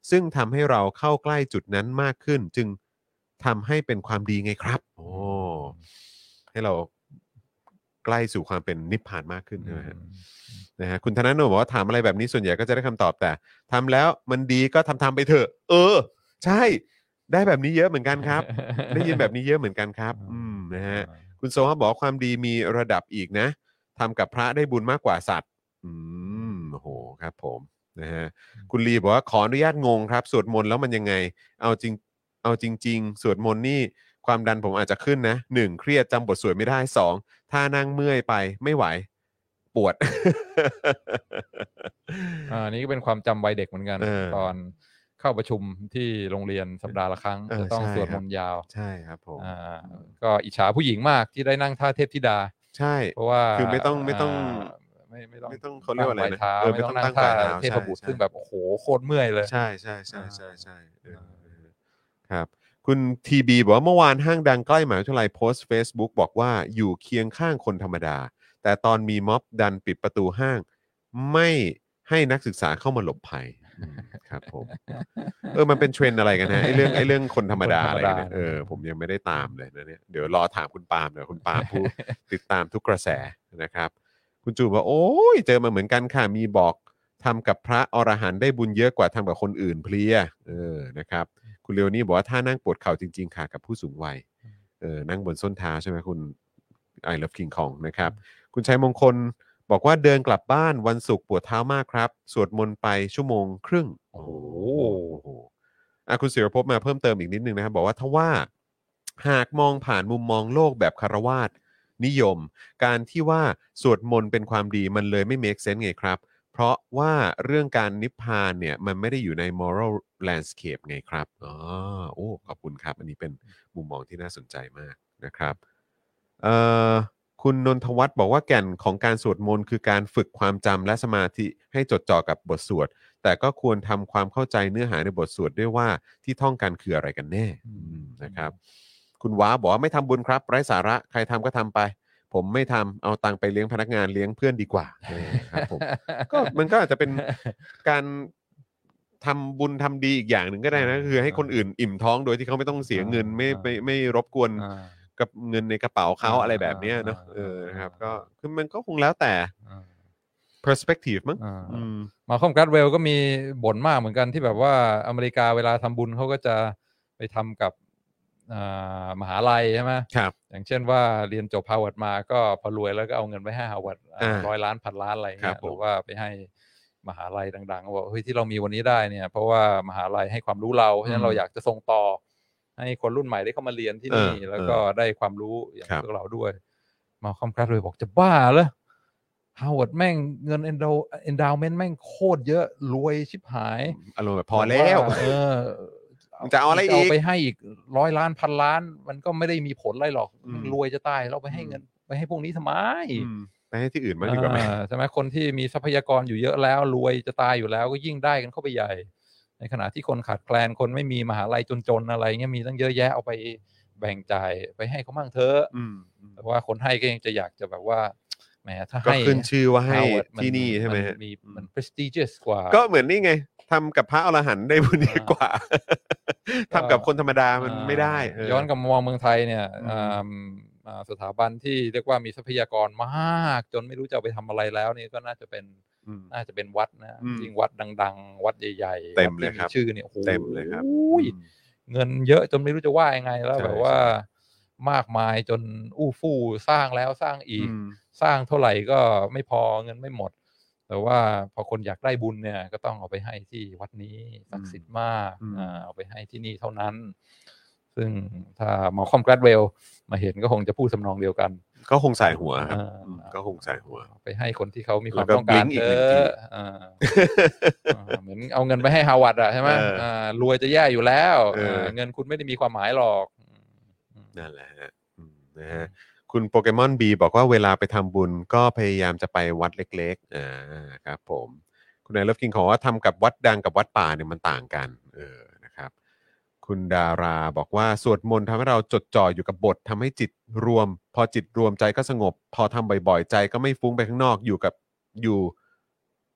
ซึ่งทำให้เราเข้าใกล้จุดนั้นมากขึ้น จึงทำให้เป็นความดีไงครับโอ้ให้เราใกล้สู่ความเป็นนิพพานมากขึ้นใช่ไหมฮะนะฮะคุณธนาโนบอกว่าถามอะไรแบบนี้ส่วนใหญ่ก็จะได้คำตอบแต่ทำแล้วมันดีก็ทำทำไปเถอะเออใช่ได้แบบนี้เยอะเหมือนกันครับ ได้ยินแบบนี้เยอะเหมือนกันครับอืมนะฮะคุณโซฮะบอกว่าความดีมีระดับอีกนะทำกับพระได้บุญมากกว่าสัตว์อืมโอ้โหครับผมนะฮะคุณลีบอกว่าขออนุญาตงงครับสวดมนต์แล้วมันยังไงเอาจริงเอาจริงๆสวดมนต์นี่ความดันผมอาจจะขึ้นนะหนึ่งเครียดจำบทสวดไม่ได้สองถ้านั่งเมื่อยไปไม่ไหวปวดอ่านี่ก็เป็นความจำวัยเด็กเหมือนกันเออตอนเข้าประชุมที่โรงเรียนสัปดาห์ละครั้งเออจะต้องใช่สวดคมรับนต์ยาวใช่ครับผมอ่าก็อิจฉาผู้หญิงมากที่ได้นั่งท่าเทพธิดาใช่เพราะว่าคือไม่ต้องไม่ต้องาไม่ไม่ต้องไม่ต้องเขาเรียกว่าอะไรตั้งปลายนะเท้าเออไม่ต้องไม่นั่ต้อง งตั้งท่าปลายเท้าเทพบุตรใช่ซึ่งแบบโอ้โหโคตรเมื่อยเลยใช่ใช่ใช่ใช่ใช่เออครับคุณทีบีบอกว่าเมื่อวานห้างดังใกล้มหาวิทยาลัยโพสต์ Facebook บอกว่าอยู่เคียงข้างคนธรรมดา แต่ตอนมีม็อบดันปิดประตูห้าง ไม่ให้นักศึกษาเข้ามาหลบภัยอืมครับผมเออมันเป็นเทรนด์อะไรกันฮะไอ้เรื่องไอ้เรื่องคนธรรมดาอะไรกันเนี่ยเออผมยังไม่ได้ตามเลยนะเนี่ยเดี๋ยวรอถามคุณปาล์มเดี๋ยวคุณปาล์มผู้ ติดตามทุกกระแสนะครับ คุณจูนบอกโอ้ยเจอมาเหมือนกันค่ะมีบอกทำกับพระอรหันต์ได้บุญเยอะกว่าทำกับคนอื่นเพลียเออนะครับคุณเลวนี่บอกว่าถ้านั่งปวดเข่าจริงๆค่ะกับผู้สูงวัยเออนั่งบนส้นเท้าใช่ไหมคุณไอเลิฟคิงคองนะครับคุณชัยมงคลบอกว่าเดินกลับบ้านวันศุกร์ปวดเท้ามากครับสวดมนต์ไปชั่วโมงครึ่งโอ้โหโอ้โหอ่ะคุณศิรภพมาเพิ่มเติมอีกนิดนึงนะครับบอกว่าถ้าว่าหากมองผ่านมุมมองโลกแบบคารวาสนิยมการที่ว่าสวดมนต์เป็นความดีมันเลยไม่ make sense ไงครับเพราะว่าเรื่องการนิพพานเนี่ยมันไม่ได้อยู่ใน moral landscape ไงครับอ๋อโอ้ขอบคุณครับอันนี้เป็นมุมมองที่น่าสนใจมากนะครับเอ่อคุณนนทวัฒน์บอกว่าแก่นของการสวดมนต์คือการฝึกความจำและสมาธิให้จดจ่อกับบทสวดแต่ก็ควรทำความเข้าใจเนื้อหาในบทสวดด้วยว่าที่ท่องกันคืออะไรกันแน่นะครับคุณว้าบอกว่าไม่ทำบุญครับไร้สาระใครทำก็ทำไปผมไม่ทำเอาตังค์ไปเลี้ยงพนักงานเลี้ยงเพื่อนดีกว่าครับผมก็มันก็อาจจะเป็นการทำบุญทำดีอีกอย่างหนึ่งก็ได้นะคือให้คนอื่นอิ่มท้องโดยที่เขาไม่ต้องเสียเงินไม่ไม่ไม่รบกวนกับเงินในกระเป๋าเขาอะไรแบบนี้เนาะเออนะครับก็คือมันก็คงแล้วแต่ perspective มั้งมาคอมกัดเวลก็มีบ่นมากเหมือนกันที่แบบว่าอเมริกาเวลาทำบุญเขาก็จะไปทำกับมหาลัยใช่ไหมครับอย่างเช่นว่าเรียนจบฮาร์วาร์ดมาก็พอรวยแล้วก็เอาเงินไปให้ฮาร์วาร์ดร้อยล้านพันล้านอะไรเงี้ยหรือว่าไปให้มหาลัยดังๆว่าเฮ้ยที่เรามีวันนี้ได้เนี่ยเพราะว่ามหาลัยให้ความรู้เราเพราะฉะนั้นเราอยากจะส่งต่อให้คนรุ่นใหม่ได้เข้ามาเรียนที่นี่แล้วก็ได้ความรู้อย่างพวกเราด้วยมาคอมกัดเลยบอกจะบ้าเหรอฮาร์วาร์ดแม่งเงิน endowment แม่งโคตรเยอะรวยชิบหายอารมณ์แบบพอแล้วเออจะเอาอะไรอีกเอาไปให้อีกร้อยล้านพันล้านมันก็ไม่ได้มีผลอะไรหรอกรวยจะตายเราไปให้เงินไปให้พวกนี้ทำไมไปให้ที่อื่นมากดีกว่าไหมใช่ไหมคนที่มีทรัพยากรอยู่เยอะแล้วรวยจะตายอยู่แล้วก็ยิ่งได้กันเข้าไปใหญ่ในขณะที่คนขาดแคลนคนไม่มีมหาลัยจนๆอะไรเงี้ยมีตั้งเยอะแยะเอาไปแบ่งจ่ายไปให้เขามั่งเถอะแต่ว่าคนให้ก็ยังจะอยากจะแบบว่าแหมถ้าให้ก็ขึ้นชื่อว่าให้ที่นี่ใช่ไหมมีมัน prestigious กว่าก็เหมือนนี่ไงทำกับพระอรหันต์ได้บุญเยอะกว่าทำกับคนธรรมดามันไม่ได้ย้อนกลับมามองเมืองไทยเนี่ยสถาบันที่เรียกว่ามีทรัพยากรมากจนไม่รู้จะเอาไปทำอะไรแล้วนี่ก็น่าจะเป็นน่าจะเป็นวัดนะยิ่งวัดดังๆวัดใหญ่ๆเต็มเลยครับชื่อเนี่ยโอ้โหเต็มเลยครับเงินเยอะจนไม่รู้จะว่ายังไงแล้วแบบว่ามากมายจนอู้ฟู่สร้างแล้วสร้างอีกสร้างเท่าไหร่ก็ไม่พอเงินไม่หมดแต่ว่าพอคนอยากได้บุญเนี่ยก็ต้องเอาไปให้ที่วัดนี้ศักดิ์สิทธิ์มากเอาไปให้ที่นี่เท่านั้นซึ่งถ้าหมอคอมแกรดเวลมาเห็นก็คงจะพูดสำนองเดียวกันก็คงใส่หัวครับก็คงใส่หัวไปให้คนที่เขามีความต้องการเออเหมือนเอาเงินไปให้ฮาร์วาร์ดอะใช่ไหมรวยจะแย่อยู่แล้วเงินคุณไม่ได้มีความหมายหรอกนั่นแหละฮะนะฮะคุณโปเกมอนบีบอกว่าเวลาไปทำบุญก็พยายามจะไปวัดเล็กๆอ่าครับผมคุณนายเลิฟกิงขอว่าทำกับวัดดังกับวัดป่าเนี่ยมันต่างกันเออนะครับคุณดาราบอกว่าสวดมนต์ทำให้เราจดจ่ออยู่กับบททำให้จิตรวมพอจิตรวมใจก็สงบพอทำบ่อยๆใจก็ไม่ฟุ้งไปข้างนอกอยู่กับอยู่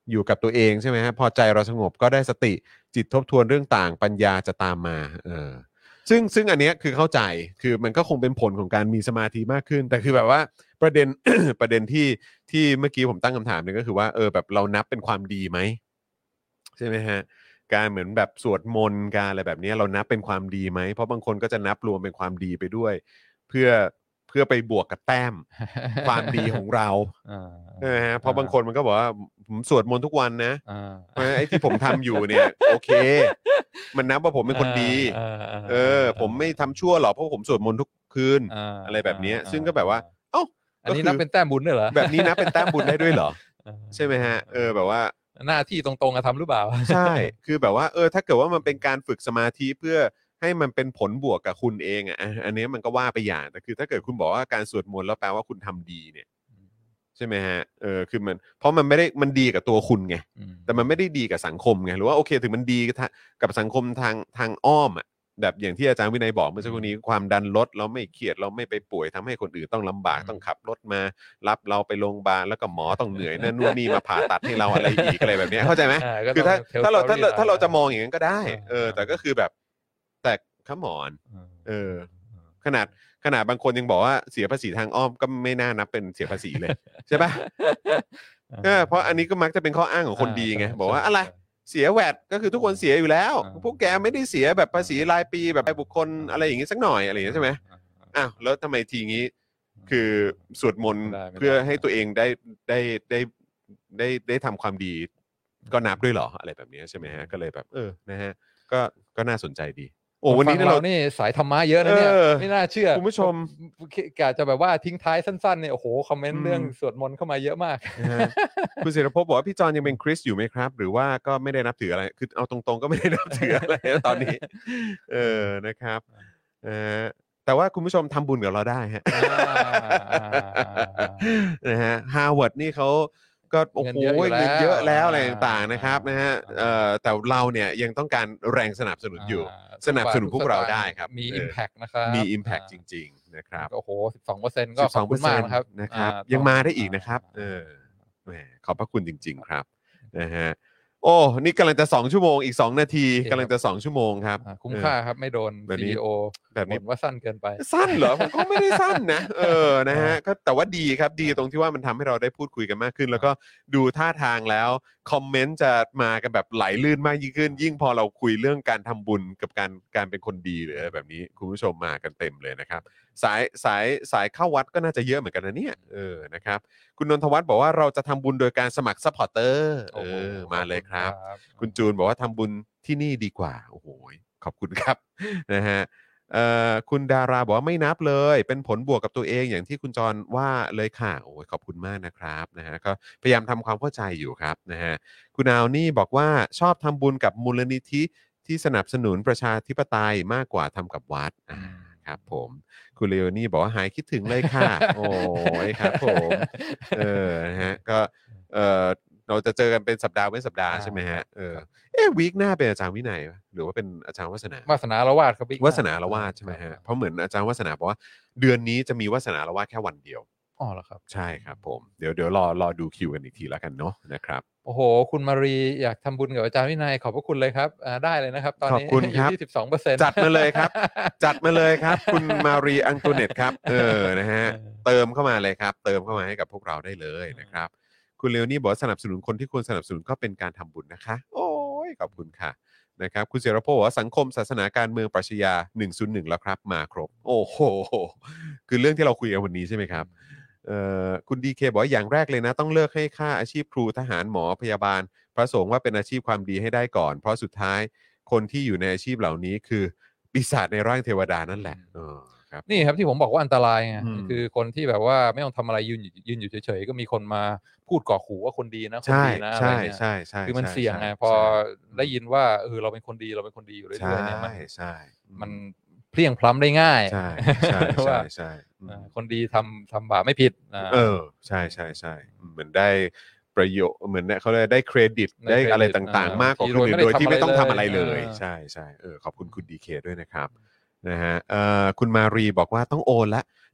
อยู่กับตัวเองใช่ไหมฮะพอใจเราสงบก็ได้สติจิตทบทวนเรื่องต่างปัญญาจะตามมาเออซึ่งซึ่งอันเนี้ยคือเข้าใจคือมันก็คงเป็นผลของการมีสมาธิมากขึ้นแต่คือแบบว่าประเด็น ประเด็นที่ที่เมื่อกี้ผมตั้งคำถามนึงก็คือว่าเออแบบเรานับเป็นความดีไหมใช่ไหมฮะการเหมือนแบบสวดมนต์การอะไรแบบนี้เรานับเป็นความดีไหมเพราะบางคนก็จะนับรวมเป็นความดีไปด้วย เพื่อเพื่อไปบวกกับแต้ม ความดีของเราอ่าใช่ไหมฮะเพราะบางคนมันก็บอกว่าผมสวดมนต์ทุกวันนะอ่าเพราะฉะนั้นไอ้ที่ผมทำอยู่เนี่ยโอเค มันนับว่าผมเป็นคนดีอ่าอ่าเออ ผมไม่ทำชั่วหรอกเพราะผมสวดมนต์ทุกคืนอ่าอะไรแบบเนี้ยอ่าซึ่งก็แบบว่าเอ้าอันนี้ก็คือนับเป็นแต้มบุญด้วยเหรอแบบนี้นับเป็นแต้มบุญได้ด้วยเหรออ่าใช่ไหมฮะเออแบบว่าหน้าที่ตรงๆอะทำหรือเปล่าใช่ คือแบบว่าเออถ้าเกิดว่ามันเป็นการฝึกสมาธิเพื่อให้มันเป็นผลบวกกับคุณเองอ่ะอ่ะอันนี้มันก็ว่าไปอย่างแต่คือถ้าเกิดคุณบอกว่าการสวดมนต์แล้วแปลว่าคุณทำดีเนี่ยใช่ไหมฮะเออคือมันเพราะมันไม่ได้มันดีกับตัวคุณไงอืมแต่มันไม่ได้ดีกับสังคมไงหรือว่าโอเคถึงมันดีกับสังคมทางทางอ้อมอ่ะแบบอย่างที่อาจารย์วินัยบอกเมื่อสักครู่นี้ความดันลดเราไม่เครียดเราไม่ไปป่วยทำให้คนอื่นต้องลำบากต้องขับรถมารับเราไปโรงพยาบาลแล้วก็หมอต้องเหนื่อยนั่นนู่นนี่มาผ่าตัดให้เราอะไรอีกอะไรแบบเนี้ยเข้าใจไหมอ่าก็คือถ้าต้องถ้าเราถ้าเรา tell story ถ้าเราจะได้มองอย่างนั้นก็ได้ เอออ่าแต่ก็คือแบบแต่ขมอนอ่าเออ ขนาดขนาดบางคนยังบอกว่าเสียภาษีทางอ้อมก็ไม่น่านับเป็นเสียภาษีเลย ใช่ปะเออเพราะอันนี้ก็มักจะเป็นข้ออ้างของคนดีไงบอกว่าอะไรเสียแวดก็คือทุกคนเสียอยู่แล้วอ่าพวกแกไม่ได้เสียแบบภาษีรายปีแบบรายบุคคลอะไรอย่างงี้สักหน่อยอะไรอย่างงี้ใช่ไหมอ้าวแล้วทำไมทีงี้คือสวดมนต์ไม่ได้ไม่ได้เพื่อให้ตัวเองได้ได้ได้ได้ได้ทำความดี ก็นับด้วยเหรออะไรแบบนี้ใช่ไหมฮะก็เลยแบบเออนะฮะก็ก็น่าสนใจดีโอ้วันนี้ฟังเราเรานี่สายธรรมะเยอะนะเนี่ยเออไม่น่าเชื่อคุณผู้ชมกะจะแบบว่าทิ้งท้ายสั้นๆเนี่ยโอ้โหคอมเมนอืต์มเรื่องสวดมนต์เข้ามาเยอะมากนะฮะคุณศิรภพบอกว่าพี่จอนยังเป็นคริสต์อยู่ไหมครับ หรือว่าก็ไม่ได้นับถืออะไรคือเอาตรงๆก็ไม่ได้นับถืออะไรนะตอนนี้ เออนะครับเออแต่ว่าคุณผู้ชมทำบุญกับเราได้ฮะอ่าอ่าอ่าอ่านะฮะฮาร์วาร์ดนี่เขาก็โอ้โหเงินเยอะอยู่แล้วเงินเยอะแล้วอะไรต่างๆนะครับนะฮะอ่าเอ่อแต่เราเนี่ยยังต้องการแรงสนับสนุนอยู่อ่าสนับสนุนพวกเราได้ครับมีเออ impact นะครับมี Impact จริง ๆ นะครับโอ้โหสิบสองเปอร์เซ็นต์ก็ขอบคุณมากนะครับนะครับอ่ยังมาได้อีกนะครับ เออแหมขอบพระคุณจริง ๆ ครับนะฮะโอ้นี่กำลังจะสองชั่วโมงอีกสองนาทีกำลังจะสองชั่วโมงครับอ่าคุ้มค่าครับไม่โดนแบบนี้ซี อี โอแบบนี้บ่นว่าสั้นเกินไปสั้นเหรอ ผมก็ไม่ได้สั้นนะ เออนะฮะก็แต่ว่าดีครับดีตรงที่ว่ามันทำให้เราได้พูดคุยกันมากขึ้น แล้วก็ดูท่าทางแล้วคอมเมนต์จะมากันแบบไหลลื่นมากยิ่งขึ้น ยิ่งพอเราคุยเรื่องการทำบุญกับการการเป็นคนดีหรืออะไรแบบนี้คุณผู้ชมมากันเต็มเลยนะครับ สายสายสายเข้าวัดก็น่าจะเยอะเหมือนกันนะเนี่ยเออนะครับคุณนนทวัฒน์บอกว่าเราจะทำบุญโดยการสมัครซัพพอร์เตอร์เอโอ้โหอมาเลยครับขอบคุณจูนบอกว่าทำบุญที่นี่ดีกว่าโอ้โหขอบคุณครับ นะฮะเอ่อคุณดาราบอกว่าไม่นับเลยเป็นผลบวกกับตัวเองอย่างที่คุณจรว่าเลยค่ะโอ้ยขอบคุณมากนะครับนะฮะก็พยายามทำความเข้าใจอยู่ครับนะฮะคุณนาวนี่บอกว่าชอบทำบุญกับมูลนิธิที่สนับสนุนประชาธิปไตยมากกว่าทำกับวัดอ่าครับผมคุณเลโอนี่บอกว่าหายคิดถึงเลยค่ะ โอ้ยครับผมเออนะฮะก็เออเราจะเจอกันเป็นสัปดาห์เว้นสัปดาห์ใช่ไหมฮะเออเอ๊ะวีคหน้าเป็นอาจารย์วินัยปะหรือว่าเป็นอาจารย์วัฒนาวาสนาละวาดครับพี่วาสนาละวาดใช่ไหมฮะเพราะเหมือนอาจารย์วาสนาบอกว่าเดือนนี้จะมีวาสนาละวาดแค่วันเดียวอ๋อเหรอครับใช่ครับผมเดี๋ยวเดี๋ยวรอรอดูคิวกันอีกทีแล้วกันเนาะนะครับโอ้โห คุณมารีอยากทำบุญกับอาจารย์วินัยขอบพระคุณเลยครับอ่าได้เลยนะครับ ตอนนี้ขอบคุณครับอยู่ที่สิบสองเปอร์เซ็นต์จัดมาเลยครับ จัดมาเลยครับ คุณมารีอังโตเนตครับเออนะฮะเติมเข้ามาเลยครับ เติมเข้ามาให้กับพวกเราได้เลยนะครับ คุณเลวนี่บอกว่าสนับสนุนคนที่ควรสนับสนุนก็เป็นการทำบุญนะคะ โอ้ยขอบคุณค่ะนะครับคุณเสรพงศ์บอกว่าสังคมศาสนาการเมืองปรัชญาหนึ่งศูนย์หนึ่งแล้วครับมาครบ โอ้โหคือเรื่องที่เราคุยกันวันนี้ใช่ไหมครับเอ่อคุณดีเคบอกว่าอย่างแรกเลยนะ ต้องเลิกให้ค่าอาชีพครูทหารหมอพยาบาล พระสงฆ์ว่าเป็นอาชีพความดีให้ได้ก่อน เพราะสุดท้ายคนที่อยู่ในอาชีพเหล่านี้คือปีศาจในร่างเทวดานั่นแหละเออครับนี่ครับที่ผมบอกว่าอันตรายไงอืมคือคนที่แบบว่าไม่ต้องทำอะไรยืนอยู่ยืนอยู่เฉยๆก็มีคนมาพูดก่อขู่ว่าคนดีนะคนใช่ดีนะอะไรใช่เงี้ยใช่ใช่คือมันใช่เสี่ยงไงใช่พอใช่ได้ยินว่าเออเราเป็นคนดีเราเป็นคนดีอยู่เรื่ใช่อยๆเนี่ยมันใช่มันเพลียงพล้ำได้ง่ายใช่ใช่ใช่ว่าใช่อืมเออคนดีทำทำบาปไม่ผิดนะเออใช่ใช่ใช่เหมือนได้ประโยชน์เหมือนเนี่ยเขาเรียกได้เครดิตได้ได้อะไรเครดิตต่างอ่าๆ มากกว่าที่คนอื่นโดโดยยไม่ที่ได้ไม่ต้องทำทำอะอะไร ไรเลเลย ยอ่าใช่ใช่เออขอบคุณคุณดีเคด้วยนะครับนะฮะเอ่อคุณมารีบอกว่าต้องโอนละ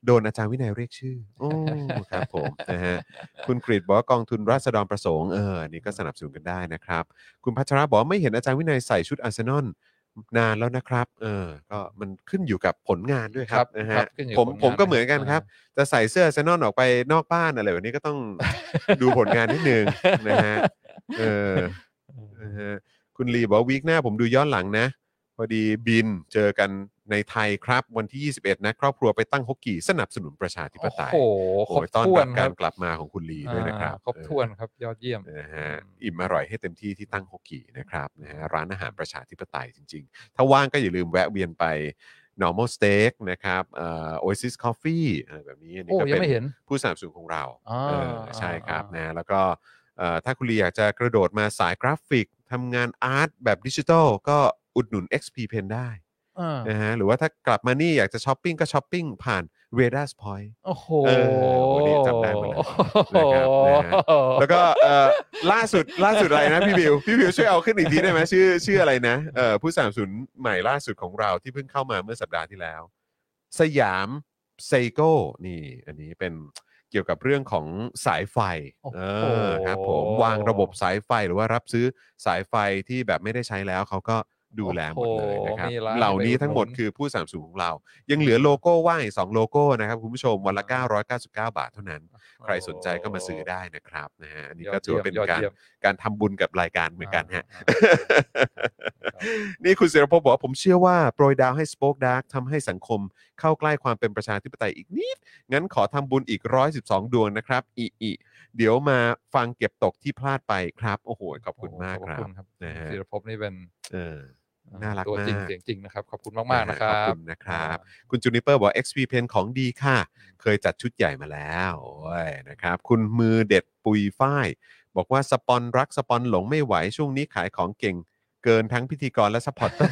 โดนอาจารย์วินัยเรียกชื่อโอ้ครับผมนะฮะคุณกฤษบอกว่ากองทุนราษฎรประสงค์เอออันนี้ก็สนับสนุนกันได้นะครับคุณพัชระบอกว่าไม่เห็นอาจารย์วินัยใส่ชุดอาร์เซนอลนานแล้วนะครับเออก็มันขึ้นอยู่กับผลงานด้วยคครัรับบ นะครัฮะบขึ้นอยู่ผกับมผลงานผมก็เหมือนกันนะครับครับ จะใส่เสื้ออาร์เซนอลออกไปนอกบ้านอะไรแบบนี้ก็ต้อง ดูผลงานนิดนึงนะฮะเออนะฮะคุณลีบอกว่าวีคหน้าผมดูย้อนหลังนะ พอดีบินเจอกันในไทยครับวันที่ยี่สิบเอ็ดนะครอบครัวไปตั้งฮกกี้สนับสนุนประชาธิปโอ้ไตยโหคโอ้รบยต้อนถ้วรันบคการัรบกลับมาของคุณลีด้วยนะครับอ่าครบถ้วนครับยอดเยี่ยมนะฮะอืมอิ่มอร่อยให้เต็มที่ที่ตั้งฮกกี้นะครับนะฮะร้านอาหารประชาธิปไตยจริงๆ ถ้าว่างก็อย่าลืมแวะเวียนไป normal steak นะครับเอ่อ Oasis Coffee อะไรแบบนี้อันนี้โอ้ก็ยังเป็นไม่เห็นผู้สนับสนุนของเราอ่าเออใช่ครับอ่านนะแล้วก็เอ่อถ้าคุณลีอยากจะกระโดดมาสายกราฟิกทำงานอาร์ตแบบดิจิทัลก็อุดหนุน เอ็กซ์ พี Pen ได้อ่านะฮะหรือว่าถ้ากลับมานี่อยากจะช้อปปิ้งก็ช้อปปิ้งผ่าน Radars Point โอ้โหเออโอ้นี่จำได้หมดเลยนะครับนะฮะ แล้วก็เอ่อล่าสุดล่าสุดอะไรนะพี่บิวพี่บิวช่วยเอาขึ้นอีกทีได้ไหมชื่อชื่ออะไรนะเอ่อผู้สนับสนุนใหม่ล่าสุดของเราที่เพิ่งเข้ามาเมื่อสัปดาห์ที่แล้ว สยามไซโก้นี่อันนี้เป็นเกี่ยวกับเรื่องของสายไฟโอ้โหเออครับผมวางระบบสายไฟหรือว่ารับซื้อสายไฟที่แบบไม่ได้ใช้แล้วเขาก็ดูแลหมดเลยนะครับโอ้โหมีร้านเหล่านี้ให้ไปอุดหนุนทั้งหมดคือผู้สนับสนุนของเรา ยังเหลือโลโก้ว่างอีกสองโลโก้นะครับคุณผู้ชมวันละเก้าร้อยเก้าสิบเก้าบาทเท่านั้น ใครสนใจก็มาซื้อได้นะครับนะฮะอันนี้ก็ถือว่าเป็นยอดการเยี่ยมการทำบุญกับรายการเหมือนกันฮะอ่านี่คุณศิรภพบอกว่าผมเชื่อว่าโปรยดาวให้ Spoke Dark ทำให้สังคมเข้าใกล้ความเป็นประชาธิปไตยอีกนิด งั้นขอทำบุญอีกหนึ่งร้อยสิบสองดวงนะครับอีอีเดี๋ยวมาฟังเก็บตกที่พลาดไปครับ โอ้โห ขอบคุณมากขอบครัคุบณครับนะฮะศิรภพนี่เป็นเออ น่ารักตัวจริงมากเสียงจริงนะครับ ขอบคุณมากๆนะครับขอบคุณนะครับ คุณจูนิเปอร์บอก เอ็กซ์ พี Pen ของดีค่ะ เคยจัดชุดใหญ่มาแล้วโอ้ยนะครับ คุณมือเด็ดปุยฝ้าย บอกว่าสปอนรักสปอนหลงไม่ไหวช่วงนี้ขายของเก่งเกินทั้งพิธีกรและซัพพอร์ตเตอร์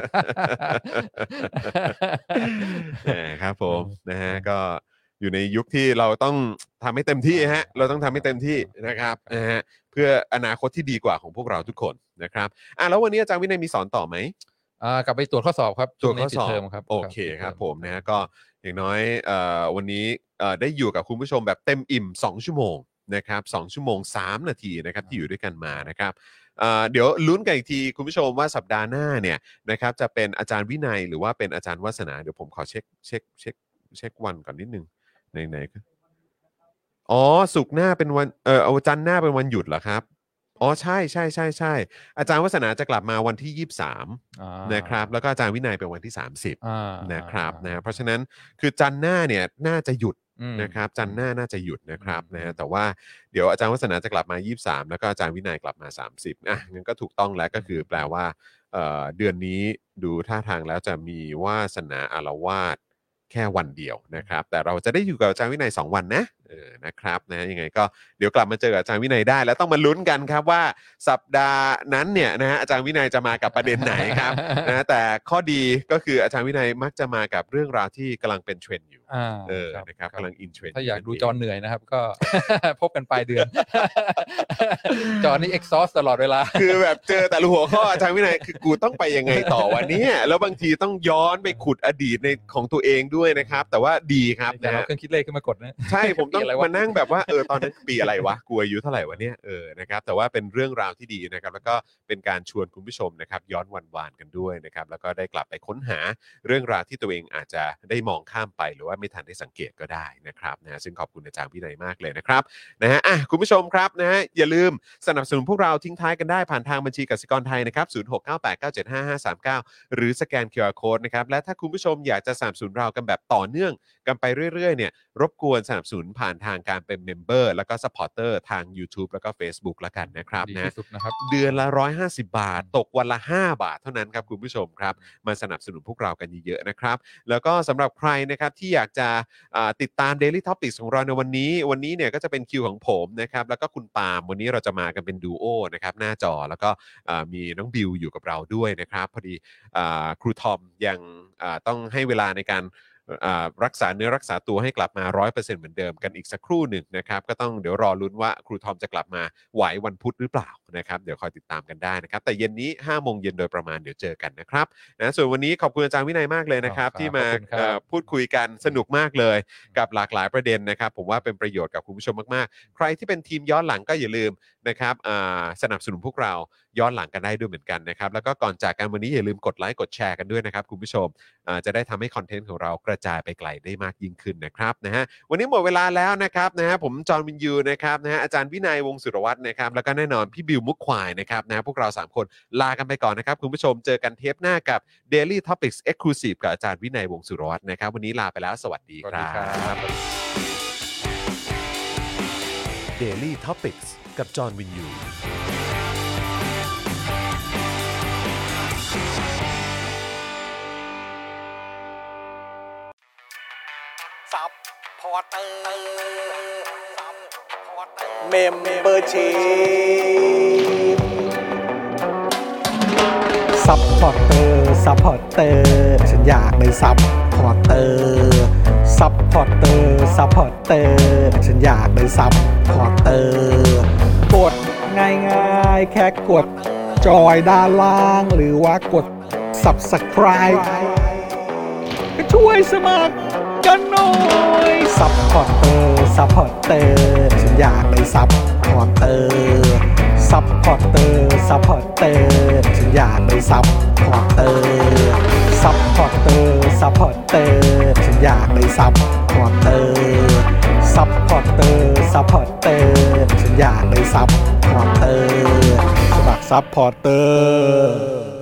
แหมครับผมนะฮะก็อยู่ในยุคที่เราต้องทำให้เต็มที่ฮะเราต้องทำให้เต็มที่นะครับนะฮะเพื่ออนาคตที่ดีกว่าของพวกเราทุกคนนะครับอ่ะแล้ววันนี้อาจารย์วินัยมีสอนต่อไหมอ่ากลับไปตรวจข้อสอบครับตรวจข้อสอบช่วงนี้ปิดเทอมครับโอเคปิดครับทผมนะฮะก็อย่างน้อยเอ่อวันนี้เอ่อได้อยู่กับคุณผู้ชมแบบเต็มอิ่มสองชั่วโมงนะครับสองชั่วโมงสามนาทีนะครับที่อยู่ด้วยกันมานะครับเอ่อเดี๋ยวลุ้นกันอีกทีคุณผู้ชมว่าสัปดาห์หน้าเนี่ยนะครับจะเป็นอาจารย์วินัยหรือว่าเป็นอาจารย์วัฒนาเดี๋ยวผมขอเช็คเช็คเช็คเช็ควันก่อนนิดนึงไหนๆก็อ๋อศุกร์หน้าเป็นวันเออเอาจันทร์หน้าเป็นวันหยุดเหรอครับอ๋อใช่ใช่ใช่ใช่อาจารย์วัฒนาจะกลับมาวันที่ยี่สิบสามอ่านะครับแล้วก็อาจารย์วินัยเป็นวันที่สามสิบอ่านะครับนะฮะเพราะฉะนั้นคือจันทร์หน้าเนี่ยน่าจะหยุดอืมนะครับจันทร์หน้าน่าจะหยุดนะครับอืมนะฮะแต่ว่าเดี๋ยวอาจารย์วัฒนาจะกลับมายี่สิบสามแล้วก็อาจารย์วินัยกลับมาสามสิบอ่ะงั้นก็ถูกต้องแล้วก็คือแปลว่าเอ่อเดือนนี้ดูท่าทางแล้วจะมีวาสนาอารวาสแค่วันเดียวนะครับแต่เราจะได้อยู่กับอาจารย์วินัยสองวันนะเออนะครับนะยังไงก็เดี๋ยวกลับมาเจอกับอาจารย์วินัยได้แล้วต้องมาลุ้นกันครับว่าสัปดาห์นั้นเนี่ยนะฮะอาจารย์วินัยจะมากับประเด็นไหนครับ นะแต่ข้อดีก็คืออาจารย์วินัยมักจะมากับเรื่องราวที่กำลังเป็นเทรนด์อยู่อ่าเออครับนะครับครับกำลังอินเทรนด์ถ้าอยากดูจอเหนื่อยนะครับ ก็ พบกันปลายเดือน จอนี่ exhaust ตลอดเวลาคือแบบเจอแต่ละหัวข้ออาจารย์วินัยคือกูต้องไปยังไงต่อวันนี้แล้วบางทีต้องย้อนไปขุดอดีตในของตัวเองด้วยนะครับ แต่ว่าดีครับแต่นะเราฮะเครื่องคิดเลขขึ้นมากดนะใช่ผมต้องปีอะไรวะมานั่งแบบว่าเออตอนนั้นปีอะไรวะกูอายุเท่าไหร่วะเนี่ยเออนะครับแต่ว่าเป็นเรื่องราวที่ดีนะครับแล้วก็เป็นการชวนคุณผู้ชมนะครับย้อนวันวานกันด้วยนะครับแล้วก็ได้กลับไปค้นหาเรื่องราวที่ตัวเองอาจจะได้มองข้ามไปหรือว่าไม่ทันได้สังเกตก็ได้นะครับนะฮะซึ่งขอบคุณอาจารย์วินัยมากเลยนะครับนะฮะอ่ะคุณผู้ชมครับนะฮะอย่าลืมสนับสนุนพวกเราทิ้งท้ายกันได้ผ่านทางบัญชีกสิกรไทยนะครับศูนย์ หก เก้า แปด เก้า เจ็ด ห้า ห้า สาม เก้าหรือสแกน คิว อาร์ Code นะครับและถ้าคุณผู้ชมอยากจะสนับสนุนเรากันแบบต่อเนื่องกันไปเรื่อยๆเนี่ยรบกวนสนับสนุนผ่านทางการเป็นเมมเบอร์แล้วก็ซัพพอร์เตอร์ทาง YouTube แล้วก็ Facebook ละกันนะครับดีนะที่สุดนะครับเดือนละหนึ่งร้อยห้าสิบบาท ตกวันละห้าบาทเท่านั้นครับคุณผู้ชมครับมาสนับสนุนพวกเรากันเยอะๆนะครับแล้วก็สำหรับใครนะครับที่อยากจะอ่าติดตาม Daily Topics ของเราในวันนี้วันนี้เนี่ยก็จะเป็นคิวของผมนะครับแล้วก็คุณปาล์มวันนี้เราจะมากันเป็นดูโอนะครับหน้าจอแล้วก็อ่ามีน้องบิวอยู่กับเราด้วยนะครับพอดีอ่าครูทอมยังอ่าต้องให้เวลาในการอ่ารักษาเนื้อรักษาตัวให้กลับมา ร้อยเปอร์เซ็นต์ เหมือนเดิมกันอีกสักครู่หนึ่งนะครับก็ต้องเดี๋ยวรอลุ้นว่าครูทอมจะกลับมาไหววันพุธหรือเปล่านะครับเดี๋ยวคอยติดตามกันได้นะครับแต่เย็นนี้ห้าโมงเย็นโดยประมาณเดี๋ยวเจอกันนะครับนะส่วนวันนี้ขอบคุณอาจารย์วินัยมากเลยนะครับที่มาเอ่อพูดคุยกันสนุกมากเลยกับหลากหลายประเด็นนะครับผมว่าเป็นประโยชน์กับคุณผู้ชมมากๆใครที่เป็นทีมย้อนหลังก็อย่าลืมนะครับอ่าสนับสนุนพวกเราย้อนหลังกันได้ด้วยเหมือนกันนะครับแล้วก็ก่อนจากกันวันนี้อย่าลืมกดไลค์กดแชร์กันด้วยนะครับคุณผู้ชมอ่าจะได้ทำให้คอนเทนต์ของเรากระจายไปไกลได้มากยิ่งขึ้นนะครับนะฮะวันนี้หมดเวลาแล้วนะครับนะฮะผมจอห์นวินยูนะครับนะฮะอาจารย์วินัยวงศ์สุรวัฒน์นะครับแล้วก็แน่นอนพี่บิวมุกควายนะครับนะพวกเราสามคนลากันไปก่อนนะครับคุณผู้ชมเจอกันเทปหน้ากับ Daily Topics Exclusive กับอาจารย์วินัยวงศ์สุรวัฒน์นะครับวันนี้ลาไปแล้วสวัสดีครับ Daily Topics กับจอห์นวินยูซับพอร์เตอร์ซับพอร์เตอร์เมมเบอร์ชีซัพพอร์เตอร์ซัพพอร์เตอร์ฉันอยากเป็นซัพพอร์เตอร์ซัพพอร์เตอร์ซัพพอร์เตอร์ฉันอยากเป็นซัพพอร์เตอร์กดง่ายๆแค่กดจอยด้านล่างหรือว่ากด ซับสไครบ์ ก็ช่วยสมัครกันหน่อยซัพพอร์เตอร์ซัพพอร์เตอร์ฉันอยากเป็นซัพพอร์เตอร์ซัพพอร์เตอร์ซัพพอร์เตอร์ฉันอยากเป็นซัพพอร์เตอร์ซัพพอร์เตอร์ซัพพอร์เตอร์ฉันอยากเป็นซัพพอร์เตอร์ซัพพอร์เตอร์ซัพพอร์เตอร์ฉันอยากเป็นซัพพอร์เตอร์สมัครซัพพอร์เตอร์